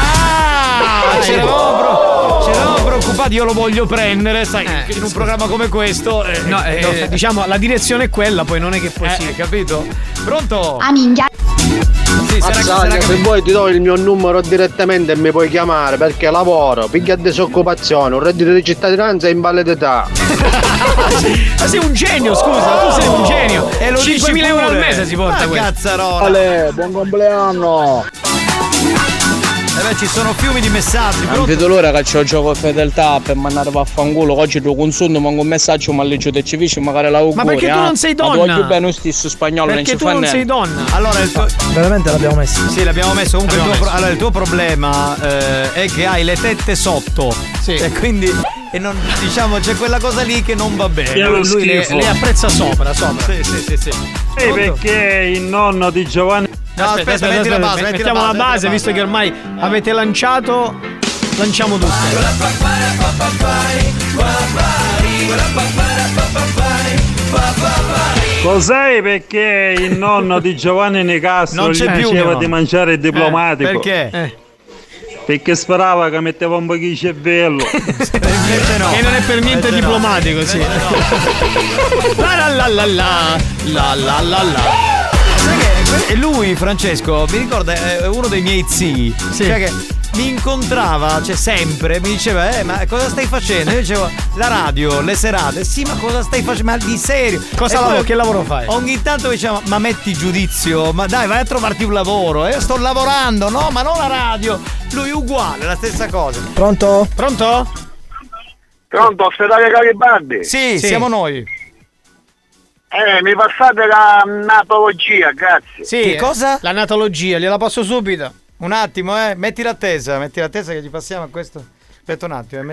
Ce l'ho preoccupati, io lo voglio prendere, sai, in un programma come questo. Diciamo, la direzione è quella, poi non è che poi hai capito? Pronto? Ah, minchia. Sì, se vuoi ti do il mio numero direttamente e mi puoi chiamare perché lavoro, piglia disoccupazione, un reddito di cittadinanza e invalidità. Ma sei un genio, scusa, tu sei un genio. E lo 5.000 euro al mese si porta questo. Cazzarola. Ale, buon compleanno. Ci sono fiumi di messaggi. Non vedo l'ora che c'ho il gioco fedeltà per mandare vaffanculo. Oggi lo consumo, manco un messaggio, ma leggo te ci dici magari l'auguri. Ma perché tu non sei donna? Ma tu voglio bene lo stesso spagnolo, perché non ci tu fa non niente. sei donna. Allora veramente l'abbiamo messo. Sì, l'abbiamo messo. Comunque allora il tuo problema è che hai le tette sotto. Sì. E quindi non, diciamo c'è quella cosa lì che non va bene. Lui le apprezza sopra. Sì. Perché il nonno di Giovanni. No, aspetta, metti la base, mettiamo la base, visto che ormai avete lanciamo tutto. Cos'è perché il nonno di Giovanni Nicastro non gli c'è più, diceva no. di mangiare il diplomatico? Perché? Perché sperava che metteva un po' di cervello. Invece no. Che non è per niente diplomatico, sì. Sai che lui, Francesco, mi ricorda, è uno dei miei zii. Sì. Cioè che mi incontrava, sempre, mi diceva, ma cosa stai facendo? Io dicevo, la radio, le serate. Sì, ma cosa stai facendo? Ma di serio? Che lavoro fai? Ogni tanto mi diceva, ma metti giudizio, ma dai, vai a trovarti un lavoro. Io sto lavorando, no, ma non la radio. Lui uguale, la stessa cosa. Pronto? Pronto? Pronto, ospedale Garibaldi? Sì, siamo noi. Mi passate la natologia, grazie. Sì, che cosa? La natologia, gliela passo subito. Un attimo, metti l'attesa che gli passiamo a questo. Aspetta un attimo,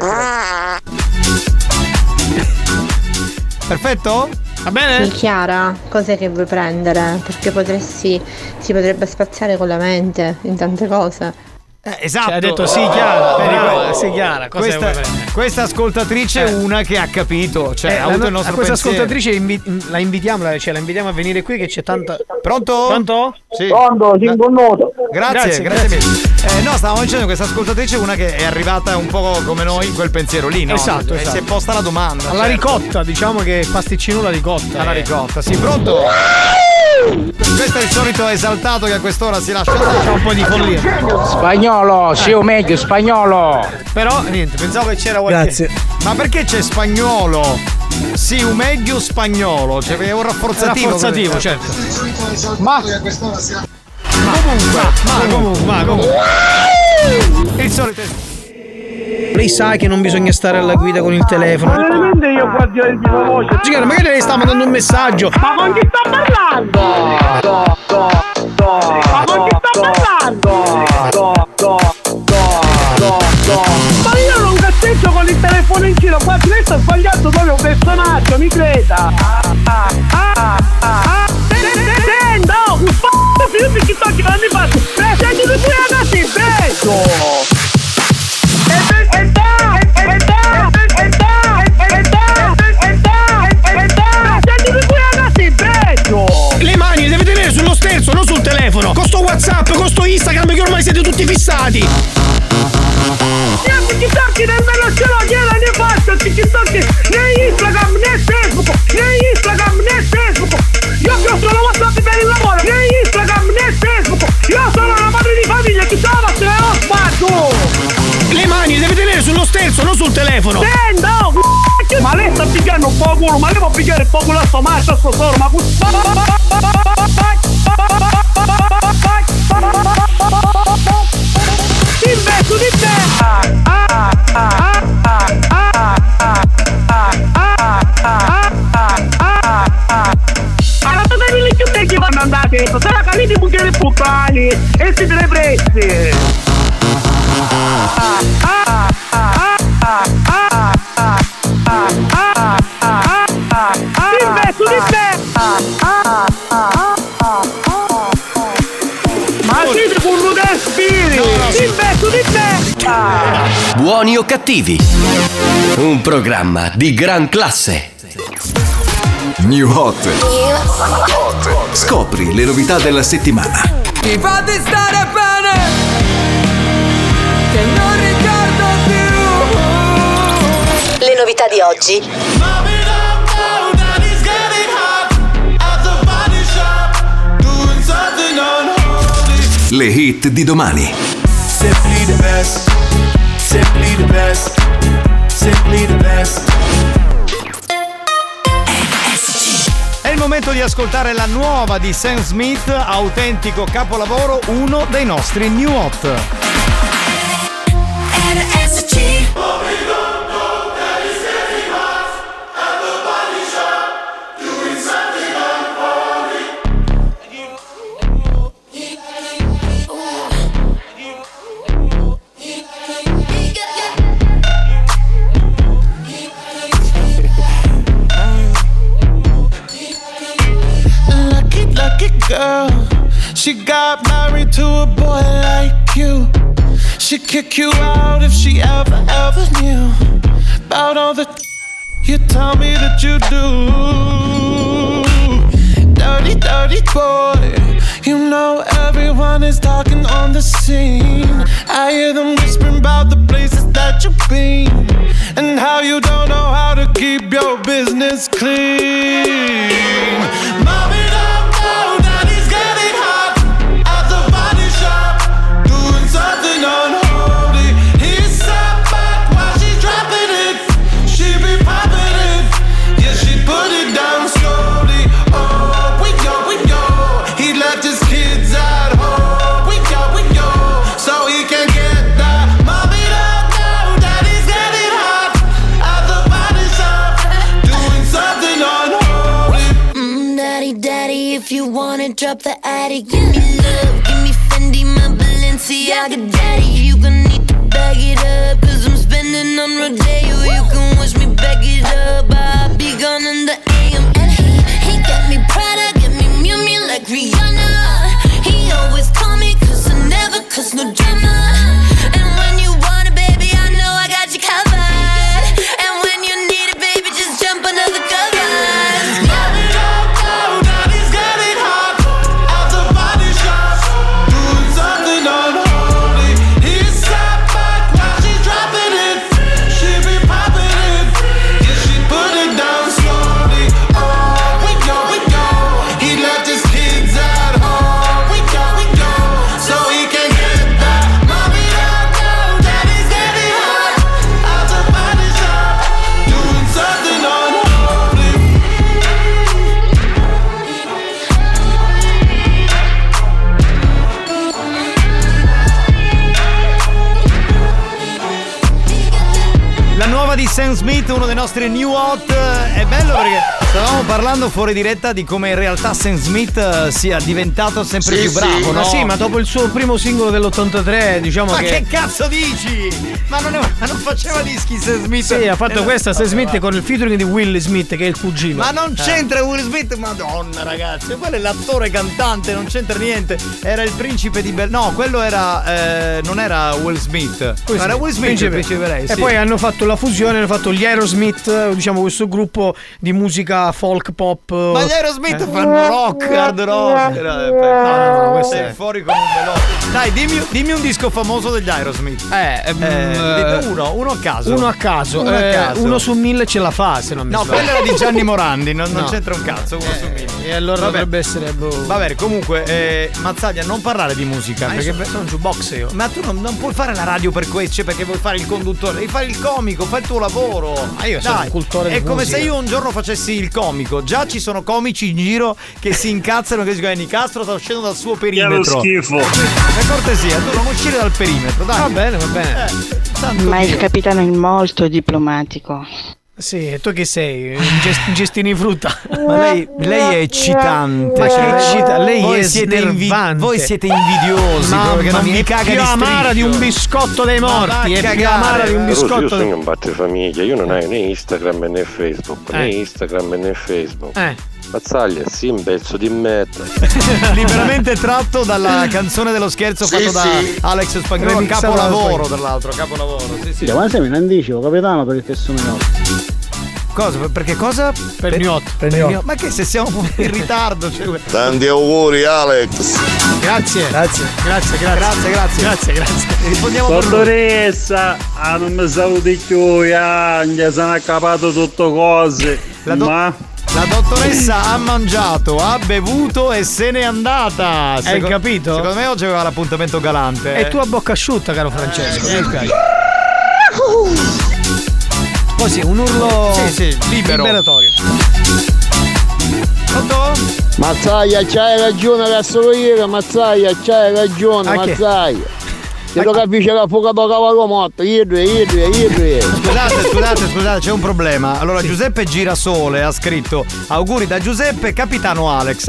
Perfetto? Va bene? Sì, Chiara, cos'è che vuoi prendere? Perché si potrebbe spaziare con la mente in tante cose. Esatto. Ha detto sì, Chiara. Sì, Chiara. Questa ascoltatrice è una che ha capito, cioè ha avuto il nostro questa pensiero. ascoltatrice la invitiamo a venire qui che c'è tanta. Pronto? Pronto? Sì. Pronto, 5 minuti. Grazie mille. No, stavamo dicendo questa ascoltatrice è una che è arrivata un po' come noi in quel pensiero lì, no? Esatto. Si è posta la domanda. Alla ricotta, diciamo che pasticcino la ricotta. Alla ricotta, sì, pronto? Questo è il solito esaltato che a quest'ora si lascia C'è un po' di follia. Spagnolo, sì o meglio, spagnolo. Però niente, pensavo che c'era qualche. Grazie. Ma perché c'è spagnolo? Sì, un meglio spagnolo, cioè è un rafforzativo. Certo. Ma comunque. Il solito. Lei sa che non bisogna stare alla guida con il telefono. Ma veramente io qua di voce. Signora, magari lei sta mandando un messaggio. Ma con chi sta parlando? Ma con chi sta parlando? Ma io non cazzeggio con il telefono in giro, qua lei sta sbagliando proprio un personaggio, mi creda. Senta, un f***o figlio di TikTok che non mi faccio. Senti tu ragazzi, peso. poco sto macio sto solo, ma investo di te. Allora dove li più che vanno andate? Sarà caliti bucchiere puttani e si deve prezzi. Investo di te. Ma siete burro da spiriti. Investo di te. Buoni o cattivi? Un programma di gran classe. New Hot. Scopri le novità della settimana. Mi fa di stare bene, che non ricordo più. Le novità di oggi. Le hit di domani. Simply the best, simply the best, simply the best. È il momento di ascoltare la nuova di Sam Smith, autentico capolavoro, uno dei nostri New Hot. Girl, she got married to a boy like you. She'd kick you out if she ever knew about all the you tell me that you do. Dirty, dirty boy, you know everyone is talking on the scene. I hear them whispering about the places that you've been and how you don't know how to keep your business clean. Mommy, drop the attic, give me love, give me Fendi, my Balenciaga daddy. You gon' need to bag it up, cause I'm spending on Rodeo. You can wish me back it up, I'll be gone in the AM. And he got me Prada, get me Miu Miu like Rihanna. He always call me cause I never cause no drama. And when you want it, baby, I know I got you covered. And when you need it, baby, just jump under the covers. Di Sam Smith, uno dei nostri New Hot. È bello perché stavamo parlando fuori diretta di come in realtà Sam Smith sia diventato sempre più bravo, no? Ma sì, ma dopo il suo primo singolo dell'83, diciamo ma che cazzo dici? Ma non faceva dischi Sam Smith? Sì, ha fatto questa Sam Smith con il featuring di Will Smith, che è il cugino. Ma non c'entra Will Smith, madonna ragazzi, quello è l'attore cantante, non c'entra niente. Era il principe di no, quello era non era Will Smith. Era Will Smith, il principe Re, e poi hanno fatto la fusione, hanno fatto gli Aerosmith, diciamo questo gruppo di musica folk pop. Ma gli Aerosmith fanno rock, hard rock. No, questo è fuori come un veloce. Dai, dimmi un disco famoso degli Aerosmith. Uno a caso. Uno a caso. Uno su 1000 ce la fa, se non mi sbaglio. No, quello era di Gianni Morandi, non c'entra un cazzo. Uno su 1000. E allora dovrebbe essere. Vabbè, comunque, Mazzaglia, non parlare di musica. Perché sono un jukebox io. Ma tu non puoi fare la radio per questo, perché vuoi fare il conduttore, devi fare il comico, fai il tuo lavoro. Ma io sono un cultore di musica. È come musica. se io un giorno facessi il comico. Già ci sono comici in giro che si incazzano, che dicono Nicastro sta uscendo dal suo perimetro. Che schifo. Per cortesia, tu non uscire dal perimetro, dai. Va bene, va bene. Ma il capitano è molto diplomatico. Sì, e tu che sei? Un gestino di frutta. Ma lei è eccitante. Ma che eccita? Lei voi è siete snervante. voi siete invidiosi. Mamma che non mia, vi è caga più di amara striscio. di un biscotto dei morti. È più amara di un Però biscotto. io sono un battifamiglia, io non ho né Instagram né Facebook, né Instagram né Facebook. Mazzaglia, sì, un pezzo di merda. Liberamente tratto dalla canzone dello scherzo fatto da Alex Spagnolo, capolavoro tra l'altro, capolavoro. Sì. Ma sei in anticipo, capitano, per il testimone. Cosa? Perché cosa? Per gnotto. Ma che se siamo in ritardo? Cioè... Tanti auguri Alex. Grazie. Rispondiamo per lui. Dottoressa, non mi saluti più, gli sono accapato tutto cose. La dottoressa ha mangiato, ha bevuto e se n'è andata. Hai capito? Secondo me oggi aveva l'appuntamento galante. E tu a bocca asciutta, caro Francesco. Così, un urlo libero. liberatorio. Pronto? Mazzaia, c'hai ragione, adesso io, Mazzaia, c'hai ragione, Mazzaia. Se lo capisce la fuoca da cavallo morto, Scusate, c'è un problema. Allora Giuseppe Girasole ha scritto: auguri da Giuseppe, capitano Alex.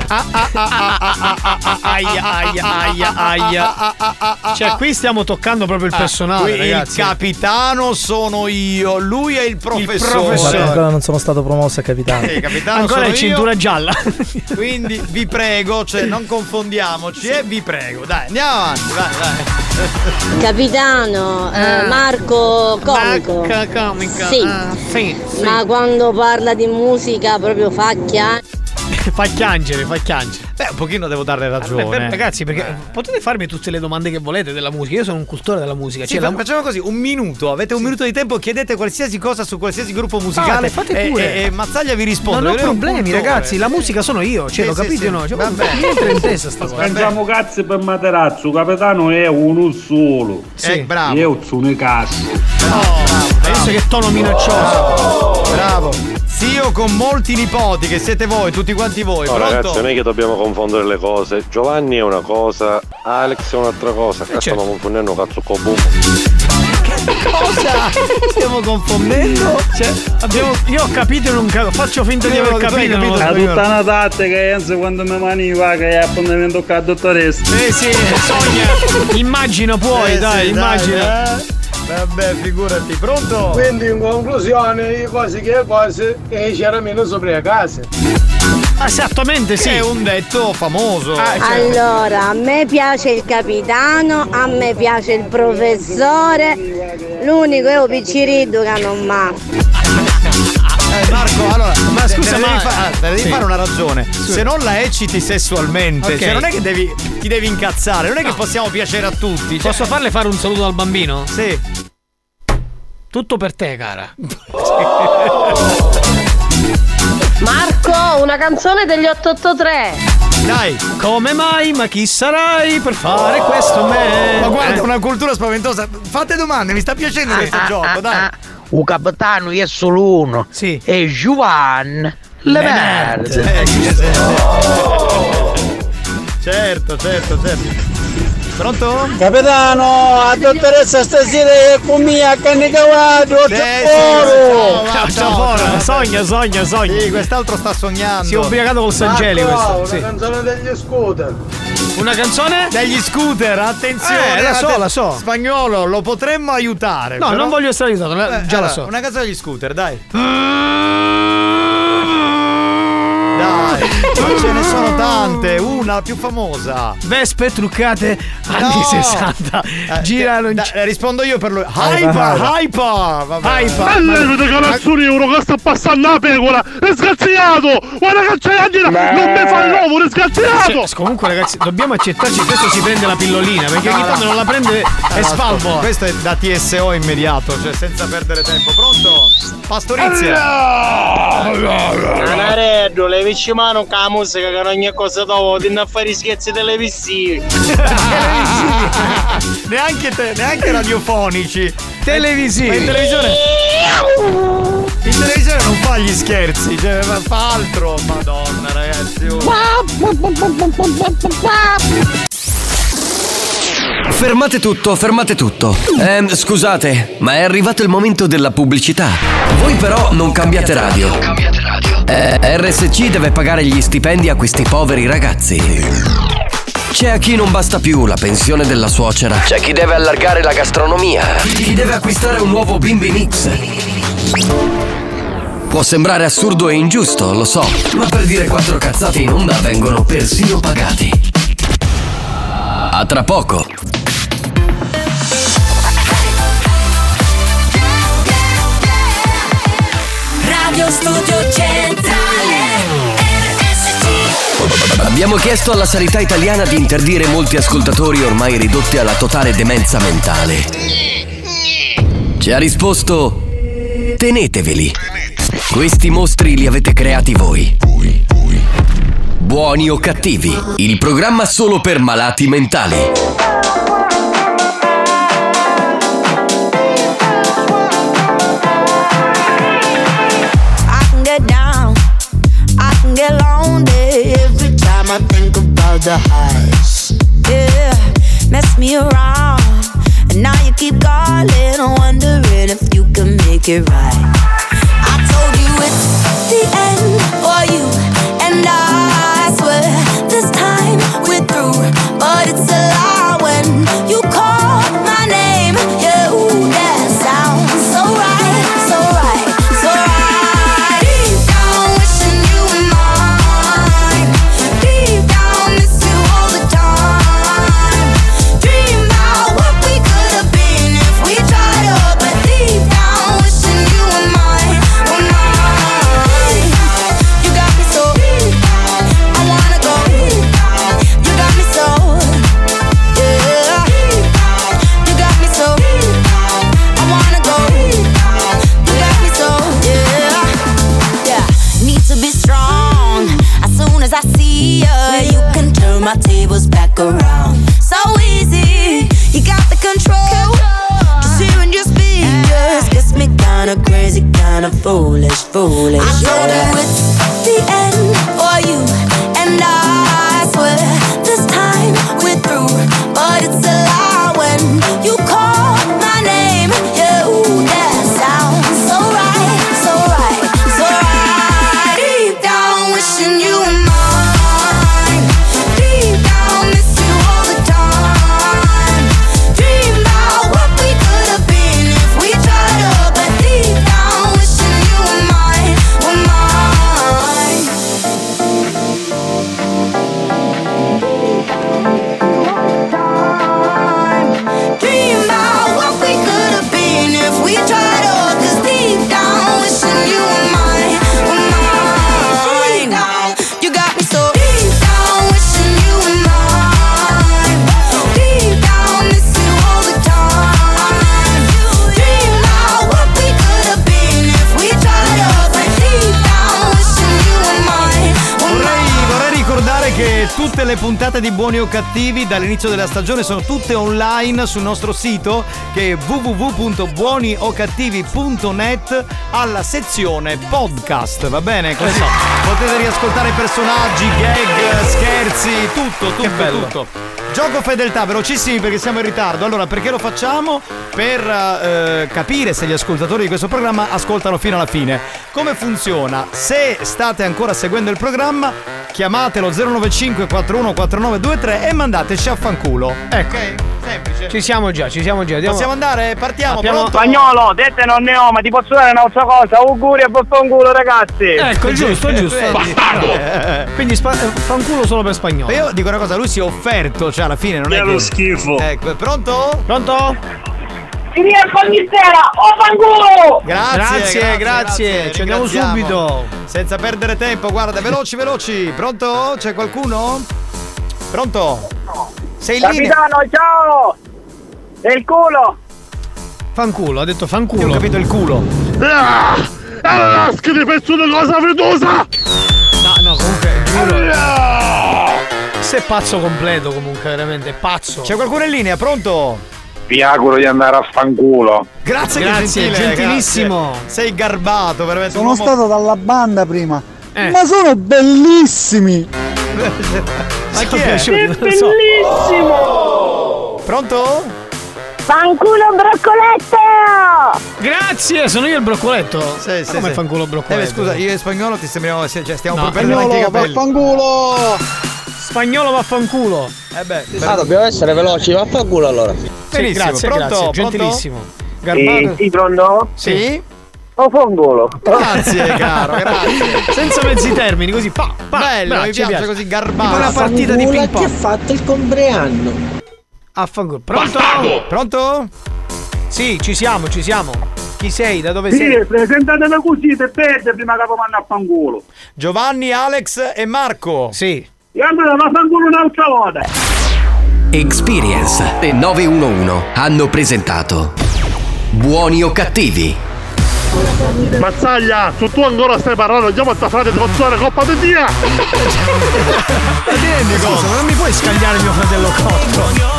Aia. Cioè, qui stiamo toccando proprio il personale, qui ragazzi. Il capitano sono io, lui è il professore. Ancora non sono stato promosso a capitano. Capitano ancora sono è cintura io. gialla. Quindi vi prego, cioè non confondiamoci e vi prego. Dai, andiamo avanti, vai. Capitano, Marco comico. Sì. Ma quando parla di musica proprio fa piangere. Beh, un pochino devo darle ragione. Ragazzi, perché potete farmi tutte le domande che volete della musica. Io sono un cultore della musica. Sì, facciamo così, un minuto. Avete un minuto di tempo, chiedete qualsiasi cosa su qualsiasi gruppo musicale. Fate pure. E Mazzaglia vi risponde. Non ho problemi, ragazzi. La musica sono io. Cioè, lo capite o no? Cioè, mi entra in testa sta cosa. Mangiamo cazzi per Materazzo, capitano è uno solo. Sì, bravo. Io sono i cazzi. Adesso che tono minaccioso. Bravo. Zio con molti nipoti, che siete voi, tutti quanti voi. No, Pronto? ragazzi, non è che dobbiamo confondere le cose. Giovanni è una cosa, Alex è un'altra cosa. Stiamo confondendo cazzo con buco. Cosa? Stiamo confondendo? Cioè, io ho capito e non faccio finta di aver capito. La tutta una data che Enzo quando mi mani va che è appuntamento con la dottoressa. Sì, sogna. Immagina puoi, dai, immagina. Vabbè, figurati, pronto? Quindi in conclusione, cose e c'era meno sopra a casa. Esattamente, sì. È un detto famoso. Allora, a me piace il capitano, a me piace il professore, l'unico è un picciriddu che non m'ha. Marco, allora, ma scusa, devi fare una ragione. Se non la ecciti sessualmente, cioè non è che ti devi incazzare, non è che possiamo piacere a tutti. Cioè... Posso farle fare un saluto al bambino? Sì. Tutto per te, cara. Marco, una canzone degli 883. Dai. Come mai? Ma chi sarai per fare questo me? Ma guarda, una cultura spaventosa. Fate domande, mi sta piacendo questo gioco, dai. Un capitano è solo uno. Sì. E Giovanni le merde. Certo. Pronto? Capitano, la dottoressa stasera è con me a Canicavato. Ciao, sogna. Sì, quest'altro sta sognando. Si è ubriacato col Sangeli questo. Una canzone degli scooter. Una canzone? Degli scooter, attenzione. La so. Spagnolo, lo potremmo aiutare. No, però... non voglio essere aiutato, già la so. Una canzone degli scooter, dai. Dai, ma ce ne sono tante, una la più famosa. Vespe truccate anni 60. Girano rispondo io per lui. Hyper. Vedete calazzoni uno che sta passando la pecora. È scazziato. Guarda che c'è Angela. Non mi fa l'uovo, è scazziato. Comunque ragazzi, dobbiamo accettarci. Questo si prende la pillolina, perché ogni tanto non la prende e spalvola. Questo è da TSO immediato, cioè senza perdere tempo. Pronto? Pastorizia. Canareddo, le vicimano con la musica che ogni cosa dopo ti a fare scherzi televisivi. neanche radiofonici. Televisivi. Ma in televisione televisione non fa gli scherzi, cioè fa altro. Madonna, ragazzi. Fermate tutto, fermate tutto. Scusate, ma è arrivato il momento della pubblicità. Voi però non cambiate radio. RSC deve pagare gli stipendi a questi poveri ragazzi. C'è a chi non basta più la pensione della suocera. C'è chi deve allargare la gastronomia. Chi deve acquistare un nuovo Bimbi Mix. Può sembrare assurdo e ingiusto, lo so, ma per dire 4 cazzate in onda vengono persino pagati. A tra poco. Radio Studio Centrale RSC. Abbiamo chiesto alla sanità italiana di interdire molti ascoltatori ormai ridotti alla totale demenza mentale. Ci ha risposto: teneteveli. Questi mostri li avete creati voi. Buoni o cattivi, il programma solo per malati mentali. Get lonely every time I think about the highs. Yeah, mess me around, and now you keep calling, wondering if you can make it right. I told you it's the end for you, and I swear this time we're through. But it's a lie when you call my name. Yeah, ooh, that sounds so right, so right, so right. Deep down, wishing you were mine. Deep down, miss you all the time. Dream about what we could have been if we tried up. But deep down, wishing you were mine, were mine. You got me so I wanna go. You got me so, yeah. You got me so I wanna go. You got me so, yeah. Yeah, need to be strong. As soon as I see you, you can turn my tables back around. So easy, you got the control. Just hearing your speech just gets me kinda crazy, kinda foolish, foolish. I told you it's the end for you, and I swear this time we're through. But it's a lie when you call my name. Yeah, ooh, that sounds so right, so right, so right. Deep down, wishing you were mine. Deep down, miss you all the time. Dream about what we could have been if we tried up. But deep down, wishing you were mine, were mine. Dream about what we could have been if we tried up. 'Cause deep down, wishing you were mine, were mine. You got me so deep down, wishing you were mine. Deep down, miss you all the time. Dream about what we could have been if we tried up. But deep down, wishing you were mine, were mine. Vorrei ricordare che tutte le puntate di Buoni o Cattivi dall'inizio della stagione sono tutte online sul nostro sito, che è www.buoniocattivi.net, alla sezione podcast, va bene? Così potete riascoltare personaggi, gag, scherzi, tutto. Gioco fedeltà, velocissimi perché siamo in ritardo. Allora, perché lo facciamo? Per capire se gli ascoltatori di questo programma ascoltano fino alla fine. Come funziona? Se state ancora seguendo il programma, chiamatelo 095 414923 e mandateci a fanculo. Ecco. Ok? Semplice. Ci siamo già. Possiamo andare? Partiamo. Pronto? Spagnolo, dette non ne ho, ma ti posso dare un'altra cosa. Auguri a vaffanculo, ragazzi. Ecco, giusto. Quindi fanculo solo per Spagnolo. Io dico una cosa, lui si è offerto, cioè alla fine non è che... schifo. Ecco, pronto? Si riesco ogni sera, fanculo! Grazie. Ci andiamo subito. Senza perdere tempo, guarda, veloci. Pronto? C'è qualcuno? Pronto? Sei in linea? Capitano, ciao! E il culo! Fanculo, ha detto fanculo. Io ho capito il culo. Che ti penso una cosa vedosa! No, comunque, giuro. Sei pazzo completo, comunque, veramente, pazzo. C'è qualcuno in linea, pronto? Vi auguro di andare a fanculo. Grazie, Grazie, gentile, gentilissimo. grazie. Sei garbato, veramente. Sono un uomo- stato dalla banda prima, ma sono bellissimi. Ma chi è? bellissimo! Pronto? Fanculo broccoletto! Grazie, sono io il broccoletto. Sì, Come fanculo broccoletto? Scusa, io e Spagnolo ti sembriamo, cioè stiamo No, per perdere anche i capelli. Vaffanculo! Spagnolo vaffanculo. Dobbiamo essere veloci, vaffanculo allora. Benissimo, grazie, pronto? grazie, Pronto? gentilissimo. Garbato. Sì, pronto? Sì? O fangolo. Grazie, caro, grazie. Senza mezzi termini, così Bello, mi ci piace così garbato. Tipo una partita di ping pong. Che ha fatto il compleanno? Affanculo. Pronto? Pronto? Sì, ci siamo. Chi sei? Da dove Sì, sei? presentatela così, te perde prima che vanno a fanculo. Giovanni, Alex e Marco. Sì. E allora va a fanculo un'altra volta. Experience e 911 hanno presentato Buoni o cattivi? Mazzaglia, se tu ancora stai parlando, andiamo a sta frate di cozzone Coppa di Dio! Scusa, ma non mi puoi scagliare mio fratello cotto?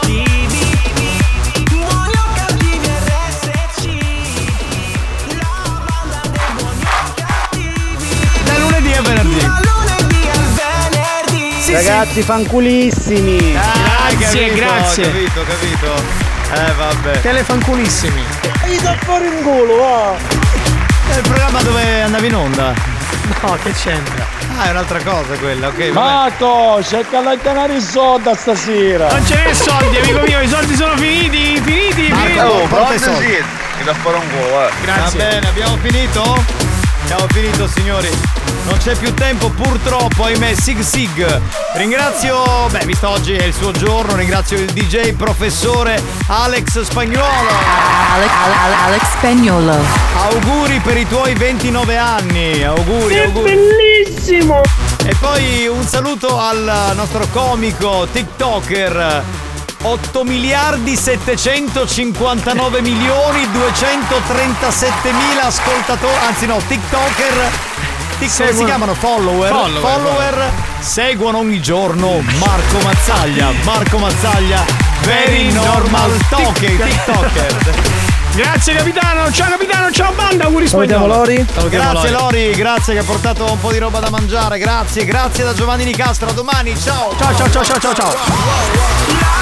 Da lunedì a venerdì. Ragazzi, fanculissimi. Grazie, grazie. Capito. Vabbè. Telefanculissimi. Gli da fuori in culo, va! È il programma dove andavi in onda? No, che c'entra? Ah, è un'altra cosa quella, ok. Vabbè. Marco, cerca di tenere i soldi stasera. Non ce n'è soldi, amico mio, i soldi sono finiti. Marco, pronto i soldi? Mi da fare un culo, Grazie. Va bene, abbiamo finito? Abbiamo finito, signori. Non c'è più tempo, purtroppo, ahimè, Sig. Ringrazio, visto oggi è il suo giorno, ringrazio il DJ professore Alex Spagnuolo. Alex Spagnuolo. Auguri per i tuoi 29 anni. Auguri. Bellissimo! E poi un saluto al nostro comico TikToker. 8 miliardi 759 milioni 237 mila ascoltatori, anzi no, TikToker. Come si chiamano? Follower seguono ogni giorno Marco Mazzaglia, very normal TikToker. Grazie capitano, ciao banda, auguri Salutiamo Spagnolo. Lori. Grazie Lori, grazie che ha portato un po' di roba da mangiare, grazie da Giovanni Nicastro, a domani, ciao. Ciao.